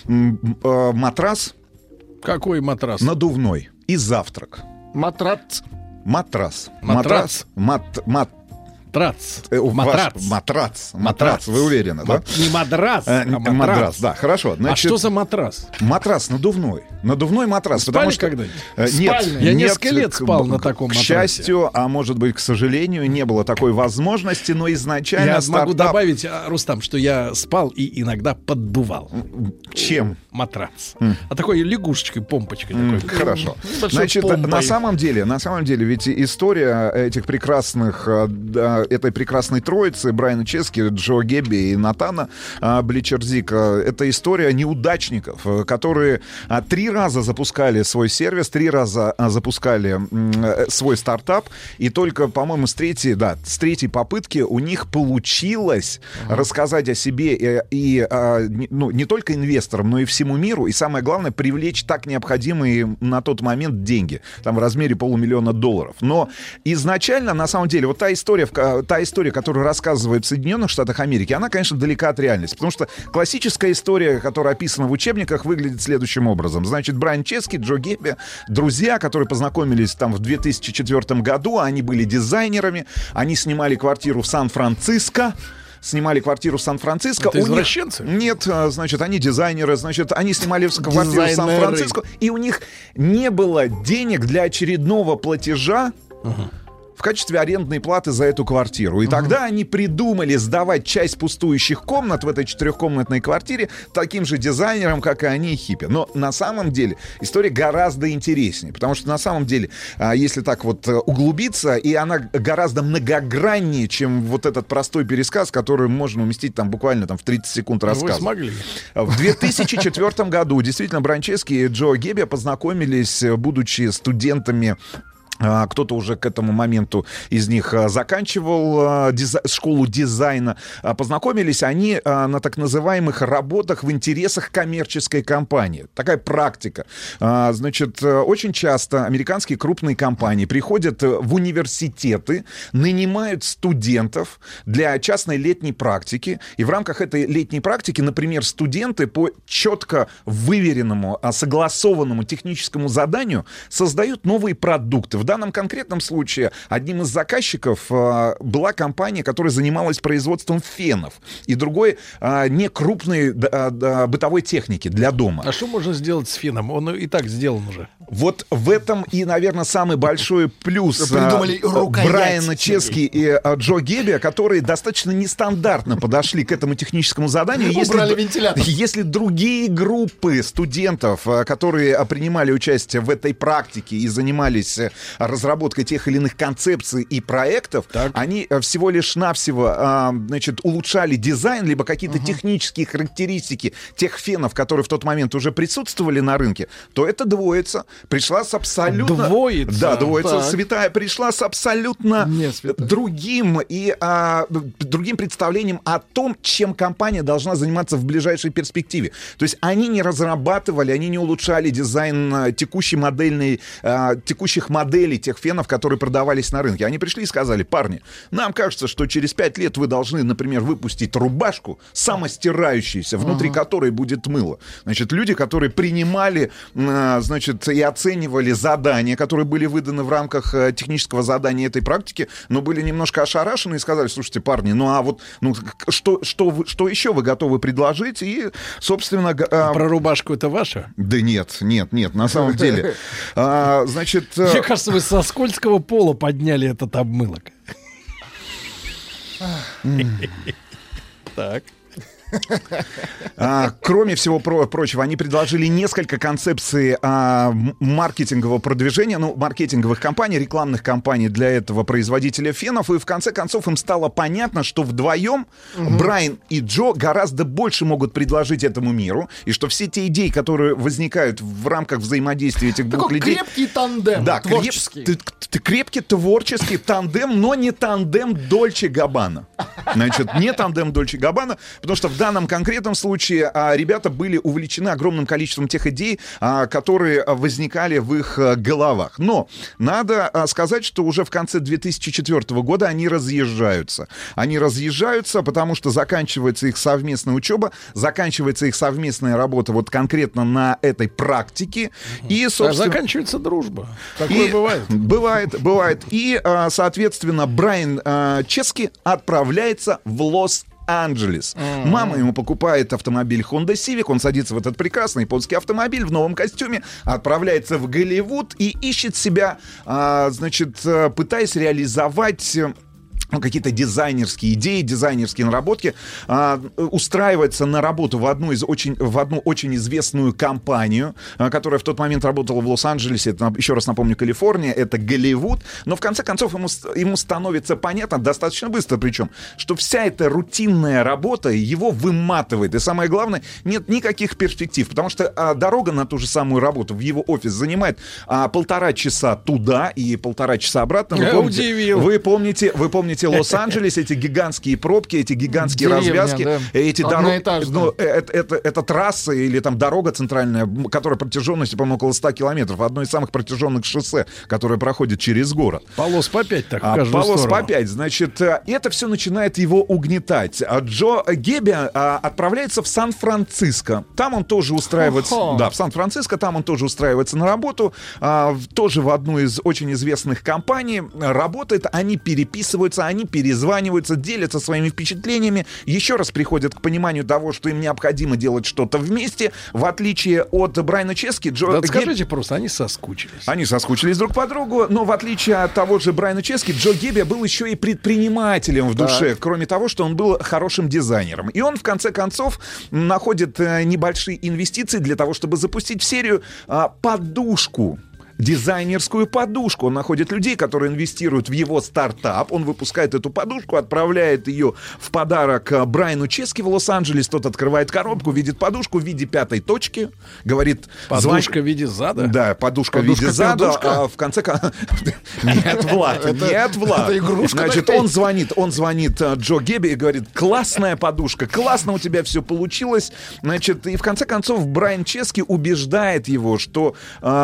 матрас. Какой матрас? Надувной. И завтрак. Матрац. Матрас. Матрас. Мат, мат, Матрац. Э, матрац. Ваш, матрац. Матрац. Вы уверены, Мат, да? Не мадрас, а, а матрас. Матрас, да, хорошо. Значит, а что за матрас? Матрас надувной. Надувной матрас. Спали потому что когда-нибудь? Нет, Я нет, несколько лет спал к, на таком к матрасе. К счастью, а может быть, к сожалению, не было такой возможности, но изначально Я стартап... могу добавить, Рустам, что я спал и иногда поддувал. Чем? Матрац. Mm. А такой лягушечкой, помпочкой. Mm. Такой. Хорошо. Значит, помпой. на самом деле, на самом деле, ведь история этих прекрасных, этой прекрасной троицы, Брайана Чески, Джо Гебби и Натана Бличерзика, это история неудачников, которые три раза запускали свой сервис, три раза запускали свой стартап, и только, по-моему, с третьей, да, с третьей попытки у них получилось uh-huh. рассказать о себе и, и ну, не только инвесторам, но и всему миру, и самое главное, привлечь так необходимые на тот момент деньги, там в размере полумиллиона долларов. Но изначально, на самом деле, вот та история, та история, которую рассказывают в Соединенных Штатах Америки, она, конечно, далека от реальности, потому что классическая история, которая описана в учебниках, выглядит следующим образом. Значит, Брайан Чески, Джо Гебби, друзья, которые познакомились там в две тысячи четвёртом году, они были дизайнерами, они снимали квартиру в Сан-Франциско, снимали квартиру в Сан-Франциско. Это извращенцы? Них... Нет, значит, они дизайнеры, значит, они снимали квартиру в Сан-Франциско, и у них не было денег для очередного платежа, uh-huh. в качестве арендной платы за эту квартиру. И uh-huh. тогда они придумали сдавать часть пустующих комнат в этой четырехкомнатной квартире таким же дизайнерам, как и они, и хиппи. Но на самом деле история гораздо интереснее, потому что на самом деле, если так вот углубиться, и она гораздо многограннее, чем вот этот простой пересказ, который можно уместить там буквально там, в тридцать секунд рассказа. Вы смогли. В две тысячи четвёртом году действительно Брайан Чески и Джо Гебби познакомились, будучи студентами. Кто-то уже к этому моменту из них заканчивал дизай- школу дизайна. Познакомились они на так называемых работах в интересах коммерческой компании. Такая практика. Значит, очень часто американские крупные компании приходят в университеты, нанимают студентов для частной летней практики. И в рамках этой летней практики, например, студенты по четко выверенному, согласованному техническому заданию создают новые продукты. В данном конкретном случае одним из заказчиков э, была компания, которая занималась производством фенов и другой э, некрупной э, э, бытовой техники для дома. А что можно сделать с феном? Он и так сделан уже. Вот в этом и, наверное, самый большой плюс э, Брайана Чески и э, Джо Гебби, которые достаточно нестандартно подошли к этому техническому заданию. Убрали вентилятор. Если другие группы студентов, э, которые э, принимали участие в этой практике и занимались э, разработкой тех или иных концепций и проектов, так. они всего лишь навсего а, значит, улучшали дизайн, либо какие-то uh-huh. технические характеристики тех фенов, которые в тот момент уже присутствовали на рынке, то эта двоица пришла с абсолютно... Двоица? Да, двоица так. святая пришла с абсолютно другим и а, другим представлением о том, чем компания должна заниматься в ближайшей перспективе. То есть они не разрабатывали, они не улучшали дизайн текущей модельной, а, текущих моделей тех фенов, которые продавались на рынке. Они пришли и сказали: парни, нам кажется, что через пять лет вы должны, например, выпустить рубашку самостирающуюся, внутри uh-huh. которой будет мыло. Значит, люди, которые принимали, значит, и оценивали задания, которые были выданы в рамках технического задания этой практики, но были немножко ошарашены и сказали: слушайте, парни, ну а вот ну, что, что, вы, что еще вы готовы предложить? И, собственно... Про рубашку это ваше? Да нет, нет, нет, на самом деле. Значит... Мне кажется, вы со скользкого пола подняли этот обмылок. Так. А, кроме всего про- прочего, они предложили несколько концепций а, маркетингового продвижения, ну, маркетинговых кампаний, рекламных кампаний для этого производителя фенов, и в конце концов им стало понятно, что вдвоем угу. Брайан и Джо гораздо больше могут предложить этому миру, и что все те идеи, которые возникают в рамках взаимодействия этих двух Такой людей... крепкий тандем, да, творческий. Креп, ты, ты, крепкий творческий тандем, но не тандем Дольче Габбана. Значит, не тандем Дольче Габбана, потому что в данном конкретном случае а, ребята были увлечены огромным количеством тех идей, а, которые а, возникали в их а, головах. Но надо а, сказать, что уже в конце две тысячи четвёртого года они разъезжаются. Они разъезжаются, потому что заканчивается их совместная учеба, заканчивается их совместная работа вот конкретно на этой практике. И, собственно... А заканчивается дружба. Такое и... бывает. Бывает, бывает. И, а, соответственно, Брайан а, Чески отправляется в Лос-Анджелес. Mm-hmm. Мама ему покупает автомобиль Honda Civic, он садится в этот прекрасный японский автомобиль в новом костюме, отправляется в Голливуд и ищет себя, а, значит, пытаясь реализовать... Ну, какие-то дизайнерские идеи, дизайнерские наработки, а, устраивается на работу в одну, из очень, в одну очень известную компанию, а, которая в тот момент работала в Лос-Анджелесе, это, еще раз напомню, Калифорния, это Голливуд, но в конце концов ему, ему становится понятно, достаточно быстро причем, что вся эта рутинная работа его выматывает, и самое главное, нет никаких перспектив, потому что а, дорога на ту же самую работу в его офис занимает а, полтора часа туда и полтора часа обратно. Вы помните, вы помните, вы помните Лос-Анджелес, эти гигантские пробки, эти гигантские Деревня, развязки, да. эти дороги, ну, это, это, это трасса или там дорога центральная, которая протяженностью, по-моему, около ста километров, одно из самых протяженных шоссе, которое проходит через город. Полос по пять, так, в а, каждую Полос сторону. по пять, значит, это все начинает его угнетать. А Джо Гебби а, отправляется в Сан-Франциско. Там он тоже устраивается, О-хо. да, в Сан-Франциско, там он тоже устраивается на работу, а, тоже в одну из очень известных компаний работает, они переписываются, они перезваниваются, делятся своими впечатлениями, еще раз приходят к пониманию того, что им необходимо делать что-то вместе, в отличие от Брайана Чески. Джо да Гебби... скажите просто, они соскучились. Они соскучились друг по другу, но в отличие от того же Брайана Чески, Джо Гебби был еще и предпринимателем в душе, да. кроме того, что он был хорошим дизайнером. И он, в конце концов, находит небольшие инвестиции для того, чтобы запустить в серию а, подушку. Дизайнерскую подушку. Он находит людей, которые инвестируют в его стартап. Он выпускает эту подушку, отправляет ее в подарок Брайану Чески в Лос-Анджелес. Тот открывает коробку, видит подушку в виде пятой точки. Говорит... Подушка в виде зада? Да, подушка в виде зада. А в конце... Нет, Влад, нет, Влад. Значит, он звонит, он звонит Джо Гебби и говорит: классная подушка, классно у тебя все получилось. Значит, и в конце концов Брайан Чески убеждает его, что...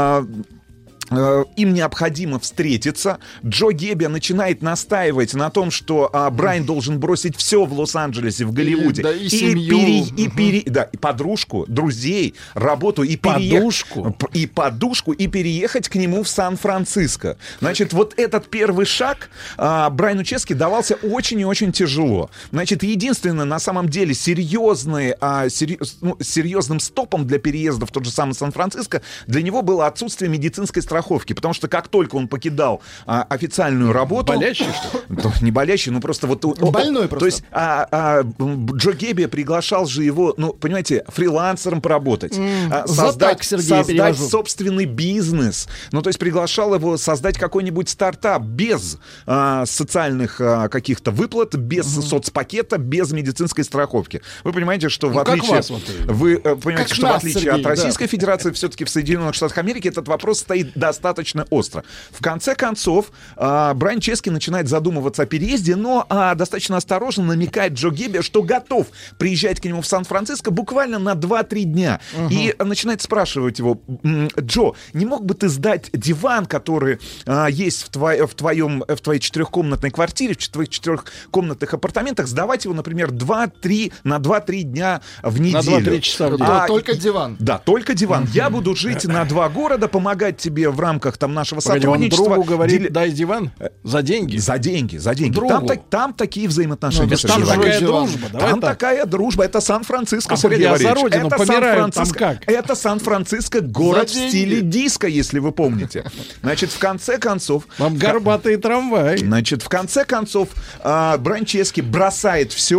им необходимо встретиться. Джо Гебби начинает настаивать на том, что а, Брайан должен бросить все в Лос-Анджелесе, в Голливуде. И, да, и, и, пере, и, пере, да, и подружку, друзей, работу, и, подушку. Переех... и подушку, и переехать к нему в Сан-Франциско. Значит, вот этот первый шаг а, Брайану Чески давался очень и очень тяжело. Значит, единственное, на самом деле, серьезный, а, серьез, ну, серьезным стопом для переезда в тот же самый Сан-Франциско для него было отсутствие медицинской страховки. Потому что как только он покидал а, официальную работу... Болящий, что ли? Не болящий, ну просто вот... Больной просто. То есть а, а, Джо Гебби приглашал же его, ну, понимаете, фрилансером поработать. Mm, а, создать так, Сергей, создать собственный бизнес. Ну, то есть приглашал его создать какой-нибудь стартап без а, социальных а, каких-то выплат, без mm. соцпакета, без медицинской страховки. Вы понимаете, что в ну, отличие... Вас, вот, вы понимаете, как что нас, в отличие Сергей, от Российской да. Федерации, все-таки в Соединенных Штатах Америки этот вопрос стоит достаточно остро. В конце концов, э, Брайан Чески начинает задумываться о переезде, но э, достаточно осторожно намекает Джо Гебби, что готов приезжать к нему в Сан-Франциско буквально на два-три дня. Uh-huh. И начинает спрашивать его: Джо, не мог бы ты сдать диван, который э, есть в, твой, в, твоем, в твоей четырехкомнатной квартире, в твоих четырехкомнатных апартаментах, сдавать его, например, два-три, на два-три дня в неделю. На два-три часа в день. А, только диван. Да, только диван. Uh-huh. Я буду жить на два города, помогать тебе в рамках там нашего Погоди, сотрудничества. Он другу говорит: Дели... дай диван за деньги. За деньги, за деньги. Там, так, там такие взаимоотношения. Ну, там такая дружба. Давай там так. такая дружба. Это Сан-Франциско, а Сергей Валерьевич. За родину это помирают там как? Это Сан-Франциско, город в стиле диско, если вы помните. Значит, в конце концов... Там горбатые трамваи. Значит, в конце концов Брайан Чески бросает все.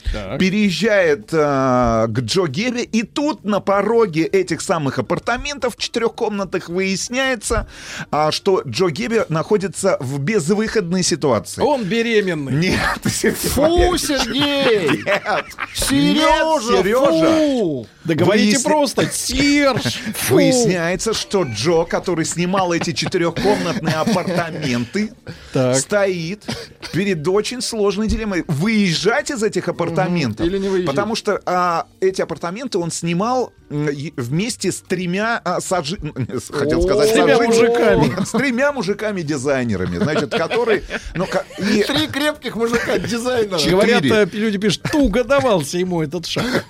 Так. переезжает э, к Джо Гебби, и тут на пороге этих самых апартаментов четырехкомнатных выясняется, э, что Джо Гебби находится в безвыходной ситуации. Он беременный. Нет, Фу, Сергей! Нет, Сережа, Нет, Сережа. фу! Да говорите Выясня- просто, Серж! Фу. Выясняется, что Джо, который снимал эти четырехкомнатные апартаменты, Так. стоит перед очень сложной дилеммой. Выезжать из этих апартаментов. Или не выезжать. Потому что а, эти апартаменты он снимал м, е- вместе с тремя а, сажи... Хотел сказать С тремя сажи- мужиками. Нет, с тремя мужиками-дизайнерами. Значит, которые... Ну, ка- и- Три крепких мужика, дизайнера. Четыре. Говорят, э, люди пишут, туго давался ему этот шаг.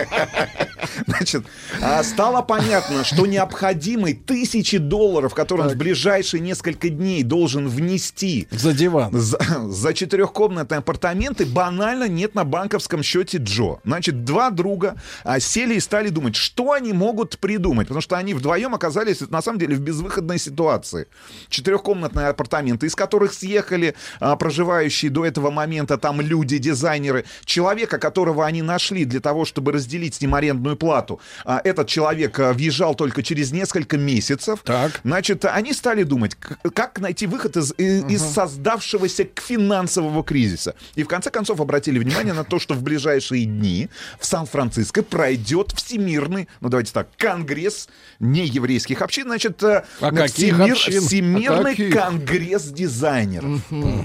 Значит, а, стало понятно, что необходимые тысячи долларов, которые он в ближайшие несколько дней должен внести За диван. за, за четырехкомнатные апартаменты, банально нет на банковском счете Джо. Значит, два друга а, сели и стали думать, что они могут придумать, потому что они вдвоем оказались, на самом деле, в безвыходной ситуации. Четырехкомнатные апартаменты, из которых съехали а, проживающие до этого момента там люди, дизайнеры, человека, которого они нашли для того, чтобы разделить с ним арендную плату. А, этот человек а, въезжал только через несколько месяцев. Так. Значит, они стали думать, к- как найти выход из, из, из создавшегося финансового кризиса. И в конце концов обратили внимание на то, что в ближайшие дни в Сан-Франциско пройдет всемирный, ну давайте так, конгресс нееврейских общин. Значит, э, А каких общин? Всемирный А каких? конгресс дизайнеров.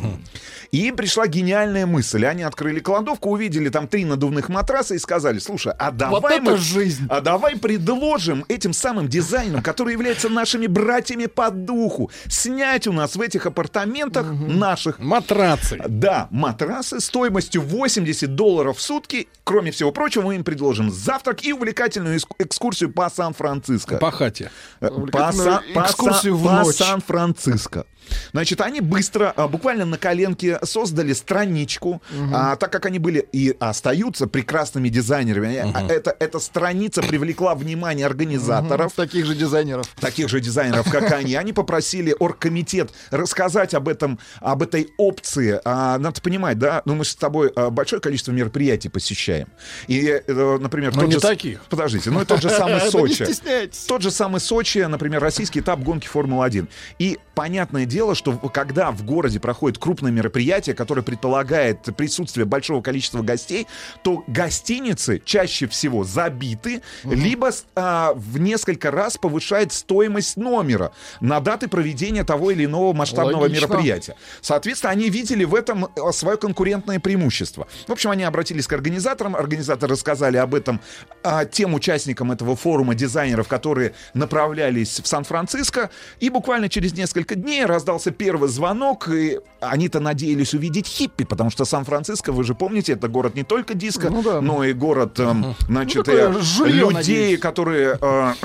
И им пришла гениальная мысль. Они открыли кладовку, увидели там три надувных матраса и сказали, слушай, а давай Вот это мы, жизнь. а давай предложим этим самым дизайнерам, которые являются нашими братьями по духу, снять у нас в этих апартаментах наших Матрацы. да, матрасы стоимостью восемьдесят долларов в сутки. Кроме всего прочего, мы им предложим завтрак и увлекательную эск- экскурсию по Сан-Франциско. По хате. Э, По, Увлекательную Сан- по экскурсию Сан- в по ночь. Сан-Франциско. Значит, они быстро, а, буквально на коленке создали страничку, а, так как они были и остаются прекрасными дизайнерами. а, это, эта страница привлекла внимание организаторов. Таких же дизайнеров. Таких же дизайнеров, как они. Они попросили оргкомитет рассказать об этом, об этой опции. А, надо понимать, да, ну мы с тобой а, большое количество мероприятий посещаем. И, э, например, Но тот не же... с- таких. Подождите, ну и тот же самый Да не Сочи. стесняйтесь. Тот же самый Сочи, например, российский этап гонки Формулы один. И понятное дело, что в- когда в городе проходит крупное мероприятие, которое предполагает присутствие большого количества гостей, то гостиницы чаще всего забиты, либо с- а, в несколько раз повышает стоимость номера на даты проведения того или иного масштабного Логично. мероприятия. Соответственно, они видели в этом э, свое конкурентное преимущество. В общем, они обратились к организаторам, организаторы рассказали об этом а, тем участникам этого форума дизайнеров, которые направлялись в Сан-Франциско, и буквально через несколько дней раздался первый звонок, и они-то надеялись увидеть хиппи, потому что Сан-Франциско, вы же помните, это город не только диско, Ну да. но и город, эм, значит, Ну, такое э, жилье, людей, надеюсь. которые... э,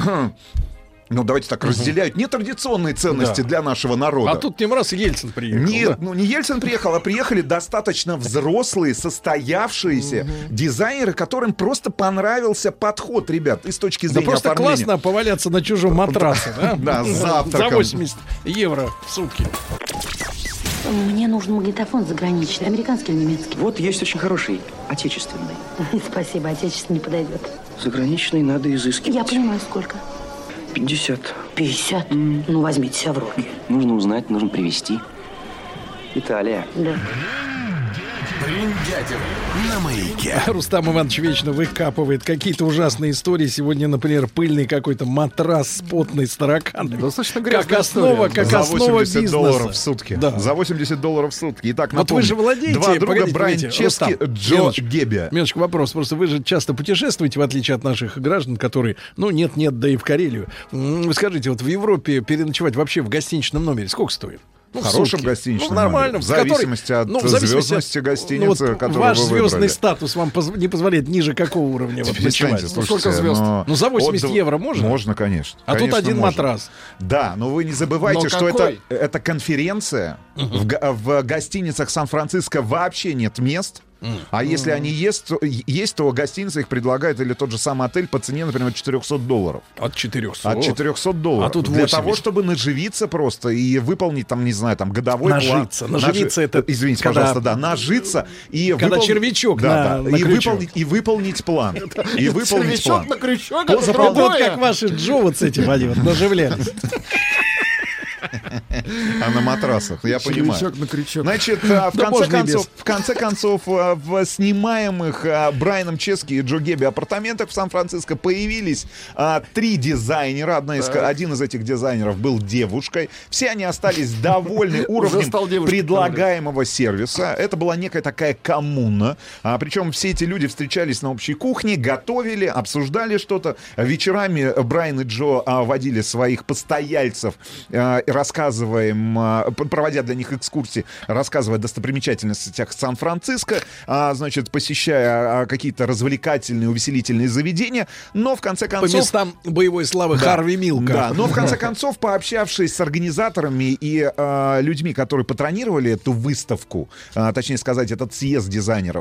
ну, давайте так, разделяют нетрадиционные ценности Да. для нашего народа. А тут тем раз Ельцин приехал. Нет, да? ну не Ельцин приехал, а приехали достаточно взрослые, состоявшиеся дизайнеры, которым просто понравился подход, ребят, и с точки Да зрения просто оформления. классно поваляться на чужом матраце, да? Да, с За завтраком. восемьдесят евро в сутки. Мне нужен магнитофон заграничный, американский или немецкий. Вот есть очень хороший, отечественный. Спасибо, отечественный не подойдет. Заграничный надо изыскивать. Я понимаю, сколько. пятьдесят. пятьдесят? Ну, возьмите себя в руки. Нужно узнать, нужно привезти. Италия. Да. Бриндятин на маяке. Рустам Иванович вечно выкапывает какие-то ужасные истории. Сегодня, например, пыльный какой-то матрас с потной с тараканами. Достаточно Как грязная основа, история. как За основа восемьдесят бизнеса. долларов в сутки. Да. За восемьдесят долларов в сутки. Итак, Вот вы напомню, же владеете... два друга, погодите, Брайан погодите, Чески, Рустам, Джо минуточку. Гебби. Минуточку, вопрос. Просто вы же часто путешествуете, в отличие от наших граждан, которые, ну, нет-нет, да и в Карелию. М, Вы скажите, вот в Европе переночевать вообще в гостиничном номере сколько стоит? Ну, В хорошем сутки. гостиничном Ну, нормально. номере. В в который- зависимости от ну, в зависимости звездности от- гостиницы, ну, вот которую ваш вы звездный выбрали. статус вам поз- не позволяет ниже какого уровня вот Перестаньте, ночевать? слушайте, сколько звезд? но Ну, за восемьдесят от- евро можно? Можно, конечно. А тут Конечно, один можно. матрас. Да, но вы не забывайте, Но что это, какой? это конференция. В, га- в гостиницах Сан-Франциско вообще нет мест. Mm. А mm. если они есть то, есть, то гостиница их предлагает, или тот же самый отель по цене, например, четыреста долларов. От четырехсот? От четырехсот долларов. А тут для восемьдесят. того, чтобы наживиться просто и выполнить, там, не знаю, там, годовой нажиться. план. Наживиться Нажи... это... Извините, когда... пожалуйста, да. Нажиться и... Когда выпол... червячок да, на, да. на и, крючок. выполнить, и выполнить план. И выполнить план. Червячок на крючок, это другое. Вот как ваши Джо вот с этим они вот наживлялись. А на матрасах, я понимаю. Червячок на крючок. Значит, в конце концов, в конце концов, в снимаемых Брайаном Чески и Джо Гебби апартаментах в Сан-Франциско появились а, три дизайнера. Одна из, один из этих дизайнеров был девушкой. Все они остались довольны уровнем предлагаемого сервиса. Это была некая такая коммуна. А, причем все эти люди встречались на общей кухне, готовили, обсуждали что-то. Вечерами Брайан и Джо а, водили своих постояльцев, а, рассказывая им, а, проводя для них экскурсии, рассказывая достопримечательности Сан-Франциско, а, значит, посещая а, какие-то развлекательные, увеселительные заведения. Но в конце концов... По местам боевой славы да, Харви Милка. Да, но в конце концов, пообщавшись с организаторами и а, людьми, которые патронировали эту выставку, а, точнее сказать, этот съезд дизайнеров,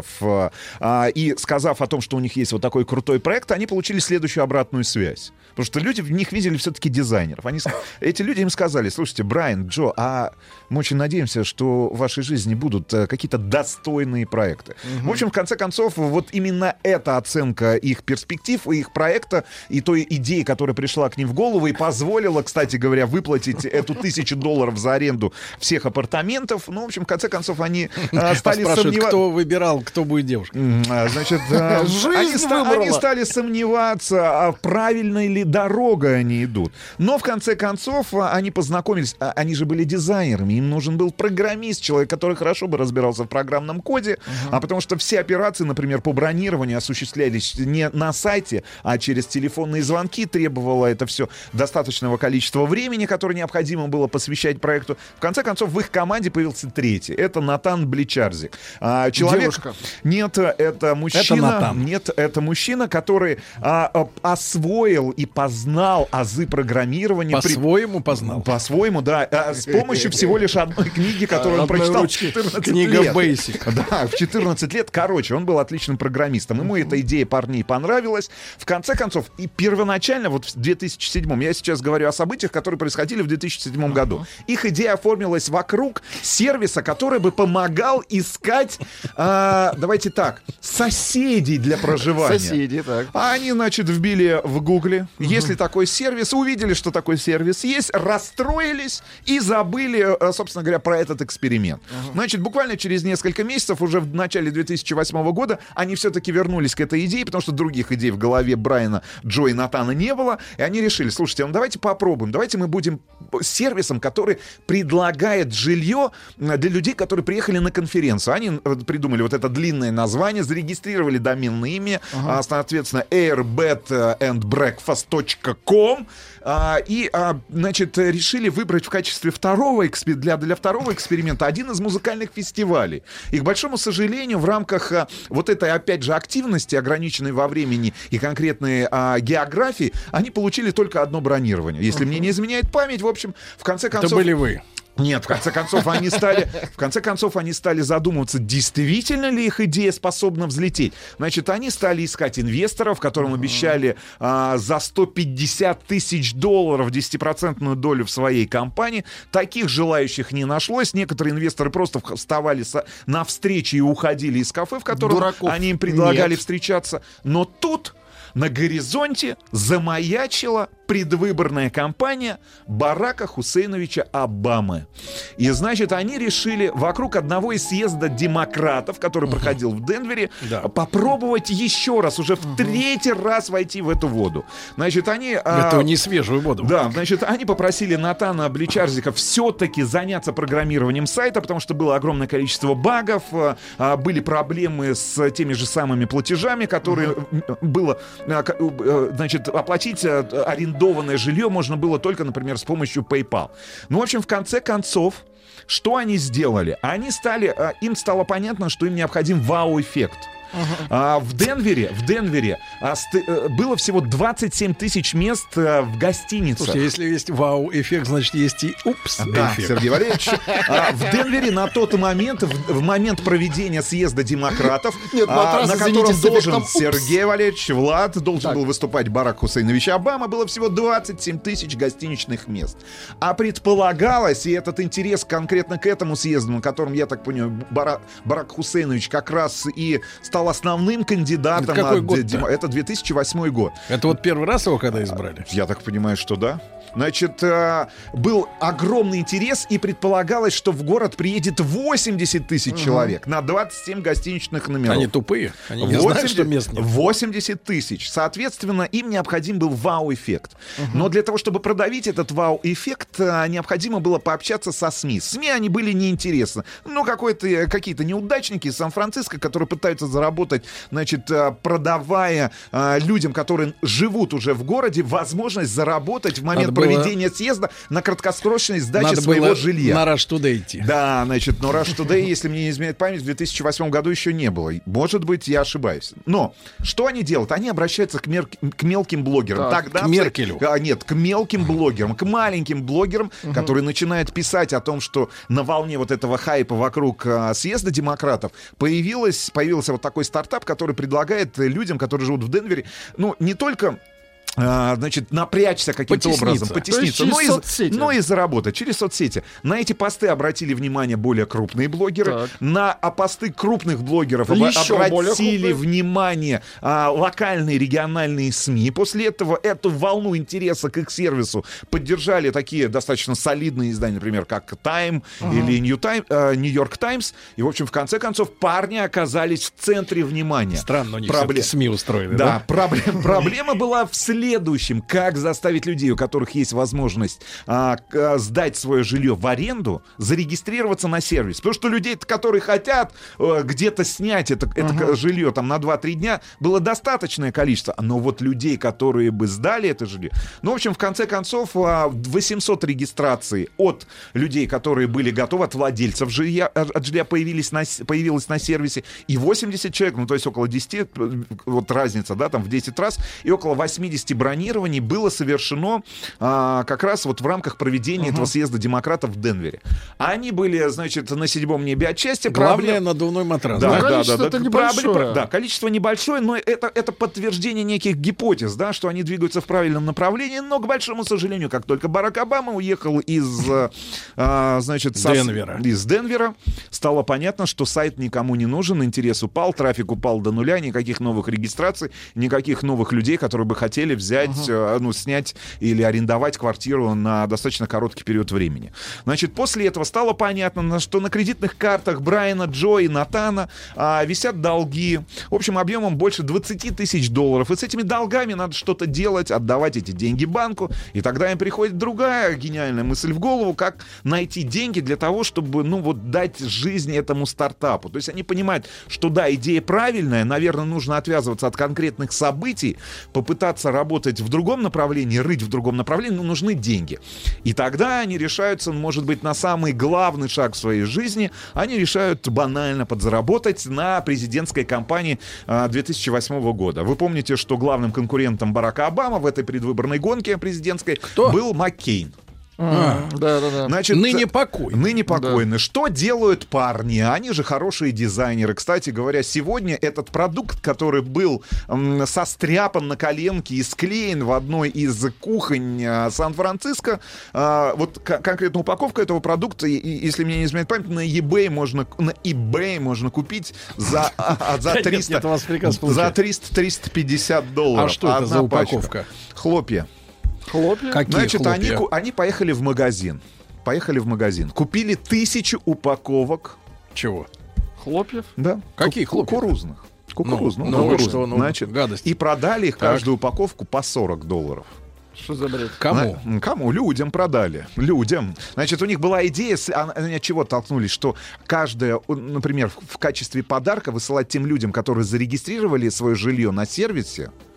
а, и сказав о том, что у них есть вот такой крутой проект, они получили следующую обратную связь. Потому что люди в них видели все-таки дизайнеров. Они, эти люди им сказали: слушайте, Брайан, Джо, а мы очень надеемся, что в вашей жизни будут а, какие-то достойные проекты. Угу. В общем, в конце концов, вот именно эта оценка их перспектив, их проекта и той идеи, которая пришла к ним в голову и позволила, кстати говоря, выплатить эту тысячу долларов за аренду всех апартаментов. Ну, в общем, в конце концов, они а, стали сомневаться. Кто выбирал, кто будет девушкой? Значит, а, они, ста- они стали сомневаться, а правильной ли дорогой они идут. Но в конце концов они познакомились. Они же были дизайнерами. Им нужен был программист, человек, который хорошо бы разбирался в программном коде. Uh-huh. А потому что все операции, например, по бронированию осуществлялись не на сайте, а через телефонные звонки. Требовало это все достаточного количества времени, которое необходимо было посвящать проекту. В конце концов, в их команде появился третий. Это Натан Бличарзи. А, человек... Девушка. Нет, это мужчина. Это Натан. Нет, это мужчина, который а, а, освоил и познал азы программирования. По-своему познал. По-своему, да. С помощью всего лишь одной книги, которую он прочитал в четырнадцать Книга лет. Basic. Да, в четырнадцать лет. Короче, он был отличным программистом. Ему эта идея парней понравилась. В конце концов, и первоначально, вот в две тысячи седьмом, я сейчас говорю о событиях, которые происходили в две тысячи седьмом году, их идея оформилась вокруг сервиса, который бы помогал искать, а, давайте так, соседей для проживания. Соседи, так. А они, значит, вбили в Гугле, uh-huh. есть ли такой сервис, увидели, что такой сервис есть, расстроились и забыли, собственно говоря, про этот эксперимент. Uh-huh. Значит, буквально через несколько месяцев, уже в начале две тысячи восьмого года, они все-таки вернулись к этой идее, потому что других идей в голове Брайана, Джо и Натана не было, и они решили: слушайте, ну давайте попробуем, давайте мы будем сервисом, который предлагает жилье для людей, которые приехали на конференцию. Они придумали вот это длинное название, зарегистрировали доменное имя, uh-huh. соответственно, airbed and breakfast точка ком, и, значит, решили выбрать в качестве второго, для, для второго эксперимента один из музыкальных фестивалей. И, к большому сожалению, в рамках вот этой, опять же, активности, ограниченной во времени и конкретной а, географии, они получили только одно бронирование. Если uh-huh. мне не изменяет память, в общем, в конце концов... Это были вы. Нет, в конце концов они стали, в конце концов они стали задумываться, действительно ли их идея способна взлететь. Значит, они стали искать инвесторов, которым обещали а, за сто пятьдесят тысяч долларов десятипроцентную долю в своей компании. Таких желающих не нашлось. Некоторые инвесторы просто вставали со, на встречи и уходили из кафе, в котором Дураков они им предлагали нет. встречаться. Но тут на горизонте замаячила предвыборная кампания Барака Хусейновича Обамы. И, значит, они решили вокруг одного из съезда демократов, который uh-huh. проходил в Денвере, да. попробовать еще раз, уже в uh-huh. третий раз войти в эту воду. Значит, они... Это а, не свежую воду. Да, значит, они попросили Натана Бличарзика все-таки заняться программированием сайта, потому что было огромное количество багов, а, были проблемы с теми же самыми платежами, которые uh-huh. было, а, значит, оплатить аренду арендованное жилье можно было только, например, с помощью PayPal. Ну, в общем, в конце концов, что они сделали? Они стали, им стало понятно, что им необходим вау-эффект. Uh-huh. А, в Денвере, в Денвере а, сты, а, было всего двадцать семь тысяч мест а, в гостиницах. Слушайте, если есть вау-эффект, значит, есть и упс-эффект. Да, Сергей Валерьевич. А, в Денвере на тот момент, в, в момент проведения съезда демократов, Нет, а, на котором извините, должен Сергей Валерьевич, Влад, должен так. был выступать Барак Хусейнович Обама, было всего двадцать семь тысяч гостиничных мест. А предполагалось, и этот интерес конкретно к этому съезду, на котором, я так понимаю, Барак, Барак Хусейнович как раз и стал основным кандидатом. Это какой от, год? Дем... Это две тысячи восьмой год. Это вот первый раз его когда избрали? Я так понимаю, что да. Значит, э, был огромный интерес, и предполагалось, что в город приедет восемьдесят тысяч угу. человек на двадцать семь гостиничных номеров. Они тупые? Они не восемьдесят, знают, что мест нет? восемьдесят тысяч. Соответственно, им необходим был вау-эффект. Угу. Но для того, чтобы продавить этот вау-эффект, необходимо было пообщаться со СМИ. СМИ, они были неинтересны. Ну, какой-то, какие-то неудачники из Сан-Франциско, которые пытаются заработать, значит, продавая э, людям, которые живут уже в городе, возможность заработать в момент Надо проведения было... съезда на краткосрочной сдаче Надо своего жилья. На Rush Today идти. Да, значит, но Rush Today, если мне не изменяет память, в две тысячи восьмом году еще не было. Может быть, я ошибаюсь. Но что они делают? Они обращаются к, мер... к мелким блогерам. Так, Тогда к Меркелю. А, нет, к мелким блогерам, к маленьким блогерам, угу. которые начинают писать о том, что на волне вот этого хайпа вокруг а, съезда демократов появилось, появился вот такой стартап, который предлагает людям, которые живут в Денвере, ну, не только... А, значит, напрячься каким-то образом, потесниться, но и, но и заработать через соцсети. На эти посты обратили внимание более крупные блогеры. Так. На а посты крупных блогеров Еще обратили внимание а, локальные, региональные СМИ. После этого эту волну интереса к их сервису поддержали такие достаточно солидные издания, например, как Time ага. или New Time, э, New York Times. И, в общем, в конце концов, парни оказались в центре внимания. Странно, у них Проблем... СМИ устроены, да? Да, проблем... проблема была в следующем. Следующим, как заставить людей, у которых есть возможность а, а, сдать свое жилье в аренду, зарегистрироваться на сервис. Потому что людей, которые хотят а, где-то снять это, это uh-huh. жилье там, на два-три дня, было достаточное количество. Но вот людей, которые бы сдали это жилье... Ну, в общем, в конце концов, а, восемьсот регистраций от людей, которые были готовы, от владельцев жилья, от жилья появились на, появилось на сервисе, и восемьдесят человек, ну, то есть около десяти, вот разница, да, там в десять раз, и около восемьдесят бронирований было совершено а, как раз вот в рамках проведения uh-huh. этого съезда демократов в Денвере. Они были, значит, на седьмом небе от счастья. Главное, проблем... надувной матрас. Да, да, да, количество да, это да, небольшое. Проблем... Да, количество небольшое, но это, это подтверждение неких гипотез, да, что они двигаются в правильном направлении, но, к большому сожалению, как только Барак Обама уехал из, а, значит, со... Денвера. из Денвера, стало понятно, что сайт никому не нужен, интерес упал, трафик упал до нуля, никаких новых регистраций, никаких новых людей, которые бы хотели взять, uh-huh. ну, снять или арендовать квартиру на достаточно короткий период времени. Значит, после этого стало понятно, что на кредитных картах Брайана, Джо и Натана а, висят долги, в общем, объемом больше двадцать тысяч долларов. И с этими долгами надо что-то делать, отдавать эти деньги банку. И тогда им приходит другая гениальная мысль в голову, как найти деньги для того, чтобы, ну, вот, дать жизнь этому стартапу. То есть они понимают, что да, идея правильная, наверное, нужно отвязываться от конкретных событий, попытаться работать в другом направлении, рыть в другом направлении, но нужны деньги. И тогда они решаются, может быть, на самый главный шаг в своей жизни. Они решают банально подзаработать на президентской кампании две тысячи восьмого года. Вы помните, что главным конкурентом Барака Обамы в этой предвыборной гонке президентской Кто? был Маккейн. А, да, да, да. Значит, ныне покойный. Ныне покойный. Да. Что делают парни? Они же хорошие дизайнеры. Кстати говоря, сегодня этот продукт, который был м, состряпан на коленке и склеен в одной из кухонь а, Сан-Франциско, а, вот к- конкретно упаковка этого продукта, и, и, если мне не изменяет память, на eBay можно, на eBay можно купить за, а, за триста триста пятьдесят долларов. А что это за упаковка? Хлопья. Хлопья? Какие Значит, хлопья? Они, они поехали в магазин. Поехали в магазин. Купили тысячу упаковок. Чего? Хлопьев? Да. Какие хлопья? Кукурузных. Кукурузных. Ну, ну, что, ну, Значит, гадость. И продали их так. каждую упаковку по сорок долларов. Что за бред? Кому? На, кому? Людям продали. Людям. Значит, у них была идея, они от чего толкнулись, что каждое, например, в качестве подарка высылать тем людям, которые зарегистрировали свое жилье на сервисе,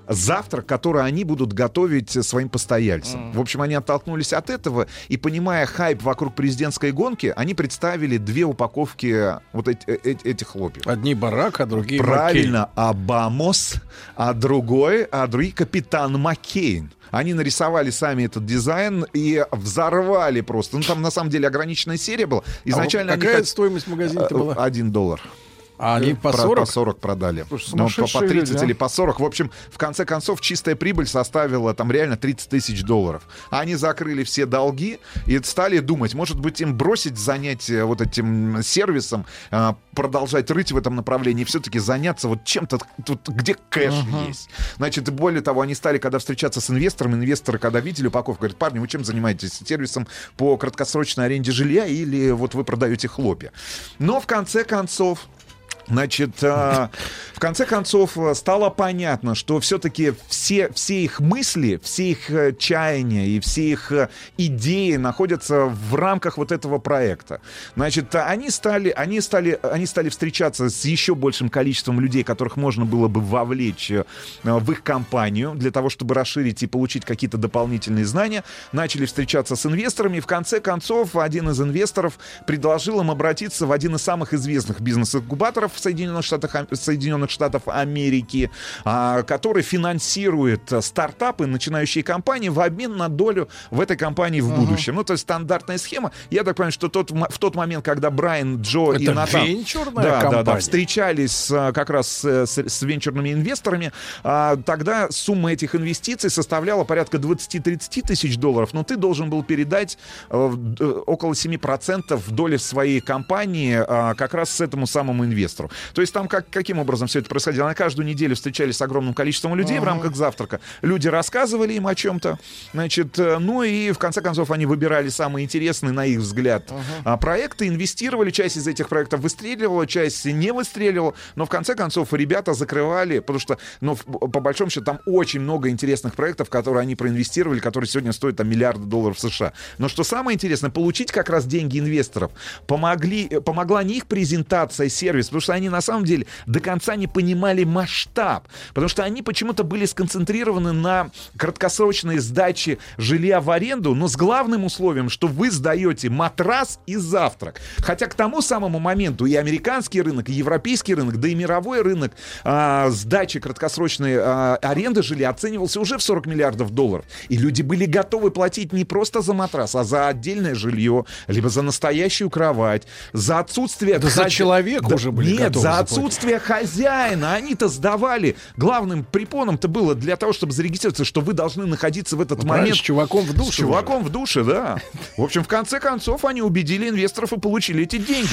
завтрак, который они будут готовить своим постояльцам. Mm. В общем, они оттолкнулись от этого, и, понимая хайп вокруг президентской гонки, они представили две упаковки вот эти, эти, этих хлопьев. Одни Барак, а другие Правильно, Обамос, а другой, а другой Капитан Маккейн. Они нарисовали сами этот дизайн и взорвали просто. Ну, там, на самом деле, ограниченная серия была. Изначально а какая они... стоимость магазина-то была? Один доллар. А они по сорок? По сорок продали. Ну, по, по тридцать люди, а? Или по сорок. В общем, в конце концов, чистая прибыль составила там реально тридцать тысяч долларов. Они закрыли все долги и стали думать, может быть, им бросить занятие вот этим сервисом, продолжать рыть в этом направлении и все-таки заняться вот чем-то, тут, где кэш uh-huh. есть. Значит, и более того, они стали, когда встречаться с инвестором, инвесторы, когда видели упаковку, говорят: парни, вы чем занимаетесь? Сервисом по краткосрочной аренде жилья или вот вы продаете хлопья? Но в конце концов, Значит, э, в конце концов стало понятно, что все-таки все, все их мысли, все их э, чаяния и все их э, идеи находятся в рамках вот этого проекта. Значит, они стали, они, стали, они стали встречаться с еще большим количеством людей, которых можно было бы вовлечь э, в их компанию для того, чтобы расширить и получить какие-то дополнительные знания. Начали встречаться с инвесторами, и в конце концов один из инвесторов предложил им обратиться в один из самых известных бизнес-инкубаторов Соединенных Штатах, Соединенных Штатов Америки, а, который финансирует стартапы, начинающие компании в обмен на долю в этой компании в uh-huh. будущем. Ну, то есть стандартная схема. Я так понимаю, что тот, в тот момент, когда Брайан, Джо Это и Натан венчурная да, да, да, встречались как раз с, с, с венчурными инвесторами, а, тогда сумма этих инвестиций составляла порядка двадцать-тридцать тысяч долларов, но ты должен был передать а, около семь процентов доли в своей компании а, как раз этому самому инвестору. То есть там как, каким образом все это происходило? На каждую неделю встречались с огромным количеством людей uh-huh. в рамках завтрака. Люди рассказывали им о чем-то. Значит, ну и в конце концов они выбирали самые интересные, на их взгляд, uh-huh. проекты, инвестировали. Часть из этих проектов выстреливала, часть не выстреливала. Но в конце концов ребята закрывали, потому что, ну, по большому счету, там очень много интересных проектов, которые они проинвестировали, которые сегодня стоят там миллиарды долларов США. Но что самое интересное, получить как раз деньги инвесторов помогли, помогла не их презентация, сервис, потому что они на самом деле до конца не понимали масштаб, потому что они почему-то были сконцентрированы на краткосрочной сдаче жилья в аренду, но с главным условием, что вы сдаете матрас и завтрак. Хотя к тому самому моменту и американский рынок, и европейский рынок, да и мировой рынок а, сдачи краткосрочной а, аренды жилья оценивался уже в сорок миллиардов долларов. И люди были готовы платить не просто за матрас, а за отдельное жилье, либо за настоящую кровать, за отсутствие... Да хозя... за человека да, уже были Нет, готовы за заплатить. Отсутствие хозяина. Они-то сдавали. Главным препоном-то было для того, чтобы зарегистрироваться, что вы должны находиться в этот ну, момент... С чуваком в душе. С чуваком уже. в душе, да. В общем, в конце концов, они убедили инвесторов и получили эти деньги.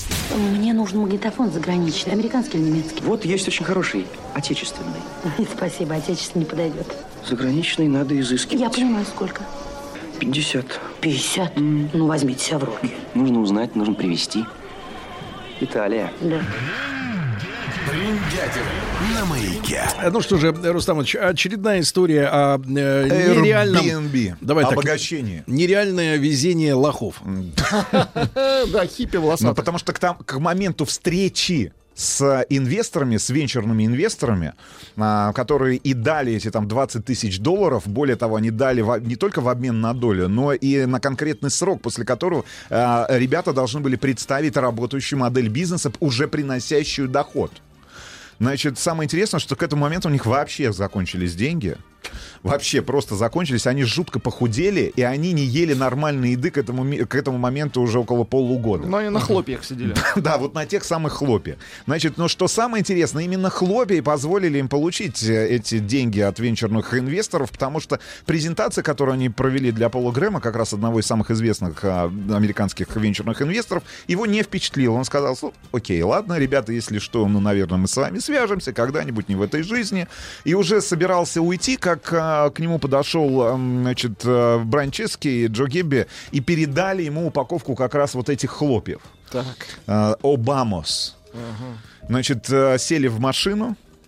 Мне нужен магнитофон заграничный, американский или немецкий? Вот есть очень хороший, отечественный. Спасибо, отечественный не подойдет. Заграничный надо изыскивать. Я понимаю, сколько? пятьдесят. пятьдесят? Mm. Ну, возьмите себя в руки. Нужно узнать, нужно привезти. Италия. Да. Бриндятина на маяке. Ну что же, Рустамович, очередная история о э, нереальном... Airbnb. Давай обогащение. Так, нереальное везение лохов. Да, хиппи волосатых. Ну, потому что к, там, к моменту встречи с инвесторами, с венчурными инвесторами, а, которые и дали эти там двадцать тысяч долларов, более того, они дали в, не только в обмен на долю, но и на конкретный срок, после которого а, ребята должны были представить работающую модель бизнеса, уже приносящую доход. Значит, самое интересное, что к этому моменту у них вообще закончились деньги. Вообще просто закончились. Они жутко похудели, и они не ели нормальной еды к этому, к этому моменту уже около полугода. Но они на хлопьях сидели. Да, вот на тех самых хлопьях. Значит, но что самое интересное, именно хлопья позволили им получить эти деньги от венчурных инвесторов, потому что презентация, которую они провели для Пола Грэма, как раз одного из самых известных а, американских венчурных инвесторов, его не впечатлило. Он сказал: окей, ладно, ребята, если что, ну, наверное, мы с вами свяжемся когда-нибудь, не в этой жизни. И уже собирался уйти, как а, к нему подошел, значит, Брайан Чески и Джо Гебби и передали ему упаковку как раз вот этих хлопьев. Так. Обамос. Ага. Значит, сели в машину.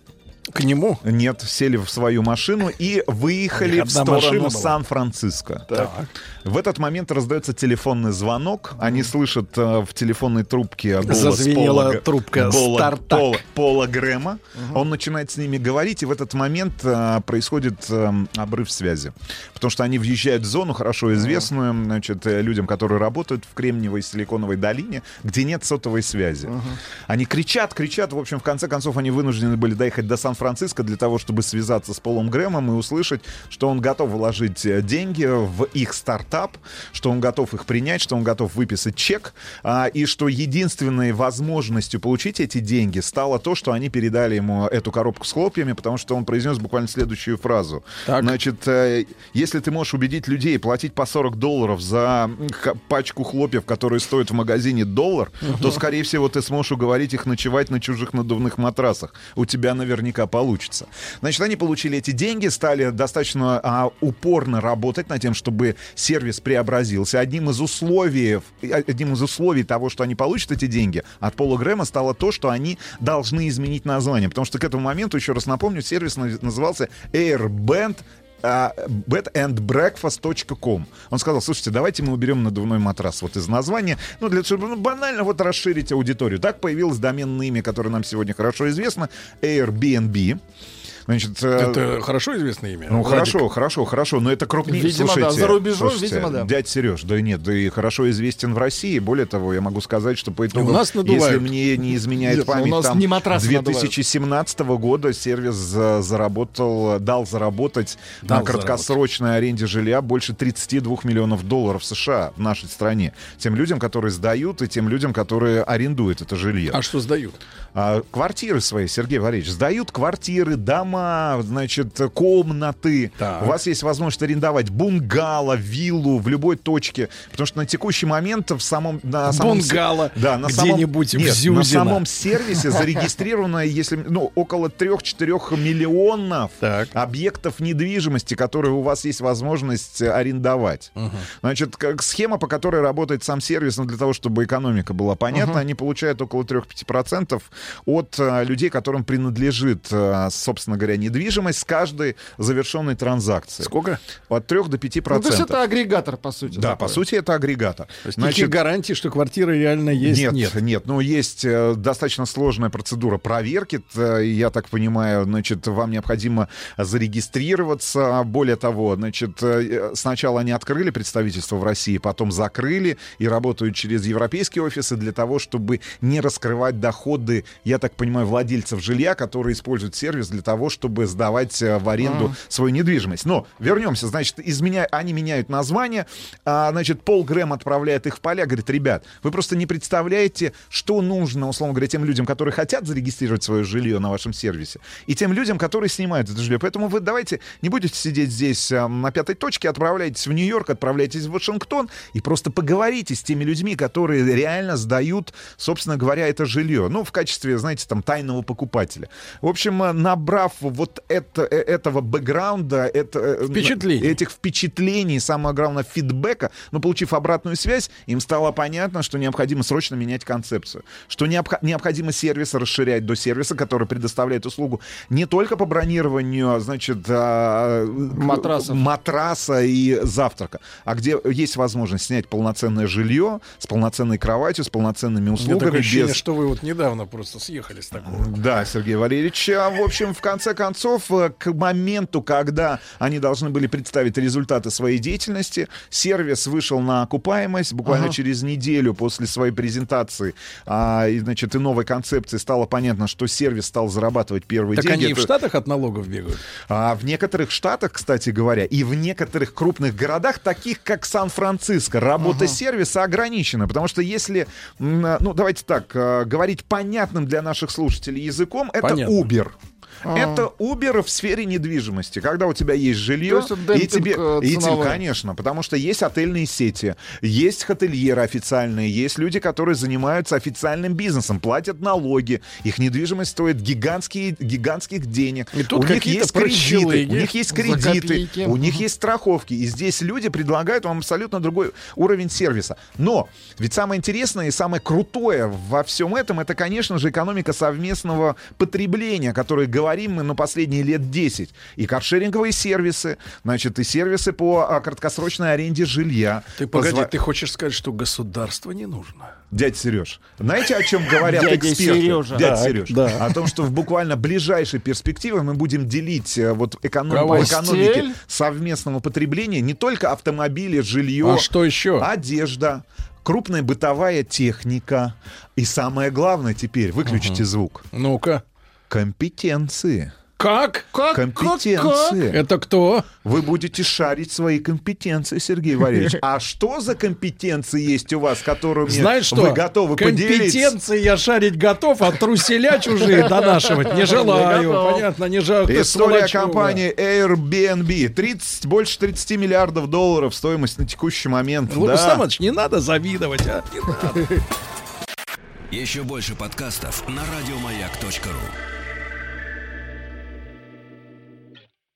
К нему? Нет, сели в свою машину и выехали в сторону Сан-Франциско. Так. В этот момент раздается телефонный звонок. Они слышат э, в телефонной трубке голос Зазвенела Пола, трубка Пола, «Стартак». Пола, Пола Грэма. Угу. Он начинает с ними говорить, и в этот момент э, происходит э, обрыв связи. Потому что они въезжают в зону, хорошо известную, значит, людям, которые работают в Кремниевой Силиконовой долине, где нет сотовой связи. Угу. Они кричат, кричат. В общем, в конце концов, они вынуждены были доехать до Сан-Франциско для того, чтобы связаться с Полом Грэмом и услышать, что он готов вложить деньги в их стартап, что он готов их принять, что он готов выписать чек, а, и что единственной возможностью получить эти деньги стало то, что они передали ему эту коробку с хлопьями, потому что он произнес буквально следующую фразу. Так. Значит, э, если ты можешь убедить людей платить по сорок долларов за х- пачку хлопьев, которые стоят в магазине доллар, uh-huh. то, скорее всего, ты сможешь уговорить их ночевать на чужих надувных матрасах. У тебя наверняка получится. Значит, они получили эти деньги, стали достаточно а, упорно работать над тем, чтобы сервис преобразился. Одним из условий, одним из условий того, что они получат эти деньги от Пола Грэма, стало то, что они должны изменить название. Потому что к этому моменту, еще раз напомню, сервис назывался Airbnb. Uh, bed and breakfast точка com. Он сказал: слушайте, давайте мы уберем надувной матрас вот из названия, ну, для того, чтобы ну, банально вот расширить аудиторию. Так появилось доменное имя, которое нам сегодня хорошо известно, Airbnb. Значит, это э, хорошо известное имя? Ну, Владик. хорошо, хорошо, хорошо, но это крупнее. Видимо, слушайте, да, за рубежом, слушайте, видимо, да. Дядь Сереж, да нет, да и хорошо известен в России. Более того, я могу сказать, что по итогу, у нас если мне не изменяет нет, память, у нас там не матрасы две тысячи семнадцатого года сервис за, заработал, дал заработать дал на краткосрочной заработать. аренде жилья больше тридцать два миллионов долларов США в нашей стране. Тем людям, которые сдают, и тем людям, которые арендуют это жилье. А что сдают? А, квартиры свои, Сергей Валерьевич, сдают квартиры, дома, значит, комнаты. Так. У вас есть возможность арендовать бунгало, виллу в любой точке, потому что на текущий момент в самом... На самом бунгало да, на где-нибудь самом, в нет, Зюзино. На самом сервисе зарегистрировано, если, ну, около трех-четырех миллионов так. объектов недвижимости, которые у вас есть возможность арендовать. Угу. Значит, как схема, по которой работает сам сервис, ну, для того, чтобы экономика была понятна, угу. они получают около три-пять процентов от а, людей, которым принадлежит, а, собственно говоря, недвижимость с каждой завершенной транзакции. Сколько? От трех до пяти процентов. Ну, то есть это агрегатор, по сути. Да, такой. по сути, это агрегатор. То есть Значит, никаких гарантий, что квартира реально есть, нет? Нет, нет. Но есть э, достаточно сложная процедура проверки. Э, я так понимаю, значит, вам необходимо зарегистрироваться. Более того, значит, э, сначала они открыли представительство в России, потом закрыли и работают через европейские офисы для того, чтобы не раскрывать доходы, я так понимаю, владельцев жилья, которые используют сервис для того, чтобы сдавать в аренду mm. свою недвижимость. Но вернемся, значит, изменя... они меняют название, а, значит, Пол Грэм отправляет их в поля, говорит: ребят, вы просто не представляете, что нужно, условно говоря, тем людям, которые хотят зарегистрировать свое жилье на вашем сервисе, и тем людям, которые снимают это жилье. Поэтому вы давайте не будете сидеть здесь а, на пятой точке, отправляйтесь в Нью-Йорк, отправляйтесь в Вашингтон и просто поговорите с теми людьми, которые реально сдают, собственно говоря, это жилье. Ну, в качестве, знаете, там, тайного покупателя. В общем, набрав вот это, этого бэкграунда, это, впечатлений. этих впечатлений, самое главное, фидбэка, но получив обратную связь, им стало понятно, что необходимо срочно менять концепцию, что необх- необходимо сервис расширять до сервиса, который предоставляет услугу не только по бронированию, значит, а, матрасов. матраса и завтрака, а где есть возможность снять полноценное жилье с полноценной кроватью, с полноценными услугами. Такое ощущение, без... что вы вот недавно просто съехали с такого. Да, Сергей Валерьевич. В общем, в конце концов, к моменту, когда они должны были представить результаты своей деятельности, сервис вышел на окупаемость. Буквально ага. через неделю после своей презентации а, и, значит, и новой концепции стало понятно, что сервис стал зарабатывать первые так деньги. Так они Это... в Штатах от налогов бегают? А, в некоторых штатах, кстати говоря, и в некоторых крупных городах, таких как Сан-Франциско, работа ага. сервиса ограничена. Потому что если, ну, давайте так, говорить понятным для наших слушателей языком, это Понятно. Uber. А-а-а. Это Uber в сфере недвижимости. Когда у тебя есть жилье, есть и тебе, и тебе, конечно, потому что есть отельные сети, есть хотельеры официальные, есть люди, которые занимаются официальным бизнесом, платят налоги, их недвижимость стоит гигантские, гигантских денег. И тут у них есть кредиты, у них есть кредиты, у них есть страховки. И здесь люди предлагают вам абсолютно другой уровень сервиса. Но ведь самое интересное и самое крутое во всем этом, это, конечно же, экономика совместного потребления, которая говорит говорим мы, ну, последние лет десять. И каршеринговые сервисы, значит, и сервисы по а, краткосрочной аренде жилья. Ты погоди, Позва... ты хочешь сказать, что государство не нужно? Дядя Сереж, знаете, о чем говорят Дядя эксперты? Сережа. Дядя Так, Сереж. да. О том, что в буквально ближайшей перспективе мы будем делить вот эконом... по экономике совместного потребления не только автомобили, жилье, а что еще? Одежда, крупная бытовая техника. И самое главное теперь, выключите угу. звук. Ну-ка. Компетенции. Как? Как? Компетенции. Как? Это кто? Вы будете шарить свои компетенции, Сергей Валерьевич. А что за компетенции есть у вас, которыми Знаешь что? вы готовы поделиться? Компетенции я шарить готов, а труселя чужие донашивать не желаю. Понятно, не жалко. История компании Airbnb. тридцать, больше тридцать миллиардов долларов стоимость на текущий момент. Рустам Ильич, не надо завидовать, а? Не надо. Еще больше подкастов на радиомаяк точка ру.